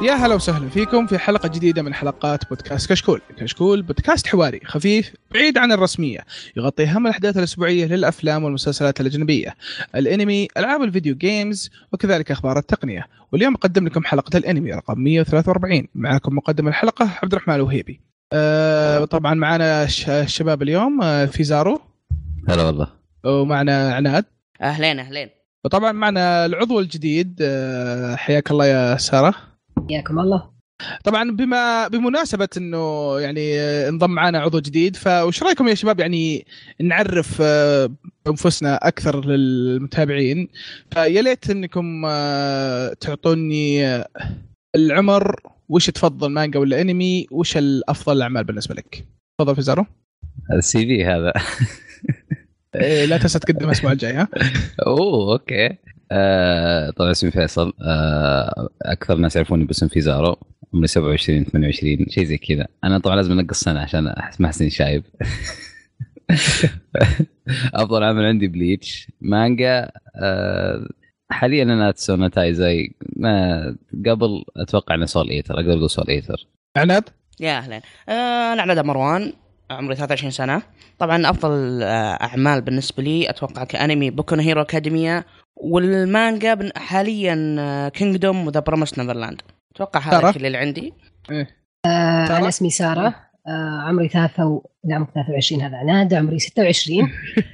يا هلا وسهلا فيكم في حلقة جديدة من حلقات بودكاست كشكول. كشكول بودكاست حواري خفيف بعيد عن الرسمية، يغطي أهم الأحداث الأسبوعية للأفلام والمسلسلات الأجنبية، الأنمي، ألعاب الفيديو جيمز، وكذلك أخبار التقنية. واليوم أقدم لكم حلقة الأنمي رقم 143. معكم مقدم الحلقة عبد الرحمن الوهيبي. طبعا معنا الشباب اليوم، في زارو. هلا والله. ومعنا عناد. أهلين. وطبعا معنا العضو الجديد، حياك الله يا سارة. حياكم الله. طبعا بمناسبة انه يعني انضم معنا عضو جديد، فوش رايكم يا شباب يعني نعرف انفسنا اكثر للمتابعين؟ فيا ليت انكم تعطوني العمر، وش تفضل مانجا ولا انمي، وش الافضل الاعمال بالنسبة لك؟ تفضل فيزارو. هذا السي في هذا. لا تنسى تقدم الاسبوع الجاي. ها اوكي. طبعا اسمي فيصل. اكثر ناس يعرفوني باسم فيزارو. عمري 27 28 شيء زي كذا. انا طبعا لازم انقص سنه عشان احس ما احسني شايب. افضل عمل عندي بليتش مانجا. حاليا انا تسونا تايزاي. ما قبل اتوقع ان سول ايتر، اقدر اقول سول ايتر. عناد. يا أهلين. أنا عناد مروان، عمري 23 سنة. طبعا أفضل أعمال بالنسبة لي أتوقع كأنمي بوكو نو هيرو أكاديمية، والمانجا حاليا كينغدوم وذا بروميس نيفرلاند. أتوقع هذا كل اللي عندي. أنا اسمي سارة، عمري 23. هذا عناد عمري 26.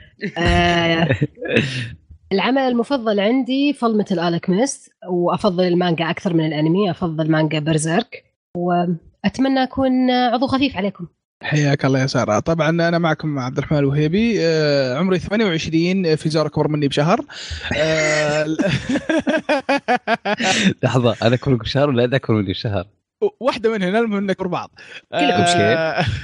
العمل المفضل عندي فيلم الألكيميست، وأفضل المانجا أكثر من الأنمي. أفضل مانجا برزيرك، وأتمنى أكون عضو خفيف عليكم. حياك الله يا سارة. طبعا أنا معكم عبد الرحمن الوهيبي، عمري 28. في زار أكبر مني بشهر. لحظة، أنا أكبر منك بشهر ولا أنت أكبر مني بشهر؟ واحدة منهن، المهم إنك بعض. كلكم شيء.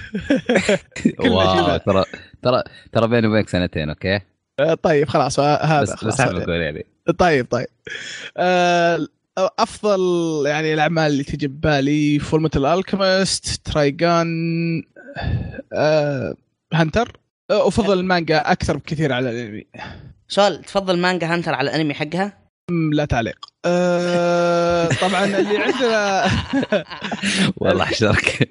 واو، ترى بيني وبينك سنتين. أوكي. طيب خلاص، هذا بس أقول يعني. طيب. أفضل يعني الأعمال اللي تجي ببالي فورمة الألكيميست، ترايغان، هانتر. أفضل المانجا أكثر بكثير على الأنمي. سؤال، تفضل مانجا هانتر على الأنمي حقها؟ لا تعليق. طبعا اللي عندنا والله حشرك.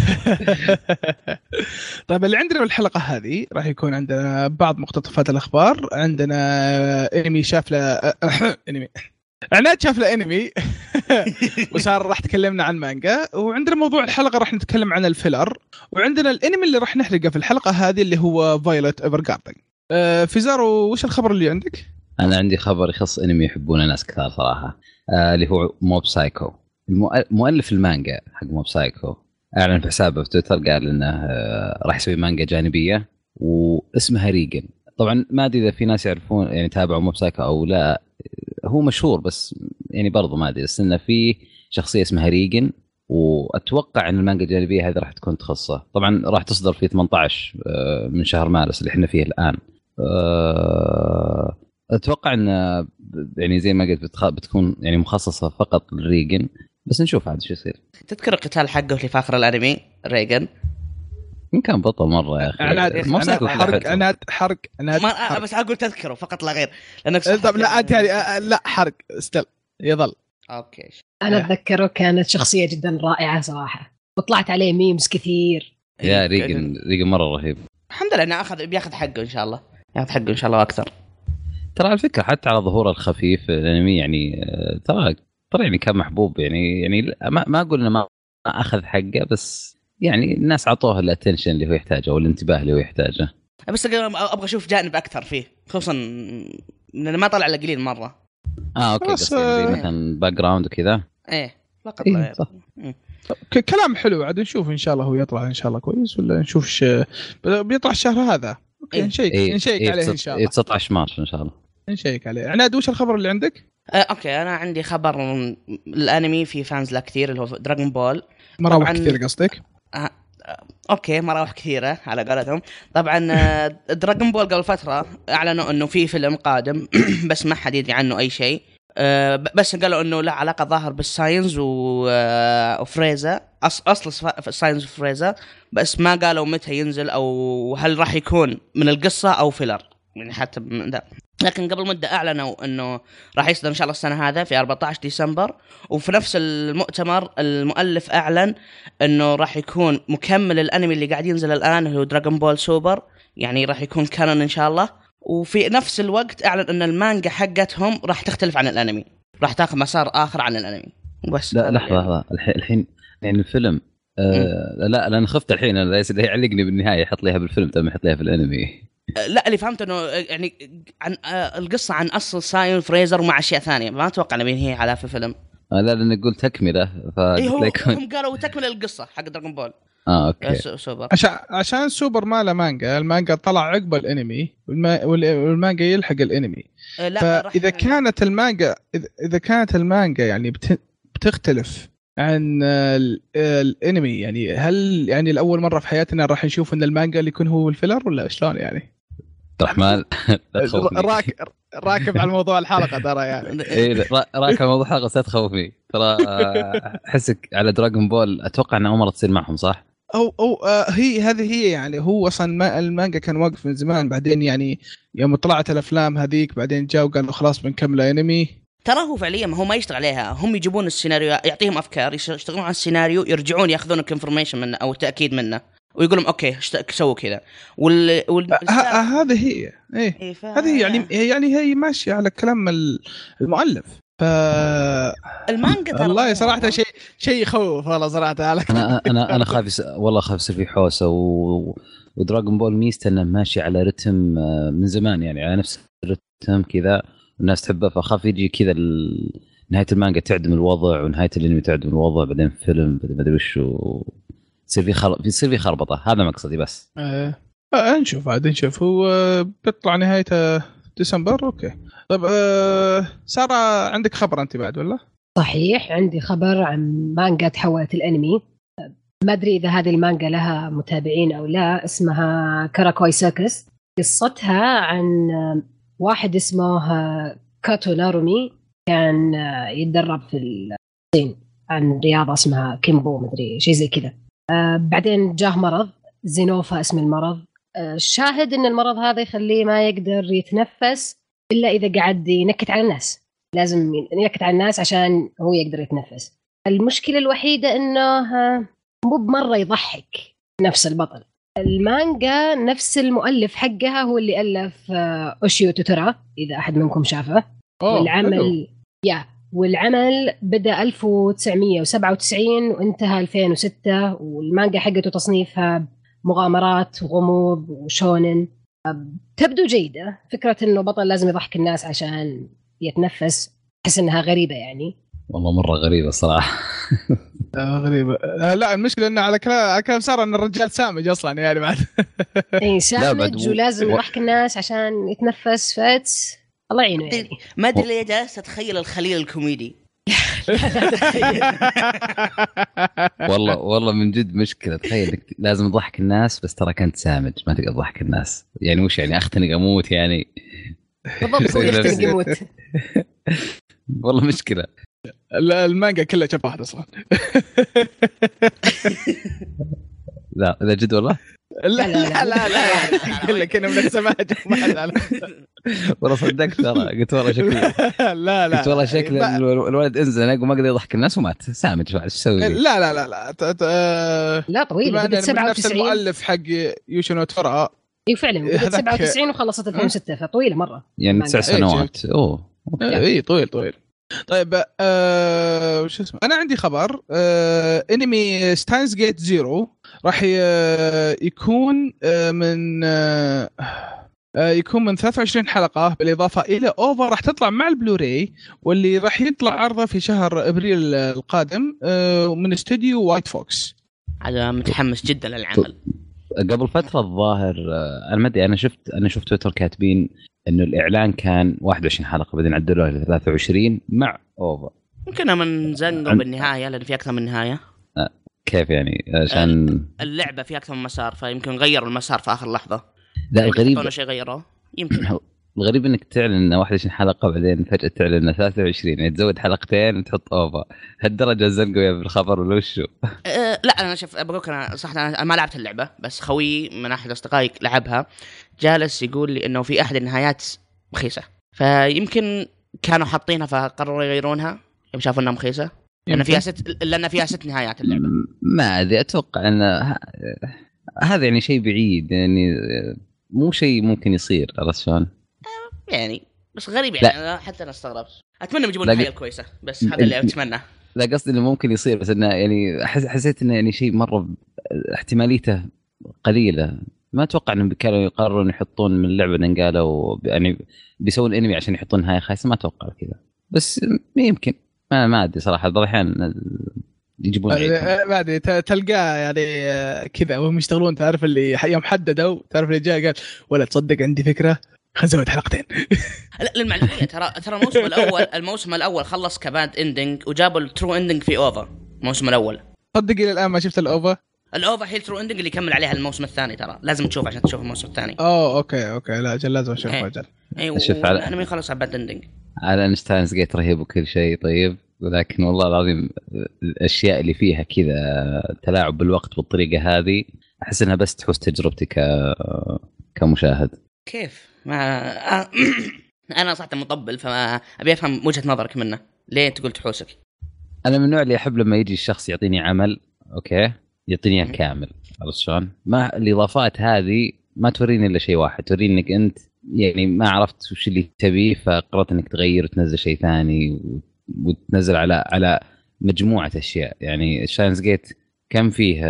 طيب اللي عندنا بالحلقة هذه راح يكون عندنا بعض مقتطفات الأخبار. عندنا انمي شاف له انمي، عناد شاف له انمي. وصار راح تكلمنا عن مانجا. وعندنا موضوع الحلقة راح نتكلم عن الفيلر. وعندنا الانمي اللي راح نحرقه في الحلقة هذه اللي هو فايلوت ايفرغاردن. فيزارو، وش الخبر اللي عندك؟ أنا عندي خبر يخص أنمي يحبونه ناس كثار صراحة، اللي هو موب سايكو. مؤلف المانجا حق موب سايكو أعلن في حسابه في تويتر، قال إنه راح يسوي مانجا جانبية واسمها ريجن. طبعا ما أدري إذا في ناس يعرفون يعني تابعوا موب سايكو أو لا، هو مشهور بس يعني برضو ما أدري، بس إنه في شخصية اسمها ريجن، وأتوقع إن المانجا الجانبية هذه راح تكون تخصه. طبعا راح تصدر في 18 من شهر مارس اللي إحنا فيه الآن. اتوقع ان يعني زي ما قلت بتكون يعني مخصصه فقط للريجن، بس نشوف عاد شو يصير. تذكر القتال حقه اللي في اخر الانمي ريجن؟ من كان بطل مره يا اخي. انا حرق بس اقول تذكره فقط لا غير، لانك طب لا انت يعني لا حرق استل يظل. اوكي. انا اتذكره كانت شخصيه جدا رائعه صراحه، وطلعت عليه ميمز كثير. يا ريجن مره رهيب. الحمد لله انه بياخذ حقه ان شاء الله، ياخذ حقه ان شاء الله واكثر. ترى على فكره حتى على ظهوره الخفيف الانمي يعني ترى يعني كان محبوب، يعني ما اقول انه ما اخذ حقه، بس يعني الناس عطوه الاتنشن اللي هو يحتاجه والانتباه اللي هو يحتاجه. بس ابغى اشوف جانب اكثر فيه، خصوصا انه ما طلع الا قليل مره. اوكي، بس زي مثلا باك جراوند وكذا. ايه فقط لا غير. كلام حلو. عاد نشوف ان شاء الله هو يطلع ان شاء الله كويس، ولا نشوف بيطلع الشهر هذا. اوكي نشيك عليه ان شاء الله. 19 مارس ان شاء الله نشيك عليه. عناد، وش الخبر اللي عندك؟ اوكي، انا عندي خبر الانمي في فانز لا كثير، اللي هو دراغون بول. مراوح كثير قصدك؟ اوكي، مراوح كثيره على قولتهم. طبعا دراغون بول قبل فتره اعلنوا انه في فيلم قادم، بس ما حد يدري عنه اي شيء. بس قالوا انه له علاقه ظاهر بالساينز وفريزا، اصل الساينز وفريزا، بس ما قالوا متى ينزل او هل راح يكون من القصه او فيلر يعني حتى من ده. لكن قبل مدة أعلنوا أنه راح يصدر إن شاء الله السنة هذا في 14 ديسمبر. وفي نفس المؤتمر المؤلف أعلن أنه راح يكون مكمل الأنمي اللي قاعد ينزل الآن هو دراغون بول سوبر، يعني راح يكون كانون إن شاء الله. وفي نفس الوقت أعلن أن المانجا حقتهم راح تختلف عن الأنمي، راح تاخذ مسار آخر عن الأنمي. بس لا لحظة الحين يعني الفيلم لا أنا خفت الحين أنا يعلقني بالنهاية يحط ليها بالفيلم تم يحط ليها في الأنمي. لا اللي فهمت انه يعني عن القصه عن اصل سايون فريزر ومع اشياء ثانيه، ما اتوقع ان هي على في فيلم. لا لان قلت تكمله هم قالوا تكمل القصه حق دراغون بول. اوكي سوبر عشان سوبر ما له مانجا، المانجا طلع عقب الانمي والمانجا يلحق الانمي. فاذا كانت المانجا يعني بتختلف عن الانمي، يعني هل يعني الاول مره في حياتنا راح نشوف ان المانجا اللي يكون هو الفيلر ولا شلون يعني؟ رحمن راكب على موضوع الحلقه ترى يعني. اي راكب على موضوع الحلقه ستخوفني ترى. احسك على دراغون بول اتوقع انها مره تصير معهم صح؟ او هي يعني هو اصلا المانجا كان واقف من زمان، بعدين يعني يوم طلعت الافلام هذيك بعدين جاوا قالوا خلاص بنكمل انمي. ترى هو فعليا هو ما يشتغل عليها، هم يجيبون السيناريو يعطيهم افكار يشتغلون على السيناريو، يرجعون ياخذون انفورميشن منه او تاكيد منه ويقولون اوكي سووا كذا هذه هي هذه يعني هي ماشيه على كلام المؤلف. ف المانجا والله صراحه شيء يخوف والله صراحه. انا خايف والله خايف يصير في حوسه ودراغون بول ميزته انه ماشي على رتم من زمان، يعني على نفس الرتم كذا الناس تحبه، فخاف يجي كذا نهايه المانجا تعدم الوضع ونهايه الانمي تعدم الوضع، بعدين فيلم ما ادري وش يصير في خربطه. هذا مقصدي بس. نشوف هو بيطلع نهايته ديسمبر. اوكي طيب سارة عندك خبر انت بعد ولا؟ صحيح عندي خبر عن مانجا تحولت الانمي. ما ادري اذا هذه المانجا لها متابعين او لا، اسمها كاراكوي سيركس. قصتها عن واحد اسمه كاتو نارومي، كان يتدرب في الصين عن رياضة اسمها كيمبو مدري شيء زي كذا. بعدين جاه مرض زينوفا اسم المرض. الشاهد ان المرض هذا يخليه ما يقدر يتنفس الا اذا قاعد ينكت على الناس، لازم ينكت على الناس عشان هو يقدر يتنفس. المشكلة الوحيدة انه مو بمرة يضحك نفس البطل. المانجا نفس المؤلف حقها هو اللي ألف أوشيو توتورا إذا أحد منكم شافه. والعمل بدأ 1997 وانتهى 2006، والمانجا حقته تصنيفها مغامرات وغموض وشونن. تبدو جيدة. فكرة إنه بطل لازم يضحك الناس عشان يتنفس أحس إنها غريبة يعني. والله مرة غريبة صراحة. غريبة. لا المشكلة إنه على كلام صار إن الرجال سامج أصلاً يعني بعد. إيه سامج ولازم يضحك الناس عشان يتنفس فاتس. الله يعينه يعني. ما أدري ليه جالس أتخيل الخليل الكوميدي. والله من جد مشكلة. تخيل لازم تضحك الناس بس ترى كنت سامج ما تقدر تضحك الناس، يعني وش يعني أختنق أموت يعني؟ بالضبط يختنق يموت. والله مشكلة. المانجا كلها شب واحد أصلا. لا إذا جد والله. لا كنا من السماجة والله صدقت ترى قلت والله شكله لا قلت والله شكل الولد انزنق وما قدر يضحك الناس ومات سامج. ايش تسوي؟ لا طويل بدت 97. نفس المؤلف حق يوشينو تورا. اي فعلا بدت 97 وخلصت 2006 فطويله مره يعني 9 سنوات. اي طويل. طيب وش اسمه، انا عندي خبر. انمي ستاينز جيت زيرو راح يكون من 23 حلقة بالإضافة إلى أوفر راح تطلع مع البلوراي، واللي راح يطلع عرضه في شهر أبريل القادم من استوديو وايت فوكس. أنا متحمس جدا للعمل. قبل فترة الظاهر أنا ما أدري، أنا شفت تويتر كاتبين إنه الإعلان كان 21 حلقة بعدين عدلوها ل 23 مع أوفر. يمكن من زنقوا بالنهاية لأن في أكثر من نهاية. كيف يعني؟ عشان اللعبة في أكثر من مسار فيمكن غيروا المسار في آخر لحظة. لا الغريب شيء غيره يمكن. الغريب انك تعلن 21 حلقه بعدين فجاه تعلن 23 يعني تزود حلقتين وتحط اوفر. هالدرجه زنقوا بالخبر ولا وشو؟ لا انا شوف بقولك انا صح انا ما لعبت اللعبه بس خوي من احد اصدقائي لعبها جالس يقول لي انه في احد النهايات رخيصه، فيمكن كانوا حاطينها فقرروا يغيرونها يوم شافوا انها رخيصه، لان فيها 6 نهايات اللعبه. ما ادري، اتوقع ان هذا يعني شيء بعيد، يعني مو شيء ممكن يصير، عرفت شلون يعني. بس غريب يعني، أنا حتى انا استغربت. اتمنى يجيبون النهايه الكويسه، بس هذا اللي اتمناه. لا قصدي انه ممكن يصير، بس انه يعني حسيت انه يعني شيء مره احتماليته قليله. ما اتوقع انهم كانوا يقررون يحطون من اللعبه ان قالوا يعني بيسوون انمي عشان يحطون نهايه خايسه. ما اتوقع كذا، بس يمكن ما ادري صراحه. بعض الاحيان يجيبون ما ادري تلقاه يعني كذا وهم يشتغلون، تعرف اللي يوم حددوا، تعرف اللي جاء قال ولا تصدق عندي فكره خلينا نسوي حلقتين. لا للمعلوميه ترى الموسم الاول خلص كباد اندنج، وجابوا الترو اندنج في اوفا الموسم الاول. صدق الى الان ما شفت الاوفا هي الترو اندنج اللي يكمل عليها الموسم الثاني. ترى لازم تشوف عشان تشوف الموسم الثاني. اوكي لا اجل لازم اشوفه اجل. شوف انا ما خلص على باد اندنج. على انستاينز جيت رهيب وكل شيء طيب، ولكن والله العظيم الاشياء اللي فيها كذا تلاعب بالوقت بالطريقه هذه احس انها بس تحوس تجربتي كمشاهد. كيف ما انا صحت مطبل، فما ابي افهم وجهه نظرك منه. ليه تقول تحوسك؟ انا من النوع اللي احب لما يجي الشخص يعطيني عمل اوكي يعطيني اياه كامل، عرفت شلون؟ ما الاضافات هذه ما توريني الا شيء واحد، توريني انك انت يعني ما عرفت وش اللي تبيه، فقررت انك تغير وتنزل شيء ثاني وتنزل على مجموعه اشياء. يعني شاينز جيت كم فيه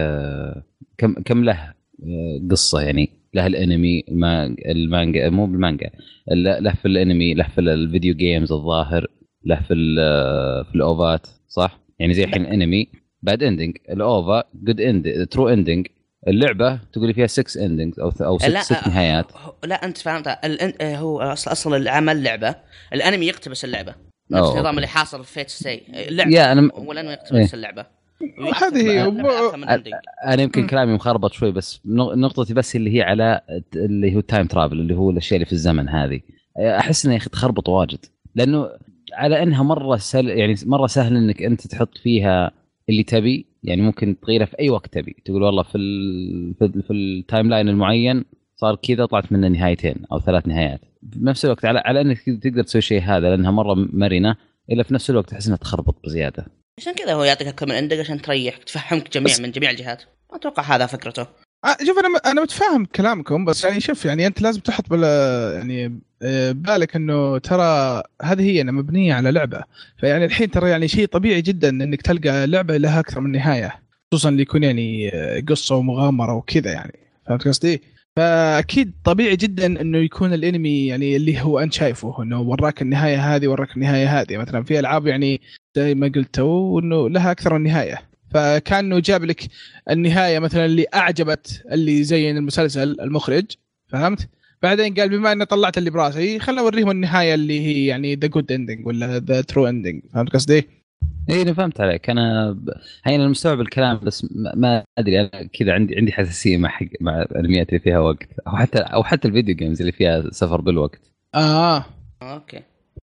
كم له قصه، يعني له الانمي المانجا مو بالمانجا، له في الانمي، له في الفيديو جيمز الظاهر، له في الاوفات صح. يعني زي الحين الانمي باد اندنج، الاوفا جود اند ترو اندنج، اللعبه تقولي فيها 6 اندنجز او 6 نهايات. لا انت فهمت، هو اصل العمل لعبه، الانمي يقتبس اللعبه نفس النظام اللي حاصل في فيت ستي اللعبه، والانمي يقتبس اللعبه. هذه انا يمكن كلامي مخربط شوي، بس نقطتي بس اللي هي على اللي هو تايم ترافل، اللي هو الاشياء اللي في الزمن هذه. احس انها تخربط واجد، لانه على انها مره يعني مره سهل انك انت تحط فيها اللي تبي، يعني ممكن تغيرها في اي وقت تبي. تقول والله في التايم لاين المعين صار كذا، طلعت منه نهايتين او 3 نهايات بنفس الوقت، على انك تقدر تسوي شيء هذا لانها مره مرنه، الا في نفس الوقت تحس انها تخربط بزياده. عشان كذا هو يعطيك اكثر من عندك عشان تريح تفهمك من جميع الجهات. اتوقع هذا فكرته. شوف انا متفاهم كلامكم، بس يعني شوف يعني انت لازم تحط يعني بالك انه ترى هذه هي أنا مبنيه على لعبه، فيعني الحين ترى يعني شيء طبيعي جدا انك تلقى لعبه لها اكثر من نهايه، خصوصا اللي يكون يعني قصه ومغامره وكذا، يعني فهمت قصدي؟ فاكيد طبيعي جدا انه يكون الانمي يعني اللي هو انت شايفه انه وراك النهايه هذه وراك النهايه هذه. مثلا في العاب يعني زي ما قلت انه لها اكثر من نهايه، فكانه جاب لك النهايه مثلا اللي اعجبت اللي زين المسلسل المخرج، فهمت؟ بعدين قال بما اني طلعت اللي براسي خلنا اوريهم النهايه اللي هي يعني ذا جود اندنج ولا ذا ترو اندنج. فهمت قصدي؟ اي انا فهمت عليك. انا هي انا مستوعب الكلام، بس ما ادري انا كذا عندي حساسيه مع الانميات اللي فيها وقت، او حتى الفيديو جيمز اللي فيها سفر بالوقت. اوكي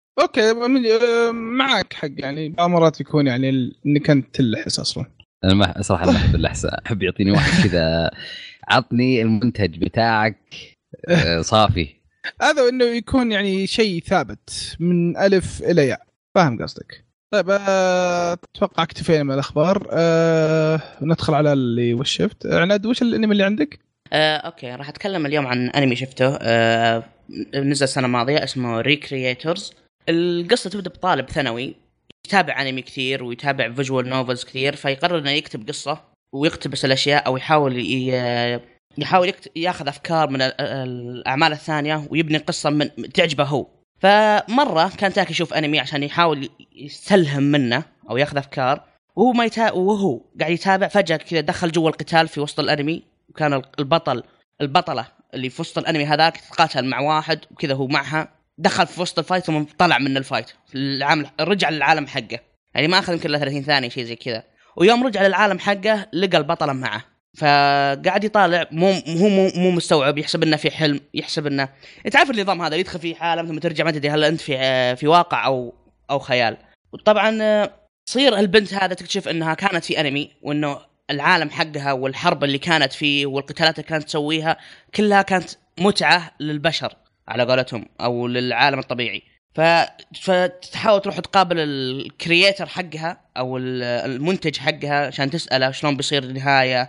معك حق. يعني بعض مرات يكون يعني انك انت تلحس اصلا. انا ما صراحه ما احب اللحسه، احب يعطيني واحد كذا عطني المنتج بتاعك صافي. هذا انه يكون يعني شيء ثابت من الف الى ياء. فاهم قصدك؟ طيب اتوقع اكتفينا من الاخبار. ندخل على اللي وش شفت. عناد وش الانمي اللي عندك؟ اوكي راح اتكلم اليوم عن انمي شفته نزل السنه الماضيه اسمه ريكرييتورز. القصه تبدا بطالب ثانوي يتابع انمي كثير ويتابع فيجوال نوفلز كثير، فيقرر انه يكتب قصه ويقتبس الاشياء، او يحاول ياخذ افكار من الاعمال الثانيه ويبني قصه من تعجبه هو. فمره كان تاكي يشوف انمي عشان يحاول يستلهم منه او ياخذ افكار، وهو قاعد يتابع فجاه كذا دخل جوا القتال في وسط الانمي، وكان البطله اللي في وسط الانمي هذاك تقاتل مع واحد وكذا هو معها، دخل في وسط الفايت ثم طلع من الفايت رجع للعالم حقه، يعني ما اخذ يمكن له 30 ثانيه شيء زي كذا. ويوم رجع للعالم حقه لقى البطله معه، فقاعد يطالع مو مستوعب، يحسب انه في حلم، يحسب انه انت عارف النظام هذا، يدخل في عالم ثم ترجع ما تدري هل انت في واقع او خيال. وطبعا تصير البنت هذا تكتشف انها كانت في انمي، وانه العالم حقها والحرب اللي كانت فيه والقتالات اللي كانت تسويها كلها كانت متعه للبشر، على قولتهم او للعالم الطبيعي. فتحاول تروح تقابل الكرييتر حقها او المنتج حقها عشان تسأله شلون بيصير النهاية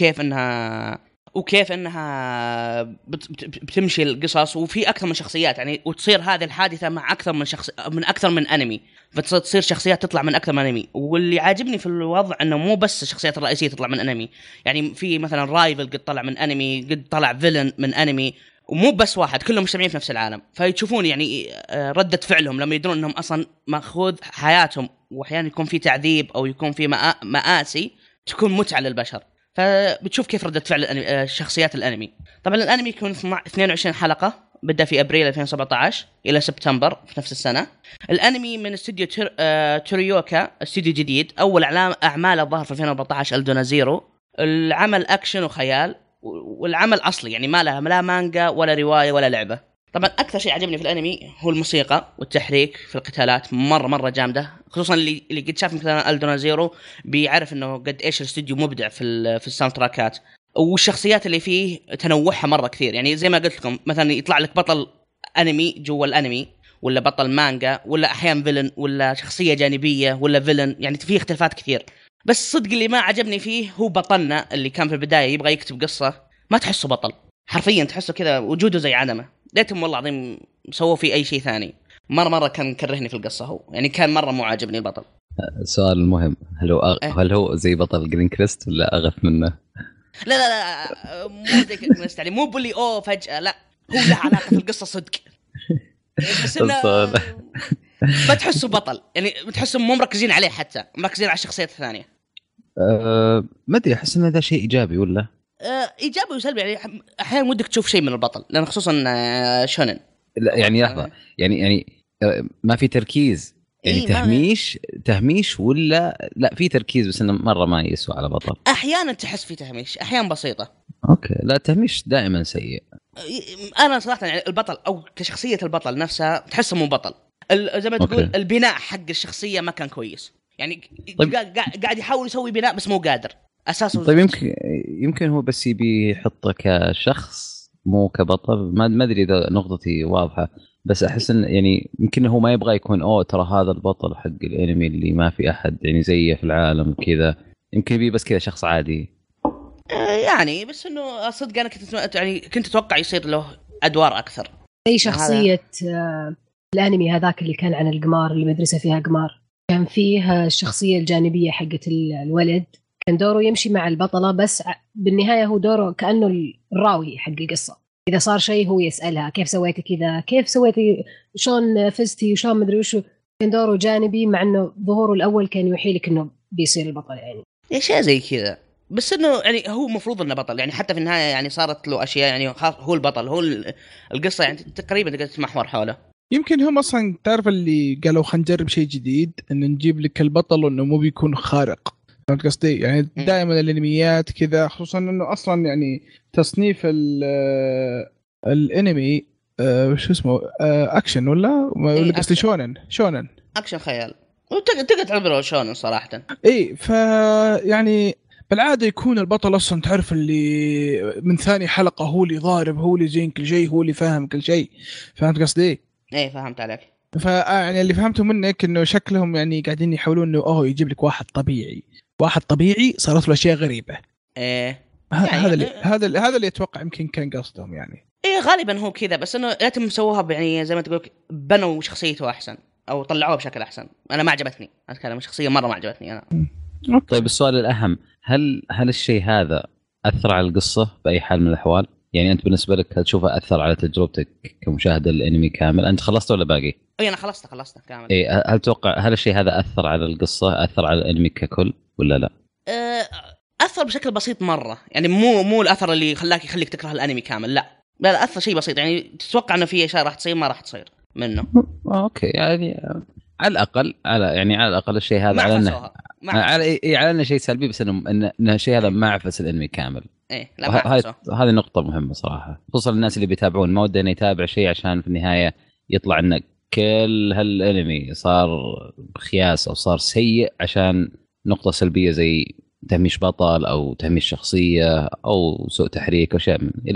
وكيف انها بتمشي القصص. وفي اكثر من شخصيات يعني، وتصير هذه الحادثة مع اكثر من انمي، فتصير شخصيات تطلع من اكثر من انمي. واللي عاجبني في الوضع انه مو بس الشخصيات الرئيسية تطلع من انمي، يعني في مثلا رايفل قد طلع من انمي، قد طلع فيلن من انمي، ومو بس واحد، كلهم مجتمعين في نفس العالم. فيشوفون يعني ردة فعلهم لما يدرون انهم اصلا ماخوذ حياتهم، واحيانا يكون في تعذيب او يكون في مآسي، تكون متعة للبشر. فبتشوف كيف ردة فعل شخصيات الانمي. طبعا الانمي يكون 22 حلقة، بدأ في ابريل 2017 الى سبتمبر في نفس السنة. الانمي من استوديو توريوكا، استوديو جديد، اول اعمال الظهر في 2014 الدونا زيرو. العمل اكشن وخيال، والعمل أصلي يعني ما له لا مانجا ولا رواية ولا لعبة. طبعا أكثر شيء عجبني في الأنمي هو الموسيقى والتحريك في القتالات، مرة جامدة، خصوصا اللي قد شاف مثلا الدونا زيرو بيعرف إنه قد إيش الاستوديو مبدع في الساوند تراكات. والشخصيات اللي فيه تنوعها مرة كثير، يعني زي ما قلت لكم مثلا يطلع لك بطل أنمي جوا الأنمي، ولا بطل مانجا، ولا أحيان فيلن، ولا شخصية جانبية، ولا فيلن، يعني فيه اختلافات كثير. بس صدق اللي ما عجبني فيه هو بطلنا اللي كان في البداية يبغى يكتب قصة، ما تحسه بطل حرفيا، تحسه كذا وجوده زي عدمه. ليتهم والله العظيم سووا فيه أي شيء ثاني. مرة كان كرهني في القصة هو، يعني كان مرة مو عاجبني البطل. السؤال المهم، هل هو زي بطل جرين كريست ولا أغث منه؟ لا مو زي جرين كريست، يعني مو بولي فجأة، لا هو له علاقة في القصة صدق، بس إنه ما تحسه بطل، يعني تحسه مو مركزين عليه، حتى مركزين على الشخصيات الثانية. ما أدري، أحس إن هذا شيء إيجابي ولا إيجابي وسلبي. يعني أحيانا ودك تشوف شيء من البطل، لأن خصوصا شونن. لا يعني لحظة، يعني ما في تركيز، يعني تهميش ولا لا في تركيز بس إنه مرة ما يسوى على بطل. أحيانا تحس في تهميش، أحيانا بسيطة. أوكي، لا تهميش دائما سيء. أنا صراحة يعني البطل أو كشخصية البطل نفسها تحسه مو بطل. زي ما تقول البناء حق الشخصية ما كان كويس، يعني طيب. قاعد يحاول يسوي بناء بس مو قادر أساسه. طيب يمكن هو بس يبي يحطه كشخص مو كبطل، ما أدري إذا نقطتي واضحة، بس أحس إن يعني يمكن هو ما يبغى يكون ترى هذا البطل حق الأنمي اللي ما في أحد يعني زيه في العالم كذا، يمكن يبي بس كذا شخص عادي يعني. بس إنه صدق أنا كنت أتوقع يصير له أدوار أكثر. أي شخصية الأنمي هذاك اللي كان عن القمار، اللي مدرسة فيها قمار، كان فيها الشخصية الجانبية حقت الولد، كان دوره يمشي مع البطلة، بس بالنهاية هو دوره كأنه الراوي حق القصة. إذا صار شيء هو يسألها كيف سويتي كذا، كيف سويتي، شلون فزتي، وشلون مدري وشو. كان دوره جانبي، مع أنه ظهوره الأول كان يوحي لك أنه بيصير البطل يعني. شيء زي كذا، بس انه يعني هو مفروض انه بطل، يعني حتى في النهايه يعني صارت له اشياء، يعني هو البطل، هو القصه يعني تقريبا تقدر تمحور حوله. يمكن هم اصلا تعرف اللي قالوا خلينا نجرب شيء جديد، ان نجيب لك البطل انه مو بيكون خارق. فهمت قصدي؟ يعني دائما الانميات كذا، خصوصا انه اصلا يعني تصنيف الانمي شو اسمه اكشن ولا قصدي شونن اكشن خيال، وتقدر تعتبره شونن صراحه. اي يعني بالعاده يكون البطل اصلا تعرف اللي من ثاني حلقه هو اللي ضارب، هو اللي زين كل شيء، هو اللي فاهم كل شيء. فهمت قصدي؟ ايه فهمت عليك. يعني اللي فهمته منك انه شكلهم يعني قاعدين يحاولون انه يجيب لك واحد طبيعي صارت له اشياء غريبه. ايه هذا اللي اتوقع يمكن كان قصدهم يعني. ايه غالبا هو كذا، بس انه لا تسووها يعني زي ما تقول بنوا شخصيته احسن او طلعوها بشكل احسن. انا ما عجبتني، اتكلم شخصيه مره ما عجبتني انا. طيب السؤال الاهم، هل الشيء هذا اثر على القصه باي حال من الاحوال؟ يعني انت بالنسبه لك هتشوفه اثر على تجربتك كمشاهده الانمي كامل؟ انت خلصت ولا باقي؟ اي انا خلصت كامل. هل تتوقع هل الشيء هذا اثر على القصه، اثر على الانمي ككل ولا لا؟ اثر بشكل بسيط مره، يعني مو الاثر اللي يخليك تكره الانمي كامل، لا اثر شيء بسيط، يعني تتوقع انه في اشياء راح تصير ما راح تصير منه. اوكي، يعني على الاقل الشيء هذا على انه شيء سلبي، بس انه الشيء هذا ما عفس الانمي كامل. ايه لا هذه نقطه مهمه صراحه، خصوصا الناس اللي بيتابعون ما ودنا يتابع شيء عشان في النهايه يطلع انه كل هالانمي صار خياس او صار سيء عشان نقطه سلبيه زي تهميش بطل او تهميش شخصيه او سوء تحريك او شيء الى اخره.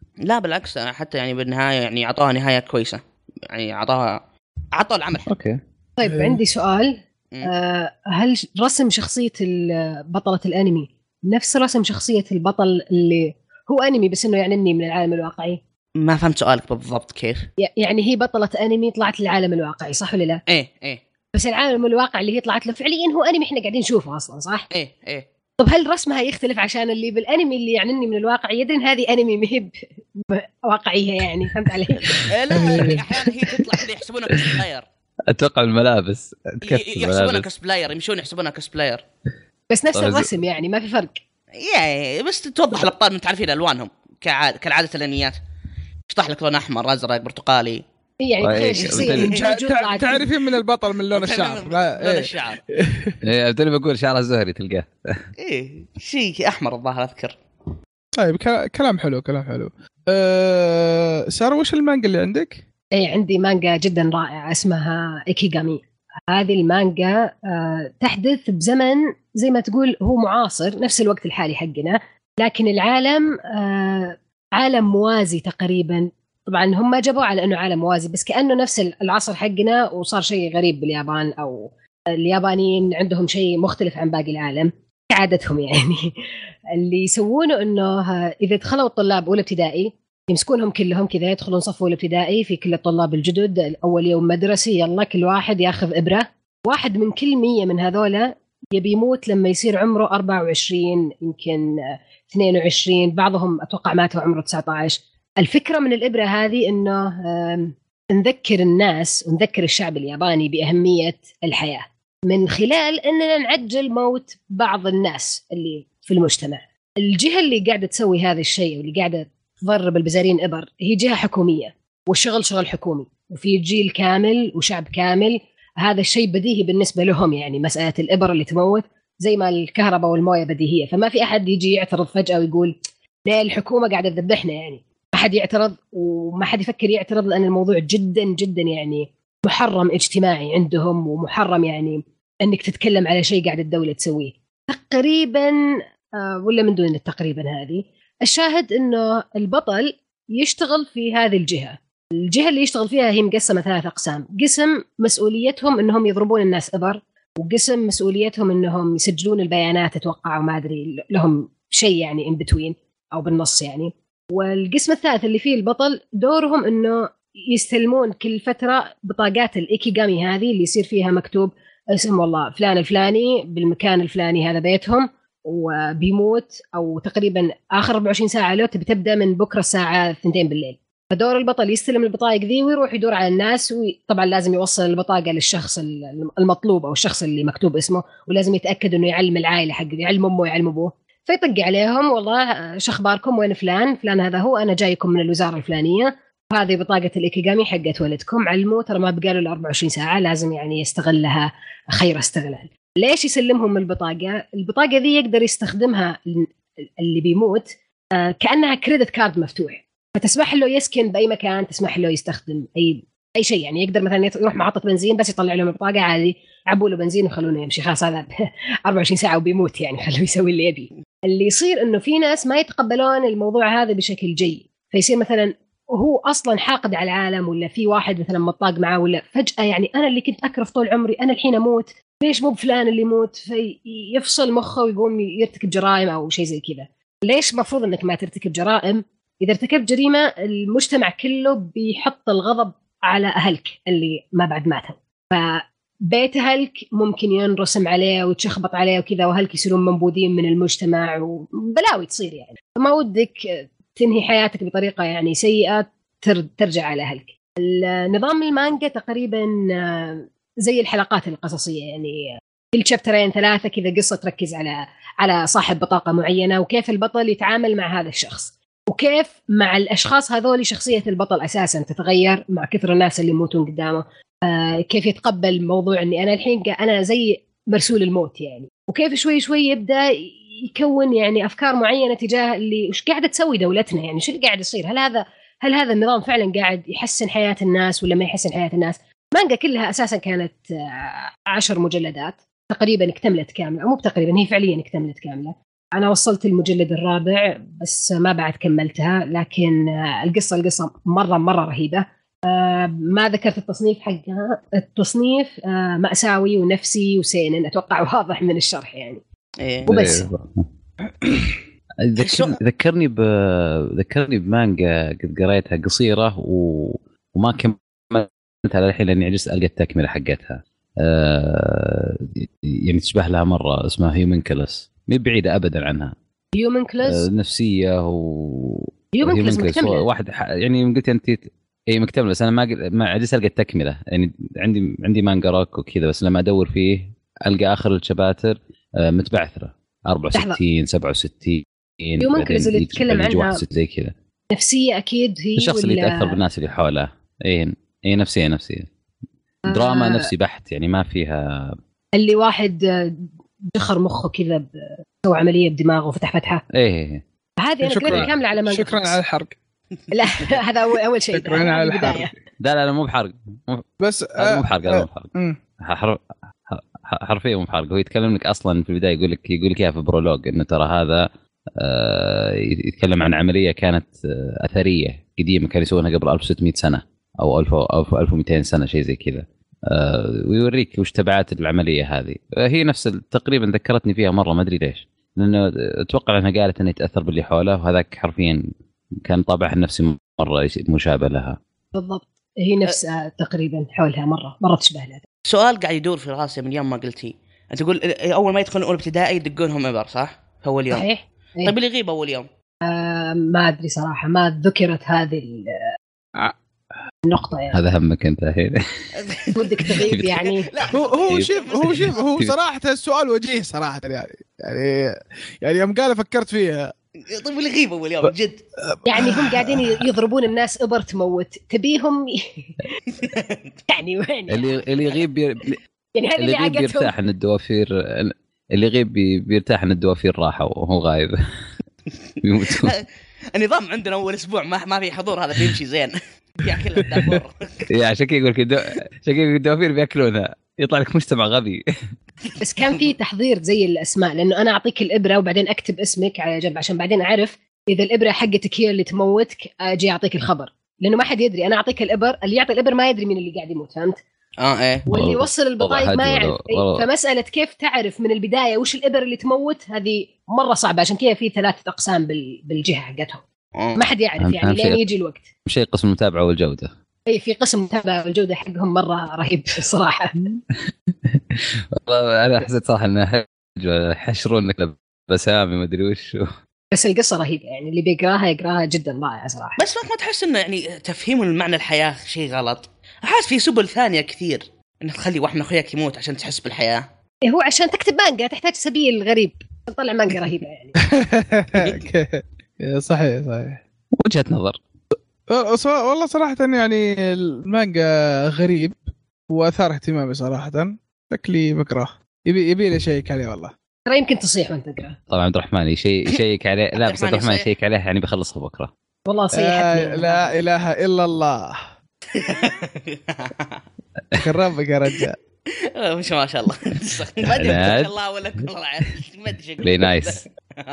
لا بالعكس، حتى يعني بالنهايه يعني اعطاها نهايه كويسه، يعني عطوا العمل. اوكي. طيب عندي سؤال. مم. هل رسم شخصية بطلة الأنمي نفس رسم شخصية البطل اللي هو أنمي بس إنه يعني من العالم الواقعي؟ ما فهمت سؤالك بالضبط كيف. يعني هي بطلة أنمي طلعت للعالم الواقعي صح ولا لا؟ ايه بس العالم الواقع اللي هي طلعت له فعليا هو أنمي إحنا قاعدين نشوفه أصلا صح؟ ايه طب هل رسمها يختلف عشان اللي بالأنمي اللي يعني من الواقع يدري إن هذه أنمي مهب واقعية يعني فهمت علي؟ لا يعني احيانا هي تطلع كذا يحسبونها كسبلاير. اتوقع الملابس يحسبونها كسبلاير، يمشون يحسبونها كسبلاير بس نفس الرسم يعني ما في فرق. يعني بس توضح الابطال من تعرفين الوانهم كالعاده الانميات، يشطح لك لون احمر ازرق برتقالي. يعني تخيل شخصية من جوجو طلعت تعرفين من البطل من لون الشعر. لون الشعر. ايه بدي بقول شعره زهري تلقاه. ايه شيء احمر الظاهر اذكر. طيب كلام حلو كلام حلو. سارة وش المانجا اللي عندك؟ ايه عندي مانجا جدا رائعة اسمها إيكيغامي. هذه المانجا تحدث بزمن زي ما تقول هو معاصر نفس الوقت الحالي حقنا، لكن العالم عالم موازي تقريبا. طبعا هم جابوا على انه عالم موازي بس كأنه نفس العصر حقنا، وصار شيء غريب باليابان او اليابانيين عندهم شيء مختلف عن باقي العالم كعادتهم يعني. اللي يسوونه انه اذا دخلوا الطلاب اولى ابتدائي يمسكونهم كلهم كذا يدخلون صف اولى ابتدائي في كل الطلاب الجدد اول يوم مدرسي، يلا كل واحد ياخذ ابره، واحد من كل 100 من هذولا يبي يموت لما يصير عمره 24 يمكن 22، بعضهم اتوقع ماتوا عمره 19. الفكره من الابره هذه انه نذكر الناس ونذكر الشعب الياباني باهميه الحياه من خلال اننا نعجل موت بعض الناس اللي في المجتمع. الجهه اللي قاعده تسوي هذا الشيء واللي قاعده تضرب البزارين إبر هي جهة حكومية، والشغل شغل حكومي، وفي جيل كامل وشعب كامل. هذا الشيء بديهي بالنسبة لهم، يعني مسألة الإبر اللي تموت زي ما الكهرباء والموية بديهية، فما في أحد يجي يعترض فجأة ويقول ليه الحكومة قاعدة تذبحنا. يعني ما حد يعترض وما حد يفكر يعترض، لأن الموضوع جدا جدا يعني محرم اجتماعي عندهم، ومحرم يعني أنك تتكلم على شيء قاعدة الدولة تسويه تقريبا. ولا من دون التقريبا هذه الشاهد انه البطل يشتغل في هذه الجهة اللي يشتغل فيها هي مقسمة 3 أقسام. قسم مسؤوليتهم انهم يضربون الناس إبر، وقسم مسؤوليتهم انهم يسجلون البيانات اتوقع وما ادري لهم شيء يعني in between او بالنص يعني. والقسم الثالث اللي فيه البطل دورهم انه يستلمون كل فترة بطاقات الإيكيغامي هذه اللي يصير فيها مكتوب اسم والله فلان الفلاني بالمكان الفلاني هذا بيتهم وبيموت، او تقريبا اخر 24 ساعه له بتبدا من بكره الساعه 2 بالليل. فدور البطل يستلم البطايق ذي ويروح يدور على الناس، وطبعا لازم يوصل البطاقه للشخص المطلوب او الشخص اللي مكتوب اسمه، ولازم يتاكد انه يعلم العائله حقه، يعلم امه ويعلم ابوه. فيطق عليهم والله شو اخباركم، وين فلان هذا هو، انا جايكم من الوزاره الفلانيه، وهذه بطاقه الايكيغامي حقت ولدكم، علموه ترى ما بقى له 24 ساعه لازم يعني يستغلها خير استغلال. ليش يسلمهم البطاقة ذي يقدر يستخدمها اللي بيموت كأنها كريدت كارد مفتوح، فتسمح له يسكن بأي مكان، تسمح له يستخدم أي شيء. يعني يقدر مثلا يروح محطة بنزين بس يطلع لهم البطاقة عادي، عبوا له بنزين وخلونه يمشي، خلاص هذا 24 ساعة وبيموت يعني، خلوه يسوي اللي يبي. اللي يصير إنه في ناس ما يتقبلون الموضوع هذا بشكل جيد، فيصير مثلا هو أصلا حاقد على العالم، ولا في واحد مثلا مطاق معاه، ولا فجأة يعني أنا اللي كنت أكرف طول عمري أنا الحين أموت، ليش مو بفلان اللي يموت؟ فيفصل مخه ويقوم يرتكب جرائم أو شيء زي كذا. ليش مفروض أنك ما ترتكب جرائم؟ إذا ارتكبت جريمة المجتمع كله بيحط الغضب على أهلك اللي ما بعد ماتوا، فبيت أهلك ممكن ينرسم عليه وتشخبط عليه وكذا، وأهلك يصيرون منبوذين من المجتمع وبلاوي تصير يعني. فما ودك تنهي حياتك بطريقة يعني سيئة ترجع على أهلك. النظام المانجا تقريبا زي الحلقات القصصية، يعني كل شابترين 3 كذا قصة تركز على صاحب بطاقة معينة، وكيف البطل يتعامل مع هذا الشخص، وكيف مع الأشخاص هذول شخصية البطل أساسا تتغير مع كثر الناس اللي يموتون قدامه. كيف يتقبل موضوع أني أنا الحين أنا زي مرسول الموت يعني، وكيف شوي شوي يبدأ يكون يعني أفكار معينة تجاه اللي وش قاعدة تسوي دولتنا، يعني شو اللي قاعد يصير، هل هذا النظام فعلا قاعد يحسن حياة الناس ولا ما يحسن حياة الناس. مانجا كلها أساسا كانت 10 مجلدات تقريبا، اكتملت كاملة، أو مو تقريبا هي فعليا اكتملت كاملة. أنا وصلت المجلد الرابع بس ما بعد كملتها، لكن القصة مرة رهيبة. ما ذكرت التصنيف حقها، التصنيف مأساوي ونفسي وسينن، أتوقع واضح من الشرح يعني. وبس. ذكرني بمانجا قد قريتها قصيرة وما كملتها للحين لأني عجزت ألقى التكملة حقتها. يعني تشبه لها مرة، اسمها هيومنكلس، مي بعيدة أبدا عنها. هيومنكلس نفسية هيومنكلس مكتملة واحد يعني قلت أنت اي مكتمل، بس انا ما عجزت القى التكمله. يعني عندي مانجا روك وكذا، بس لما ادور فيه القى اخر الشباتر متبعثره 64 67. يومنكلز اللي تتكلم عنها زي كذا نفسيه اكيد هي الشخص اللي يتاثر بالناس اللي حوله. اي نفسيه دراما نفسي بحت، يعني ما فيها اللي واحد دخر مخه كذا سوى عمليه بدماغه وفتح فتحه. ايه هذه انا قريتها كامله على مانجا. شكرا على الحرق. لا هذا اول شيء. شكرا على البدايه. لا مو بحرق، بس مو بحرق حرفيا مو بحرق. هو يتكلم لك اصلا في البدايه، يقول لك اياها في برولوج انه ترى هذا يتكلم عن عمليه كانت اثريه قديمه كانوا يسوونها قبل 1600 سنه او 1200 سنه، شيء زي كذا. ويوريك وش تبعات العمليه هذه. هي نفس تقريبا ذكرتني فيها مره، ما ادري ليش، لانه اتوقع انها قالت انه يتاثر باللي حوله، وهذاك حرفيا كان طابعها النفسي مره مشابه لها. بالضبط، هي نفس تقريبا حولها مره تشبه لها. سؤال قاعد يدور في راسي من يوم ما قلتي، انت تقول اول ما يدخلون اول ابتدائي يدقونهم ابر، صح؟ اول يوم. صحيح. طيب اللي يغيب اول يوم ما ادري صراحه، ما ذكرت هذه النقطه يعني. هذا همك انت الحين. ودك تغيب يعني. هو صراحه السؤال وجيه صراحه، يعني يوم قال فكرت فيها. طيب اللي يغيب اول يوم جد يعني هم قاعدين يضربون الناس ابر تموت، تبيهم يعني وين اللي يغيب يعني هذه اللي عقتهم بيرتاح ان الدوافير، اللي يغيب بيرتاح ان الدوافير راحوا وهو غايب. بيموتون. النظام عندنا اول اسبوع ما في حضور، هذا بيمشي زين. ياكل الدافور. يا شكل يقول الدوافير بياكلونها، يطلع لك مجتمع غبي. بس كان في تحضير زي الاسماء، لانه انا اعطيك الابره وبعدين اكتب اسمك على جنب عشان بعدين اعرف اذا الابره حقتك هي اللي تموتك، اجي اعطيك الخبر، لانه ما حد يدري. انا اعطيك الابر، اللي يعطي الابر ما يدري مين اللي قاعد يموت، فهمت؟ ايه. واللي يوصل البطايق ما يعرف. فمساله كيف تعرف من البدايه وش الابر اللي تموت، هذه مره صعبه، عشان كذا في 3 أقسام بالجهه حقتهم. ما حد يعرف يعني لين يجي الوقت. شيء قسم المتابعه والجوده. اي في قسم المتابعه والجوده حقهم مره رهيب الصراحه. والله انا حسيت صراحه انه حشرونك بسامي ما ادري وش. بس القصه رهيبه يعني، اللي بيقراها يقراها جدا رائعه صراحه. بس ما تحس انه يعني تفهيم المعنى الحياه شيء غلط؟ احس في سبل ثانيه كثير انك تخلي واحد من اخوياك يموت عشان تحس بالحياه. هو عشان تكتب مانجا تحتاج سبيل غريب تطلع مانجا رهيبه يعني. صحيح وجهة نظر. والله صراحة يعني المانجا غريب وأثار اهتمامي صراحة، شكلي بكره يبي لي شيء عليه والله. ترى يمكن تصيح وانت تقرا. طبعا عبد الرحمن يشيك عليه. لا بس عبد الرحمن يشيك عليه يعني بيخلصها بكره. والله صيحتني. لا إله إلا الله. كرمك يا رجال. مش ما شاء الله. ما ادري ما شاء الله ولا كل عارف ما ادري لي نايس.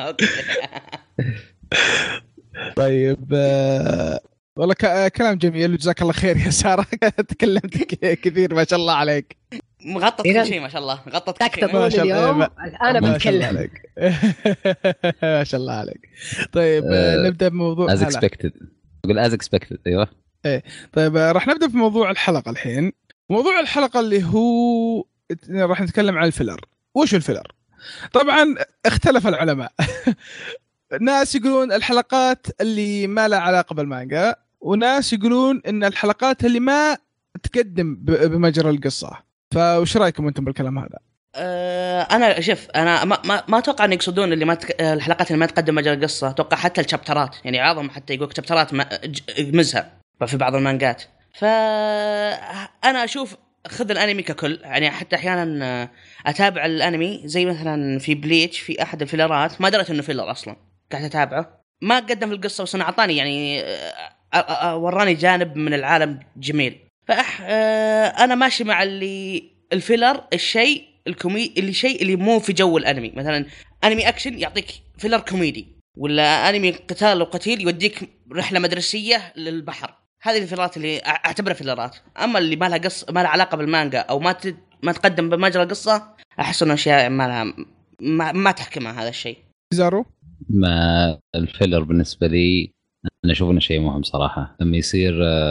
طيب والله كلام جميل، جزاك الله خير يا سارة. تكلمت كثير ما شاء الله عليك. مغطت كل شيء ما شاء الله، غطت كل شيء اليوم. انا بتكلم. ما شاء الله عليك. طيب نبدا بموضوع as expected. اقول as expected. ايوه ايه. طيب راح نبدا في موضوع الحلقه الحين. موضوع الحلقه اللي هو راح نتكلم عن الفيلر. وش الفيلر؟ طبعا اختلف العلماء. ناس يقولون الحلقات اللي ما لها علاقه بالمانجا، وناس يقولون ان الحلقات اللي ما تقدم بمجرى القصه. فوش رايكم انتم بالكلام هذا؟ انا شوف، انا ما اتوقع ان يقصدون اللي الحلقات اللي ما تقدم مجرى القصه. اتوقع حتى الشابترات، يعني عظم حتى يقولك شابترات مزهه في بعض المانجات. فانا اشوف خذ الانمي ككل، يعني حتى احيانا اتابع الانمي زي مثلا في بليتش، في احد الفيلرات ما دريت انه فيلر اصلا، قاعد اتابعه ما قدم في القصه، بس انا اعطاني يعني وراني جانب من العالم جميل. انا ماشي مع اللي الفيلر الشيء الكومي اللي شيء اللي مو في جو الانمي. مثلا انمي اكشن يعطيك فيلر كوميدي، ولا انمي قتال وقتيل يوديك رحله مدرسيه للبحر. هذه الفيلرات اللي اعتبرها فيلرات. اما اللي ما لها قصه، ما لها علاقه بالمانجا، او ما تقدم بمجرى قصه، احس انه اشياء ما لها ما تحكمها هذا الشيء. زارو ما الفيلر بالنسبه لي انا اشوف انه شيء مهم صراحه، لما يصير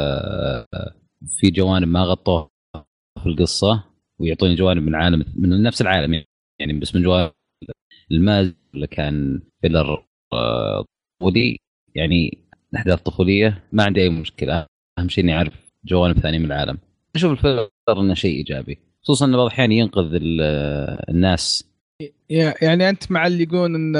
في جوانب ما غطوها في القصه ويعطوني جوانب من عالم، من نفس العالم يعني بس من جوانب الماز اللي كان فيلر طفولي، يعني احداث طفوليه، ما عندي اي مشكله. اهم شيء اني اعرف جوانب ثانيه من العالم. اشوف الفيلر انه شيء ايجابي، خصوصا انه بعض الاحيان ينقذ الناس. يعني انت مع اللي يقول ان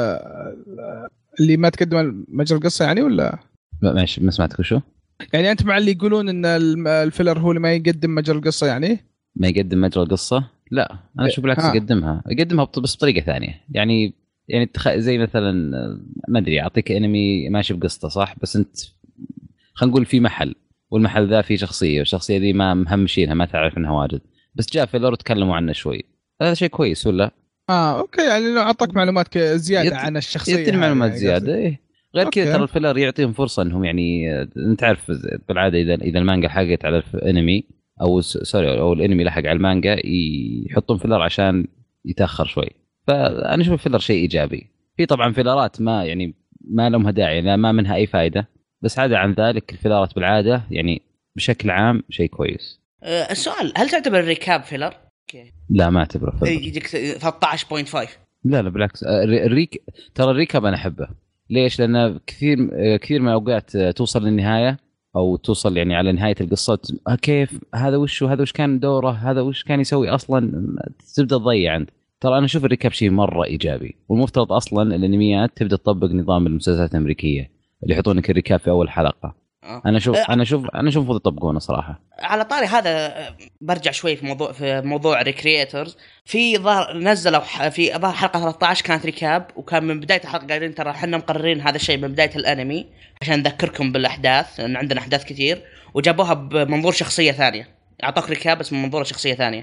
اللي ما تقدم مجرى القصه يعني، ولا ماشي ما سمعتك شو؟ يعني انت مع اللي يقولون ان الفيلر هو اللي ما يقدم مجرى القصه يعني؟ ما يقدم مجرى القصه؟ لا انا اشوف بالعكس، يقدمها بس بطريقه ثانيه. يعني زي مثلا ما ادري، اعطيك انمي ماشي بقصته صح، بس انت خلينا نقول في محل، والمحل ذا فيه شخصيه، والشخصيه دي ما مهمشينها، ما تعرف انها واجد، بس جاء فيلر وتكلموا عنه شوي. هذا شيء كويس ولا؟ اوكي، يعني لو اعطاك معلومات زياده عن الشخصيه، يعطيني معلومات يعني زياده. إيه. غير كذا ترى الفيلر يعطيهم فرصه انهم يعني انت عارف بالعاده اذا المانجا حقت على الانمي او سوري او الانمي لحق على المانجا، يحطون فيلر عشان يتاخر شوي. فانا اشوف الفيلر شيء ايجابي. في طبعا فيلرات ما يعني ما لهم داعي، لا ما منها اي فائده، بس عدا عن ذلك الفيلرات بالعاده يعني بشكل عام شيء كويس. السؤال، هل تعتبر الريكاب فيلر؟ لا ما اعتبره فيلر. يجيك 13.5. لا بالعكس، ترى الريكاب انا احبه. ليش؟ لأن كثير من الأوقات توصل للنهاية أو توصل يعني على نهاية القصة، كيف هذا وش كان دوره، هذا وش كان يسوي أصلا، تبدأ تضيع أنت. ترى أنا أشوف الريكاب شيء مرة إيجابي، والمفترض أصلا الأنميات تبدأ تطبق نظام المسلسلات الأمريكية اللي يحطونك الريكاب في أول حلقة. أنا أشوف المفروض يطبقونه صراحة. على طاري هذا برجع شوي في موضوع ريكرييترز. في نزلوا في حلقة 13 كانت ريكاب، وكان من بداية الحلقة قاعدين ترى احنا مقررين هذا الشيء من بداية الأنمي عشان نذكركم بالأحداث، لأن عندنا أحداث كتير، وجابوها بمنظور شخصية ثانية. أعطوك ريكاب بس من منظور شخصية ثانية.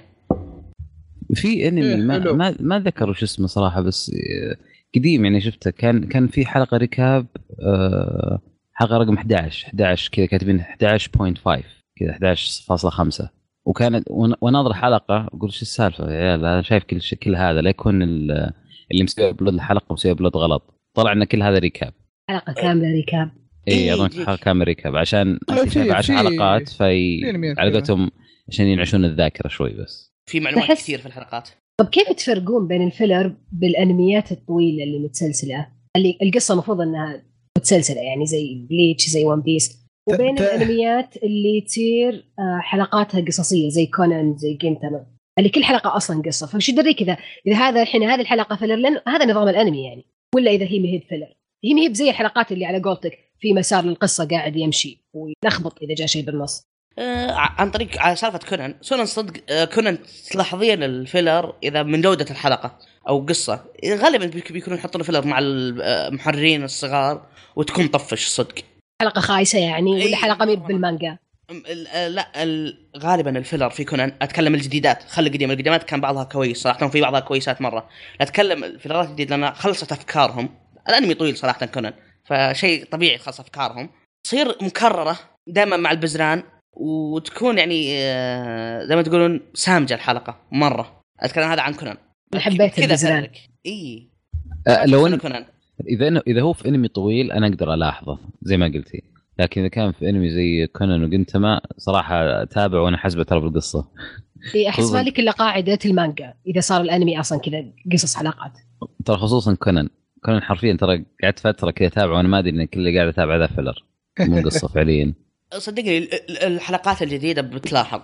في أنمي ما ذكر وش اسمه صراحة، بس قديم يعني شفته، كان في حلقة ريكاب، حلقة رقم 11 كذا كاتبين 11.5 كذا 11.5، وكانت وناظر حلقة أقول شو السالفة يا عيال، أنا شايف كل هذا لا يكون اللي مسوي أبلود الحلقة مسوي أبلود غلط، طلع إن كل هذا ريكاب، حلقة كاملة ريكاب. إيه يعطونك حلقة كاملة ريكاب عشان أنت شايف 10 حلقات على قولتهم عشان ينعشون الذاكرة شوي، بس في معلومات كثير في الحلقات. طب كيف تفرقون بين الفيلر بالأنميات الطويلة اللي متسلسلة، اللي القصة مفروض أنها متسلسلة يعني زي بليتش زي ون بيس، وبين الأنميات اللي تصير حلقاتها قصصية زي كونان زي جينتاما اللي كل حلقة أصلا قصة؟ فمش يدريك إذا هذا الحين هذه الحلقة فيلر، لأن هذا نظام الأنمي يعني، ولا إذا هي مهيب فيلر. هي مهيب زي الحلقات اللي على قولتك في مسار للقصة قاعد يمشي ويلخبط إذا جاء شيء بالنص. عن طريق على سالفة كونان صدق كونان تلاحظين الفيلر إذا من جودة الحلقة أو قصة غالبا بيكونوا يحطون فيلر مع المحررين الصغار وتكون طفش صدق. حلقة خايسة يعني ولا حلقة ميب بالمانجا؟ لا غالبا الفيلر في كونان، أتكلم الجديدات، خلي القديمات كان بعضها كويس صراحة، في بعضها كويسات مرة. أتكلم الفيلرات الجديدة لأن خلصت أفكارهم. الأنمي طويل صراحة كونان، فشيء طبيعي خلص أفكارهم تصير مكررة دائما مع البزران، وتكون يعني زي ما تقولون سامجة الحلقة مرة. أتكلم هذا عن كونان. حبيت البزران. إيه لو كونان إذا هو في أنمي طويل أنا أقدر ألاحظه زي ما قلتي، لكن إذا كان في أنمي زي كونان وجنتما صراحة تابع وأنا حسبة ترى بالقصة. أحس ذلك إلا قاعدة المانجا إذا صار الأنمي أصلا كذا قصص حلقات. ترى خصوصا كونان حرفيا ترى قعدت فترة كذا تابع وأنا ما أدري إن كل اللي قاعد أتابع ذا فيلر مو قصة فعليا. صدقني الحلقات الجديدة بتلاحظ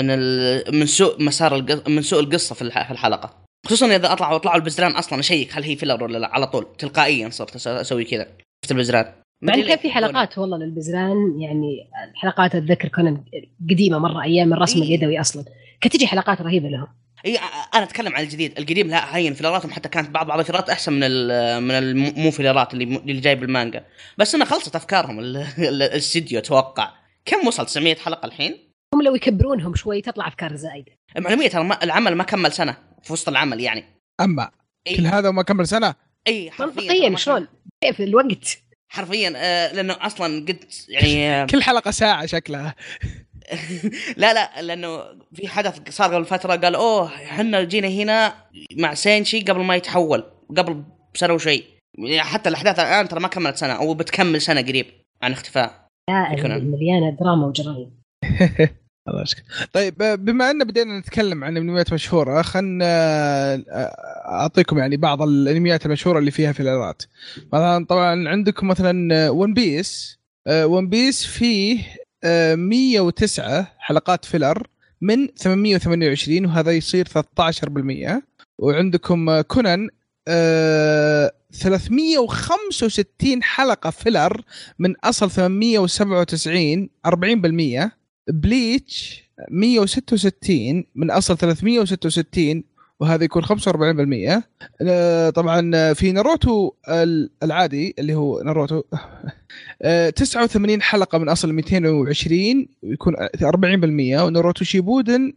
من سوء مسار من سوء القصة في الحلقة، خصوصا إذا طلعوا البزران أصلا أشيك هل هي فيلر ولا لا، على طول تلقائيا صرت أسوي كذا في البزران. يعني كان في حلقات والله للبزران، يعني الحلقات أتذكر كانت قديمة مرة أيام الرسم اليدوي أصلا كانت تجي حلقات رهيبة لهم. أنا أتكلم عن القديم لا هين فيلراتهم حتى كانت بعض الفيلرات أحسن من المو فيلرات اللي جايب المانجا، بس أنا خلصت أفكارهم الاستديو. أتوقع كم وصل 900 حلقة الحين؟ هم لو يكبرونهم شوي تطلع أفكار زايدة. معلومية ترى العمل ما كمل سنة في وسط العمل يعني. أما كل هذا وما كمل سنه. اي منطقيا شلون كيف الوقت حرفيا لانه اصلا قد يعني كل حلقه ساعه شكلها. لا لانه في حدث صار قبل فتره قال احنا جينا هنا مع سينشي قبل ما يتحول قبل سنه وشيء، يعني حتى الاحداث الان ترى ما كملت سنه او بتكمل سنه قريب عن اختفاء. مليانه دراما وجرايم. الله يشكر. طيب بما ان بدينا نتكلم عن انميات مشهوره، خلنا اعطيكم يعني بعض الانميات المشهوره اللي فيها فيلرات. مثلا طبعا عندكم مثلا ون بيس فيه 109 حلقات فيلر من 828 وهذا يصير 13%. وعندكم كونان 365 حلقة فيلر من أصل 897 40%. بليتش 166 من أصل 366 وهذا يكون 45%. طبعا في ناروتو العادي اللي هو ناروتو 89 حلقة من أصل 220 يكون 40%. وناروتو شيبودن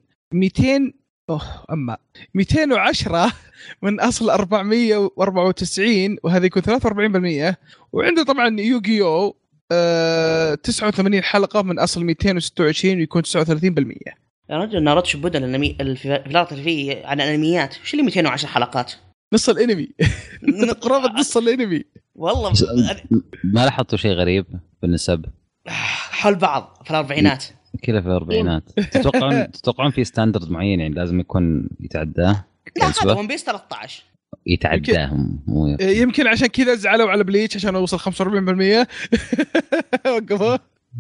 210 من أصل 494 وهذا يكون 43%. وعنده طبعا يوغيو 89 حلقة من أصل 226 ويكون 39%. يا رجل ناروتو شيبودن الفيلرات اللي فيه عن الأنميات وش اللي 210 حلقات؟ نص الانمي. قرابة نص الانمي والله. ما لاحظتوا شيء غريب بالنسب حول بعض في الأربعينات كذا في الأربعينات. تتوقعون في ستاندرد معين يعني لازم يكون يتعداه؟ لا هذا ون بيس 13 يتعداهم. يمكن عشان كذا زعلوا على بليتش عشان يوصل 45%. وقفوا.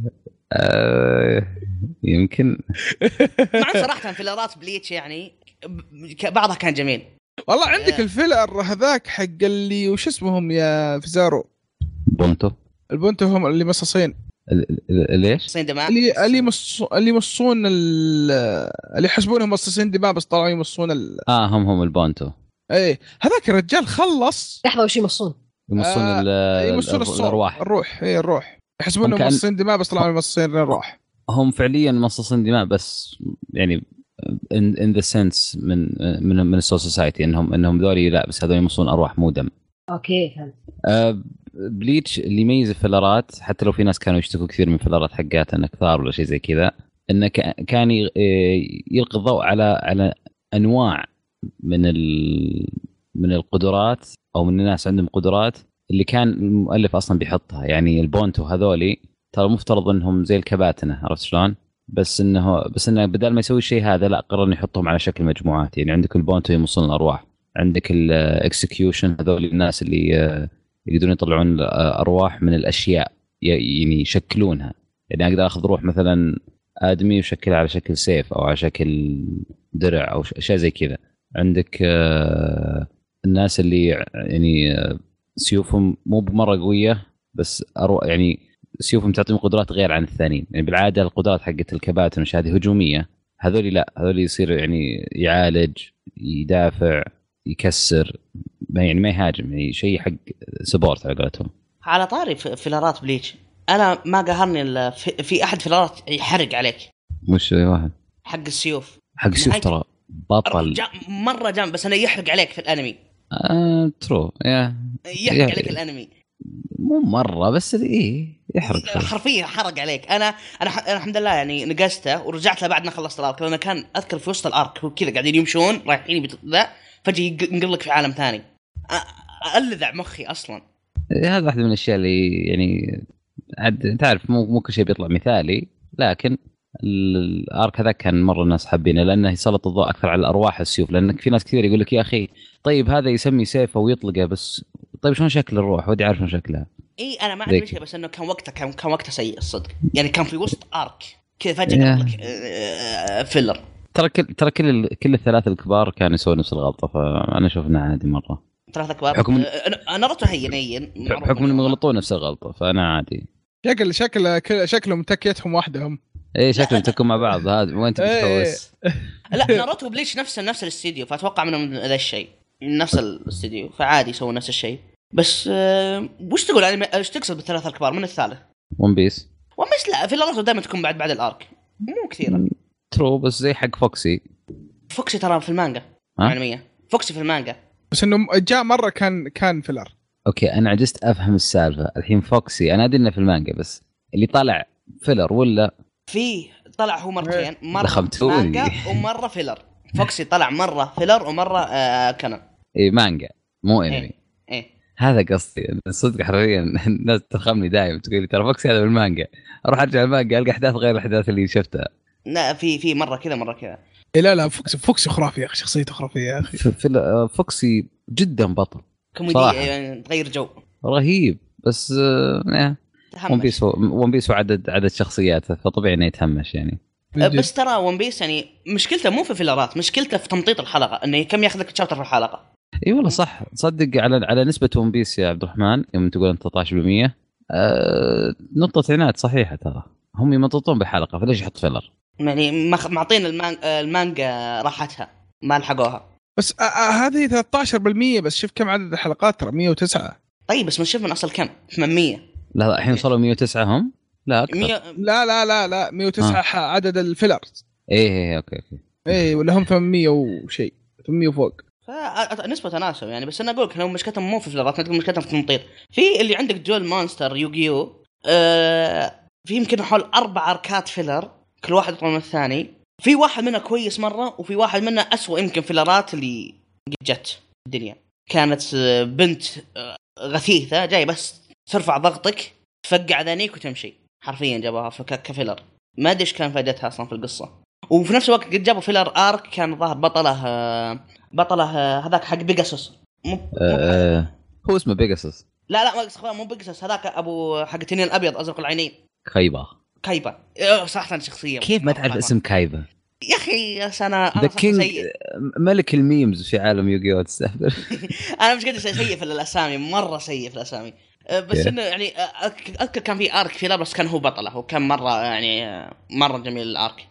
يمكن. مع صراحة فيلرات بليتش يعني بعضها كان جميل والله. عندك الفيلر هذاك حق اللي وش اسمهم يا فيزارو البونتو هم اللي مصاصين. ليش؟ اللي يمصون اللي يحسبونهم مصاصين دماء بس طلعوا يمصون هم البونتو. ايه هذاك الرجال خلص. لحظة وش يمصون الأرواح. الروح يحسبونهم مصاصين دماء بس طلعوا مصاصين الروح. هم فعليا مصاصين دماء بس يعني in the sense من السوسايتي انهم ذولي لا بس هذول يمصون ارواح مو دم. اوكي فهمت. بليتش اللي يميز الفلرات حتى لو في ناس كانوا يشتكوا كثير من فلرات حقات انه كثار ولا شيء زي كذا، انه كان يلقي الضوء على انواع من القدرات او من الناس عندهم قدرات اللي كان المؤلف اصلا بيحطها. يعني البونتو هذولي ترى مفترض انهم زي الكباتنه، عرفت شلون؟ بس انه بدل ما يسوي الشيء هذا لا قرر انه يحطهم على شكل مجموعات. يعني عندك البونتو يمصون الارواح، عندك الاكسكيوشن هذول الناس اللي يقدرون يطلعون ارواح من الاشياء يعني يشكلونها. يعني اقدر اخذ روح مثلا ادمي وشكلها على شكل سيف او على شكل درع او اشياء زي كذا. عندك الناس اللي يعني سيوفهم مو بمره قويه بس يعني سيوفهم تعطيهم قدرات غير عن الثانيين. يعني بالعاده القدرات حقت الكباتن وش هذه هجوميه، هذول لا، هذول يصير يعني يعالج يدافع يكسر، يعني ما يهاجم، يعني شيء حق سبورت على قولتهم. على طاري فيلرات بليتش انا ما قهرني في احد فيلرات يحرق عليك. مش واحد حق السيوف ترى بطل مره جام بس انا يحرق عليك في الانمي. ترو يحرق عليك الانمي مو مره بس يحرق حرفيا حرق عليك. انا الحمد لله يعني نقزته ورجعت له بعد ما خلصت الارك، لأنه كان اذكر في وسط الارك وكذا قاعدين يمشون رايحين ذا فجأة ينقلك في عالم ثاني ألذع مخي اصلا. هذا واحد من الاشياء اللي يعني انت عارف مو كل شيء بيطلع مثالي، لكن الارك هذا كان مره الناس حابينه لانه يسلط الضوء اكثر على الارواح السيوف. لانك في ناس كثير يقول لك يا اخي طيب هذا يسمي سيفه ويطلقه بس طيب شلون شكل الروح؟ ودي اعرف شلون شكلها. انا ما عندي مشكله بس انه كان وقته سيء الصدق. يعني كان في وسط ارك كذا فجاه قبلك فيلر. ترى كل الثلاثه الكبار كانوا يسوون نفس الغلطه، فانا اشوف انها عادي مره. ثلاثه كبار ناروتو هين بحكم انهم يغلطون نفس الغلطه فانا عادي. شكلهم تكيتهم وحدهم. شكلهم تكون مع بعض. هذا وين تبحث؟ لا ناروتو بليتش نفس الاستديو، فاتوقع منهم ذا الشيء نفس الاستديو فعادي يسوون نفس الشيء. بس وش تقول يعني ايش تقصد بالثلاثه الكبار من الثالث؟ ون بيس لا في ناروتو دائما تكون بعد الارك مو كثيره. ترو بس زي حق فوكسي ترى في المانجا الانميه فوكسي في المانجا بس انه جاء مره كان فيلر. اوكي انا عجزت افهم السالفه الحين. فوكسي انا ادري انه في المانجا، بس اللي طالع فيلر ولا في طلع هو مرتين، مره لخمتوني. مانجا ومره فيلر. فوكسي طلع مره فيلر ومره كانون. اي مانجا مو انمي. ايه هذا قصدي صدق حرفيا. الناس ترخمني دائما تقول لي ترى فوكسي هذا بالمانجا، اروح ارجع المانجا القى احداث غير الاحداث اللي شفتها. لا في مره كذا مره كذا. إيه لا فوكسي خرافي يا اخي، شخصيته خرافيه يا اخي. فوكسي جدا بطل كوميدي يعني تغير جو رهيب. بس ون بيس وعدد شخصياته فطبيعي انه يتهمش يعني. بس ترى ون بيس يعني مشكلته مو في فيلرات، مشكلته في تمطيط الحلقه، انه كم ياخذ لك شابتر في الحلقه. اي والله صح. تصدق على نسبه ون بيس يا عبد الرحمن يوم تقول انت 13%، نقطه عناد صحيحه. ترى هم يمططون بحلقه فليش يحط فيلر؟ يعني معطين المانجا راحتها ما لحقوها. بس هذه 13% بس. شوف كم عدد الحلقات، ترى 109. طيب بس نشوف من اصل كم 800. لا الحين وصلوا 109 هم. لا اكثر. لا 109 عدد الفيلرز. ايه اوكي ايه ولا هم 800 وشيء، 800 وفوق. نسبة تناسب يعني. بس انا اقول لك هم مشكلتهم مو في الفيلرات، نقول مشكلتهم في التمطيط. في اللي عندك جول مونستر يوغيو، في يمكن حول 4 أركات فيلر كل واحد أطول من الثاني. في واحد منها كويس مرة وفي واحد منها أسوأ يمكن فيلرات اللي جت الدنيا. كانت بنت غثيثة جاي بس ترفع ضغطك تفقع ذانيك وتمشي، حرفيا جابوها كفيلر. ما أدري إيش كان فائدتها أصلا في القصة. وفي نفس الوقت قد جابوا فيلر آرك كان ظاهر بطله هذاك حق بيجاسوس. هو اسمه بيجاسوس. لا مو بيجاسوس، هذاك أبو حق التنين الأبيض أزرق العينين. كايبا صراحة شخصية كيف ما تعرف اسم كايبا يا أخي؟ أنا ذا كينج ملك الميمز في عالم يوغيو تستهبل. أنا مش قادر سيء في الأسامي، مرة سيء في الأسامي. بس إنه يعني أذكر كان في آرك في بس كان هو بطله وكان مرة يعني مرة جميل الآرك.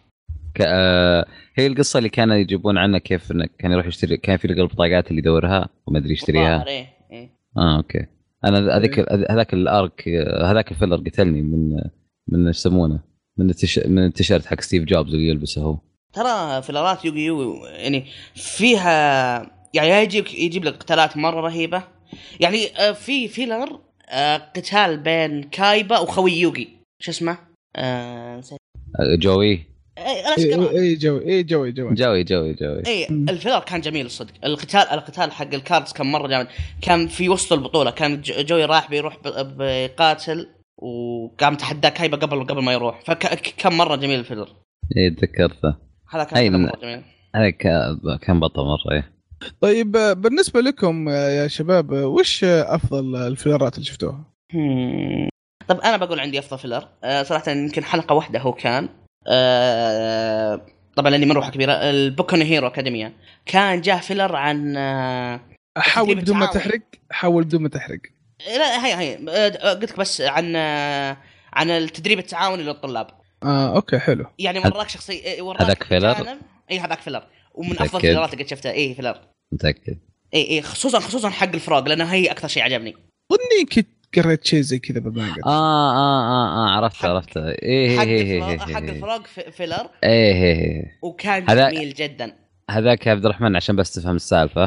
هي القصة اللي كانوا يجيبون عنها كيف إنه كان يروح يشتري، كان في البطاقات اللي يدورها وما أدري يشتريها. إيه. أوكي. أنا هذاك الآرك هذاك الفيلر قتلني من يسمونه من التيشيرت حق ستيف جوبز اللي يلبسه هو. ترى فيلرات يوغيو يعني فيها يعني يجيب لك قتالات مرة رهيبة. يعني في فيلر قتال بين كايبا وخوي يوغي شو اسمه جوي. جوي. الفيلر كان جميل الصدق. القتال حق الكاردز كان مرة جامد. كان في وسط البطولة كان جوي راح بيروح بقاتل وقام تحدى كايبا قبل ما يروح، فكان مرة جميل الفيلر. ايه تذكرته. هذا كان مرة جميل. هذا كان بطل مرة. ايه. طيب بالنسبة لكم يا شباب وش أفضل الفيلرات اللي شفتوها؟ طب أنا بقول عندي أفضل فيلر صراحة يمكن حلقة واحدة هو كان طبعا لأني مروحة كبيرة. البوكو نو هيرو أكاديمية كان جاه فيلر عن حاول بدون ما تحرق. لا هي قلت بس عن التدريب التعاوني للطلاب. اوكي حلو. يعني وراك شخصي هذاك فيلر. اي هذاك فيلر ومن افضل الفيلرات اللي قد شفتها. اي فيلر متاكد. اي خصوصا حق الفراغ لانه هي اكثر شيء عجبني. ظني كنت قريت شيء زي كذا بالمانجا. عرفت. حق الفراغ فيلر. وكان جميل جدا. هذاك يا عبد الرحمن عشان بس تفهم السالفه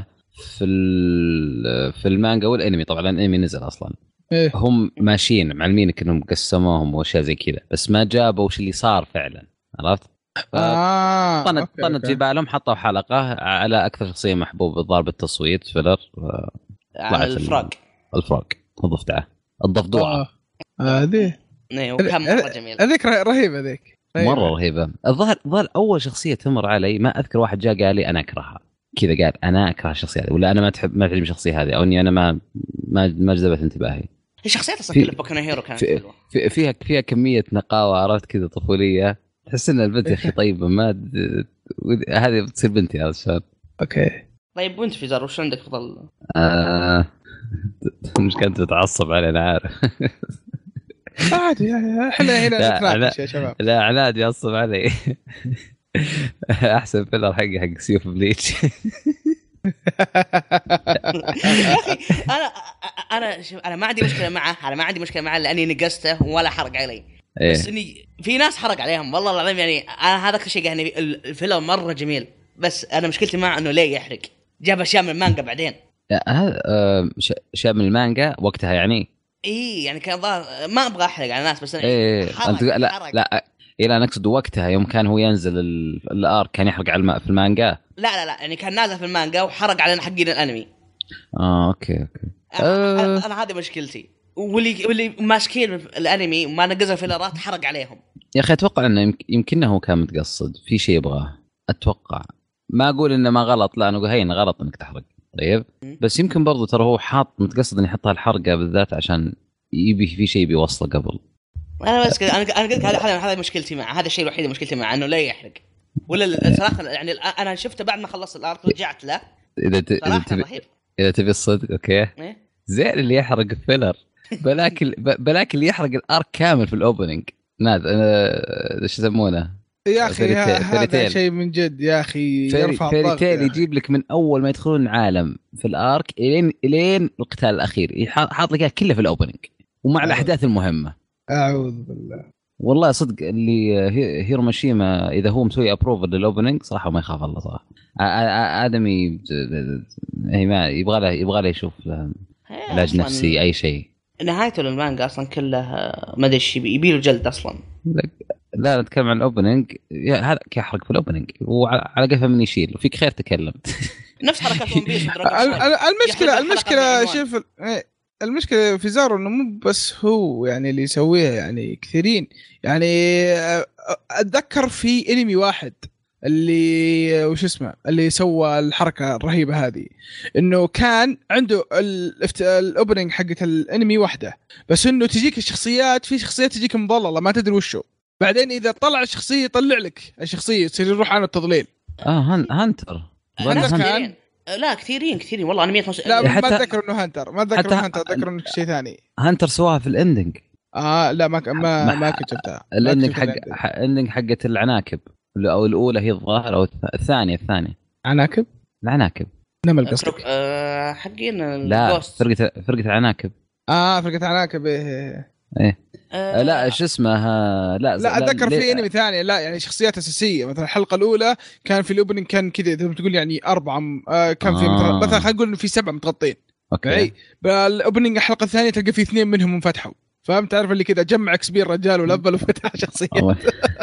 في المانجا والانمي. طبعا الانمي نزل اصلا. هم ماشيين معلمينك انهم قسموهم واشياء زي كذا بس ما جابوا وش اللي صار فعلا. عرفت؟ طنت في بالهم حطوا حلقه على اكثر شخصيه محبوبه ضرب التصويت فيلر على الفراغ الضفدعه الضفدوعه هذه. وكان مره جميل. هذيك رهيبه ذيك مره رهيبه. الظاهر اول شخصيه تمر علي ما اذكر واحد جاء قال لي انا اكرهها كذا، قال انا اكره الشخصيه هذه ولا انا ما تعجبني الشخصيه هذه او اني انا ما جذبت انتباهي. الشخصيات اصلا كلها بوكو نو هيرو كانت فيها كميه نقاوه عرفت كذا طفوليه تحس ان البنت يا اخي طيبه ما هذه بتصير بنتي هذا الشهر. اوكي طيب وانت في زار وش عندك فضل؟ مش كنت تتعصب علي انا عارف. عادي احنا هنا نتناقش يا شباب. لا عناد يعصب علي. احسن فيلر حق سيوف بليتش. انا ما عندي مشكله معه لاني نقصته ولا حرق علي. بس اني في ناس حرق عليهم والله العظيم. يعني انا هذاك الشيء يعني الفيلم مره جميل بس انا مشكلتي معه انه ليه يحرق. جاب اشياء من المانجا بعدين هذا شاب من المانجا وقتها يعني. اي يعني كان ظاهر، ما ابغى احرق على الناس بس إيه حرق لا حرق. لا لا نقصد وقتها يوم كان هو ينزل الارك كان يحرق على الماء في المانجا. لا يعني كان نازل في المانجا وحرق علينا حقين الانمي. اوكي انا هذه مشكلتي، واللي ماسكين الانمي وما نقزوا فيلرات حرق عليهم. يا اخي اتوقع انه يمكنه هو كان متقصد في شيء يبغاه، اتوقع. ما اقول انه ما غلط، لا انا اقول هين غلط انك تحرق. طيب بس يمكن برضو ترى هو حاط متقصد انه يحطها الحرقه بالذات عشان يبي في شيء بيوصله قبل. انا بس انا قلت هذا مشكلتي معه، هذا الشيء الوحيد مشكلتي معه انه لا يحرق. ولا صراحه يعني انا شفته بعد ما خلصت الارك رجعت له. اذا تبي الصدق اوكي إيه؟ زين اللي يحرق الفيلر بلاك اللي يحرق الارك كامل في الاوبننج ناد ايش يسمونه يا اخي هذا شيء من جد يا اخي يرفع الضغط. فيري يجيب لك من اول ما يدخلون العالم في الارك الين القتال الاخير حاط لك كله في الاوبننج ومع الاحداث المهمه. اعوذ بالله والله صدق اللي هيرو ماشيما اذا هو مسوي ابروفل للاوبننج صراحه ما يخاف الله صراحه. ادمي هي ما يبغى له يشوف علاج نفسي اي شيء. نهايته للمانجا اصلا كله ما ادري ايش يبي له جلد اصلا. لا نتكلم عن الاوبننج هذا يحرق في الاوبننج وعلى قفه من يشيل وفيك خير تكلم. نفس حركات ون بيس. المشكله شوف المشكله في زارو انه مو بس هو يعني اللي يسويها، يعني كثيرين. يعني اتذكر في انمي واحد اللي وش اسمه اللي سوى الحركه الرهيبه هذه، انه كان عنده الاوبننج حقه الانمي واحده، بس انه تجيك الشخصيات، في شخصيات تجيك مضلله ما تدري وشو، بعدين اذا طلع الشخصيه يطلع لك الشخصيه يصير يروح عنه التضليل. هانتر كان لا كثيرين والله انا 100 لا ما اتذكر انه هانتر، ما اتذكر هانتر، اتذكر انه شيء ثاني. هانتر سواها في الاندنج. لا ما كنت شفتها. الاندنج الاندنج حقه العناكب او الاولى هي الظاهر او الثانيه عناكب نمل قصدك حقين الجوست. فرقه العناكب. فرقه عناكب ايه لا ايش اسمها لا اتذكر في انمي ثاني لا يعني شخصيات اساسيه. مثلا الحلقه الاولى كان في الاوبننج كان كذا اذا بتقول يعني 4 كان في مثلا خلينا نقول انه في 7 متغطين. اوكي بالاوبننج الحلقه الثانيه تلقى في 2 منهم منفتحوا، فهمت؟ تعرف اللي كذا جمع كبير رجال ولبل وفتح شخصيات.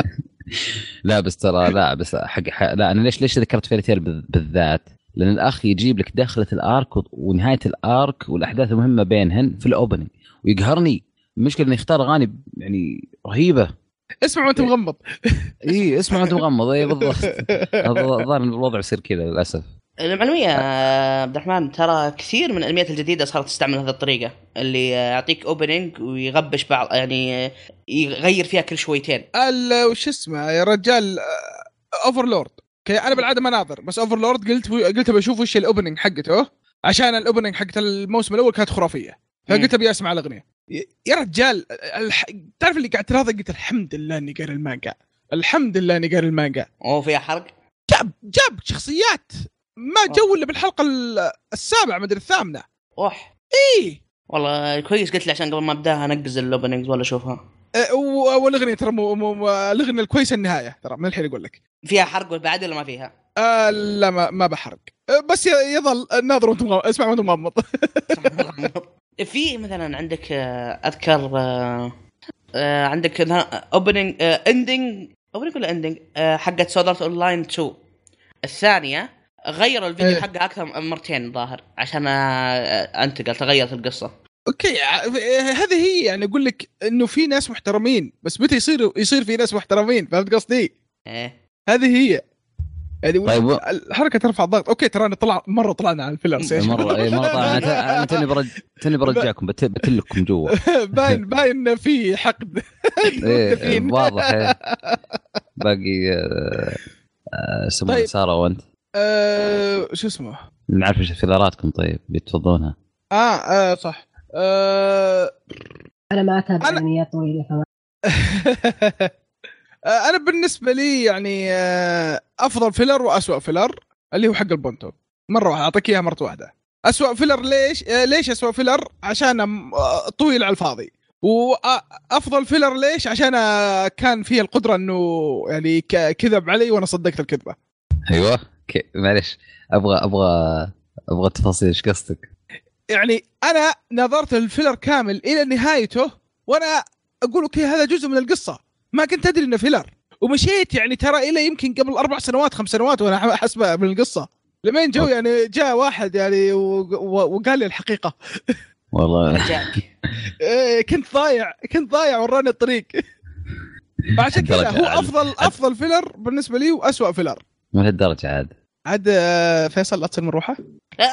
لا بس ترى لا بس لا انا ليش ذكرت فيريتيل بالذات؟ لان الاخ يجيب لك دخله الارك ونهايه الارك والاحداث المهمه بينهن في الاوبننج ويقهرني. المشكله انه يختار اغاني يعني رهيبه. اسمع وانت مغمض. اسمع وانت مغمض. بالضبط. الظاهر الوضع يصير كذا للاسف. المعلوميه عبد الرحمن ترى كثير من الانميات الجديده صارت تستعمل هذه الطريقه اللي يعطيك اوبننج ويغبش بعض يعني يغير فيها كل شويتين. وش اسمه يا رجال اوفرلورد. انا بالعاده ما ناظر بس اوفرلورد قلت بشوف وش الاوبننج حقته عشان الاوبننج حقت الموسم الاول كانت خرافيه فقلت ابي اسمع الاغنيه. يا رجال تعرف اللي قاعد تراضى قلت الحمد لله اني قاري المانجا. الحمد لله اني قاري المانجا. فيها حرق. جاب شخصيات ما جو الا بالحلقه السابعه مدري الثامنه. ايه والله كويس قلت لي عشان قبل ما ابداها انقز الاوبننجز ولا اشوفها. والاغنيه ترى الاغنيه الكويسه النهايه ترى من الحين اقول لك فيها حرق بعد ولا ما فيها؟ لا ما بحرق بس يظل الناظر وانت اسمع وانت مغمض. في مثلا عندك اذكر عندك اوبننج اندنج ولا اندنج حقت سودارت اونلاين 2 الثانيه غيروا الفيديو حقها اكثر من مرتين ظاهر عشان انتقل تغيرت القصه. اوكي هذه هي يعني اقول لك انه في ناس محترمين بس متى يصير في ناس محترمين فهمت قصدي؟ هذه هي يعني طيب الحركه ترفع الضغط. اوكي ترى انا طلعنا على الفيلرز مره طلعنا. توني برجعكم بتلكم جوا. باين في حقد. واضح. باقي اسمه ساره وانت شو اسمه نعرف ايش فيلراتكم طيب بتفضلونها؟ صح. انا ما اتابع انميات طويله فما انا بالنسبه لي يعني افضل فيلر واسوأ فيلر اللي هو حق البونتو مره واحده اعطيك اياها مره واحده. اسوأ فيلر ليش اسوأ فيلر؟ عشان طويل على الفاضي. وافضل فيلر ليش؟ عشان كان فيه القدره انه يعني كذب علي وانا صدقت الكذبه. ايوه معلش ابغى ابغى تفاصيل ايش قصدك؟ يعني انا نظرت الفيلر كامل الى نهايته وانا اقول اوكي هذا جزء من القصه، ما كنت ادري انه فيلر، ومشيت يعني ترى الى يمكن قبل 4 سنوات 5 سنوات وانا حسبه من القصه، لمين جو يعني جاء واحد يعني وقال لي الحقيقه. والله كنت ضايع وراني الطريق. فعشان كذا هو افضل فيلر بالنسبه لي واسوأ فيلر. من هالدرجه عاد فيصل لا تصير مروحه. لا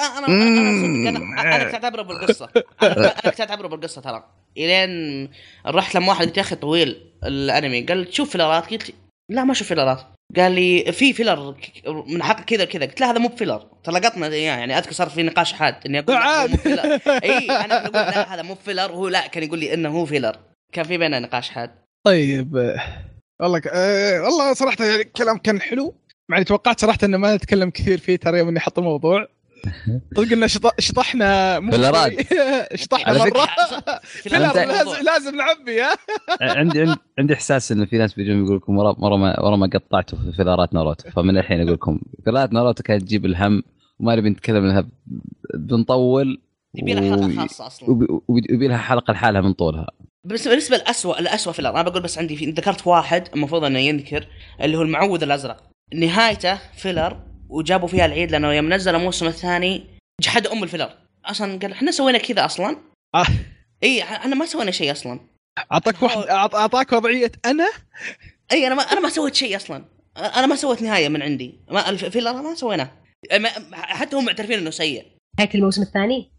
انا كنت اعتبره بالقصه. انا كنت اعتبره بالقصه ترى الين رحت لما واحد يا اخي طويل الانمي قال تشوف فيلرات، قلت لا ما اشوف فيلرات، قال لي في فيلر من حق كذا قلت له هذا مو بفيلر، طلقتنا يعني اذكر صار في نقاش حاد اني اقول مو فيلر. اي انا اقول لا هذا مو فيلر وهو لا كان يقول لي انه هو فيلر، كان في بيننا نقاش حاد. طيب والله صراحه يعني الكلام كان حلو، يعني توقعت صراحه انه ما نتكلم كثير فيه ترى يوم اني حط الموضوع طلق لنا شطحنا شطحنا مره لازم نعبي. عندي احساس انه في ناس بيجون يقول لكم ورا ما قطعتوا في فيلرات ناروتو، فمن الحين اقول لكم فيلرات ناروتو كانت تجيب الهم وما نبي نتكلم عنها بنطول، يبي لها حلقه خاصه اصلا ويبي لها حلقه لحالها من طولها. بالنسبه الأسوأ فيلر انا بقول بس عندي ذكرت واحد المفروض انه ينذكر اللي هو المعوذ الازرق، نهايته فيلر وجابوا فيها العيد لانه يوم نزل الموسم الثاني جحد الفيلر اصلا، قال احنا سوينا كذا اصلا. اي انا ما سوينا شيء اصلا، اعطاك وضعيه اي انا ما سويت شيء اصلا، انا ما سويت نهايه من عندي، ما الفيلر ما سويناه، حتى هم معترفين انه سيء. نهايه الموسم الثاني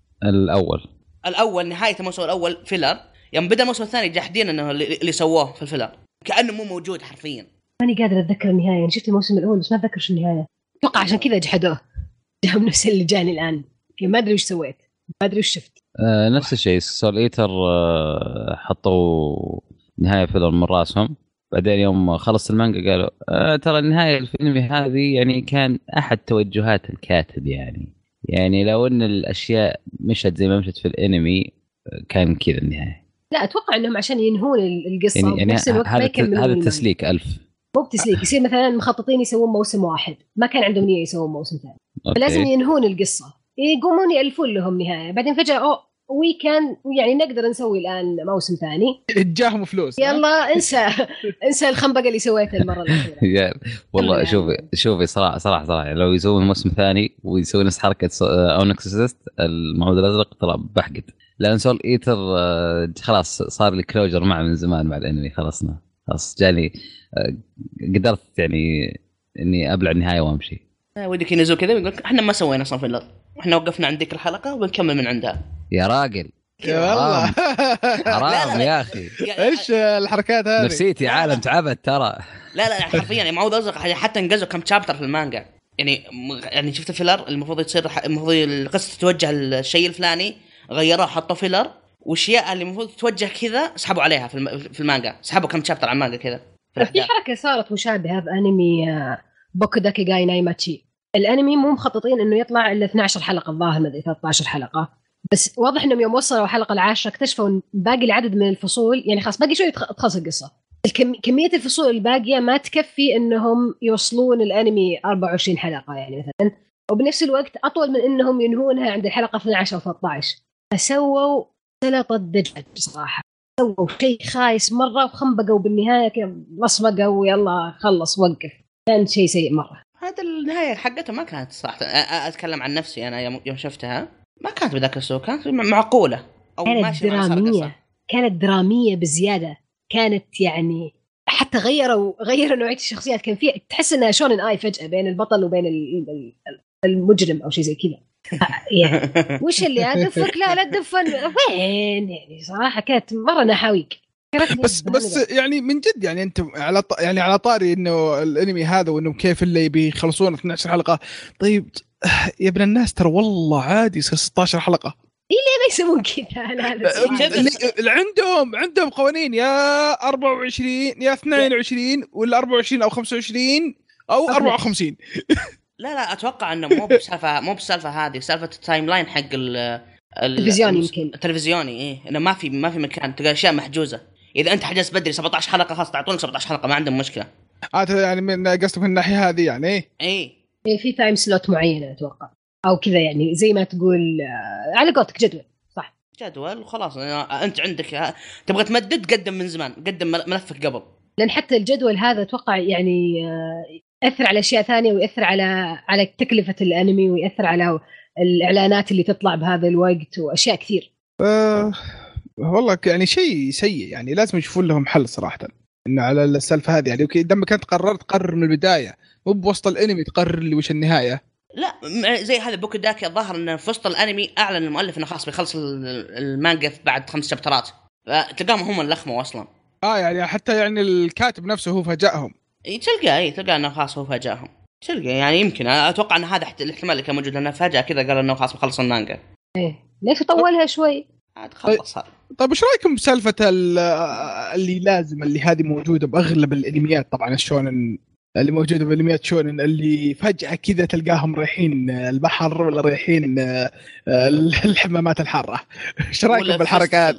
الاول نهايه الموسم الاول فيلر، يوم بدا الموسم الثاني جاحدين انه اللي سووه في الفيلر كانه مو موجود حرفيا. ماني قادر اتذكر النهايه، شفت الموسم الاول بس ما اتذكر شو النهايه، اتوقع عشان كذا جحدوه جاهم نفس اللي جاني الان، ما ادري وش سويت ما ادري وش شفت. نفس الشيء سول ايتر حطوا نهايه فيلر من راسهم، بعدين يوم خلص المانجا قالوا ترى النهايه الفيلم هذه يعني كان احد توجهات الكاتب، يعني لو ان الاشياء مشت زي ما مشت في الانمي كان كذا النهايه. لا اتوقع انهم عشان ينهون القصه يعني بنفس الوقت ما يكملون هذا التسليك مو بتسليك، يصير مثلا مخططين يسوون موسم واحد ما كان عندهم نيه يسوون موسم ثاني، فلازم ينهون القصه يقومون يالفون لهم نهايه، بعدين فجاه ويكان يعني نقدر نسوي الان موسم ثاني جاهم فلوس يلا انسى الخنبقه اللي سويتها المره الاخيره. والله شوفي صراحه لو يسوون موسم ثاني ويسوون نفس حركه اونكسست المعوذ الازرق ترى بحقد، لان سول ايتر خلاص صار لي كلوجر معه من زمان مع الانمي، خلاص جاني قدرت يعني اني ابلع النهايه وامشي. ودك ينزل كذا ويقول احنا ما سوينا اصلا فيلر، احنا وقفنا عند ذيك الحلقه وبنكمل من عندها. يا راجل يا والله حرام يا اخي، ايش الحركات هذه؟ نفسيتي عالم تعبت ترى. لا حرفيا يعني معوذ ازرق حتى انجزوا كم شابتر في المانجا، يعني شفت الفيلر المفروض القصه تتوجه للشيء الفلاني غيروه حطوا فيلر، والاشياء اللي المفروض تتوجه كذا سحبوا عليها في المانجا، سحبوا كم شابتر على المانجا كذا. في حركه صارت مشابهه بانمي بوكوداكي جاي نايماتشي، الانمي مو مخططين انه يطلع الا 12 حلقه الظاهر ما ادري 13 حلقه، بس واضح انهم يوم وصلوا الحلقه العاشره اكتشفوا ان باقي العدد من الفصول يعني خلاص باقي شويه تخلص القصه، كميه الفصول الباقيه ما تكفي انهم يوصلون الانمي 24 حلقه يعني مثلا، وبنفس الوقت اطول من انهم ينهونها عند الحلقه 12 او 13، فسووا سلطه دجاج صراحه، سووا شيء خايس مره وخنبقوا بالنهايه كذا مصمقه ويلا خلص وقف، كان شيء سيء مره. هذا النهايه حقتها ما كانت صراحه، اتكلم عن نفسي انا يوم شفتها ما كانت بذاك السوق، كانت معقوله او ماشيه مع القصه، كانت دراميه بزياده، كانت يعني حتى غيروا نوعيه الشخصيات، كان في تحس انها شونن اي فجاه بين البطل وبين المجرم او شيء زي كذا يعني وش اللي ادفك لا تدفن وين يعني صراحه كانت مره نحاويك. بس يعني من جد يعني انت على طاري انه الانمي هذا وانه كيف اللي بيخلصون 12 حلقه، طيب يا ابن الناس ترى والله عادي يصير 16 حلقه، ليه ما يسوون كذا؟ عندهم قوانين يا 24 يا 22 ولا 24 او 25 او 54. لا اتوقع انه مو بالسالفه هذه، سالفه التايم لاين حق التلفزيوني يمكن التلفزيوني انه ما في مكان تلقى اشياء محجوزه، اذا انت حجزت بدري 17 حلقه خلاص تعطونك 17 حلقه ما عندهم مشكله. يعني من قصدك من الناحيه هذه يعني اي في تايم سلوت معينه اتوقع. او كذا يعني زي ما تقول على قولتك جدول صح جدول وخلاص. انت عندك تبغى تمدد قدم من زمان، قدم ملفك قبل. لان حتى الجدول هذا اتوقع يعني ياثر على اشياء ثانيه وياثر على تكلفه الانمي وياثر على الاعلانات اللي تطلع بهذا الوقت واشياء كثير. والله يعني شيء سيء يعني لازم يشوفون لهم حل صراحه انه على السالفه هذه يعني لما كنت قررت تقرر من البدايه مو بوسط الانمي تقرر لي وش النهايه. لا زي هذا بوكوداكي الظاهر انه في وسط الانمي اعلن المؤلف انه خلاص بيخلص المانجا بعد 5 شابترات، تلقاهم هم اللخموا اصلا. يعني حتى يعني الكاتب نفسه هو فاجأهم. تلقى انه خلاص هو فاجأهم. تلقى يعني يمكن اتوقع ان هذا الاحتمال اللي كان موجود لانه فجأة كذا قال انه خلاص بخلص المانجا. ليش طولها شوي؟ خلص. طيب وش رايكم بسالفه اللي لازم اللي هذه موجوده باغلب الانميات طبعا الشونن اللي موجوده بالانميات شونن اللي فجاه كذا تلقاهم رايحين البحر ولا رايحين الحمامات الحاره؟ ايش رايكم بالحركات؟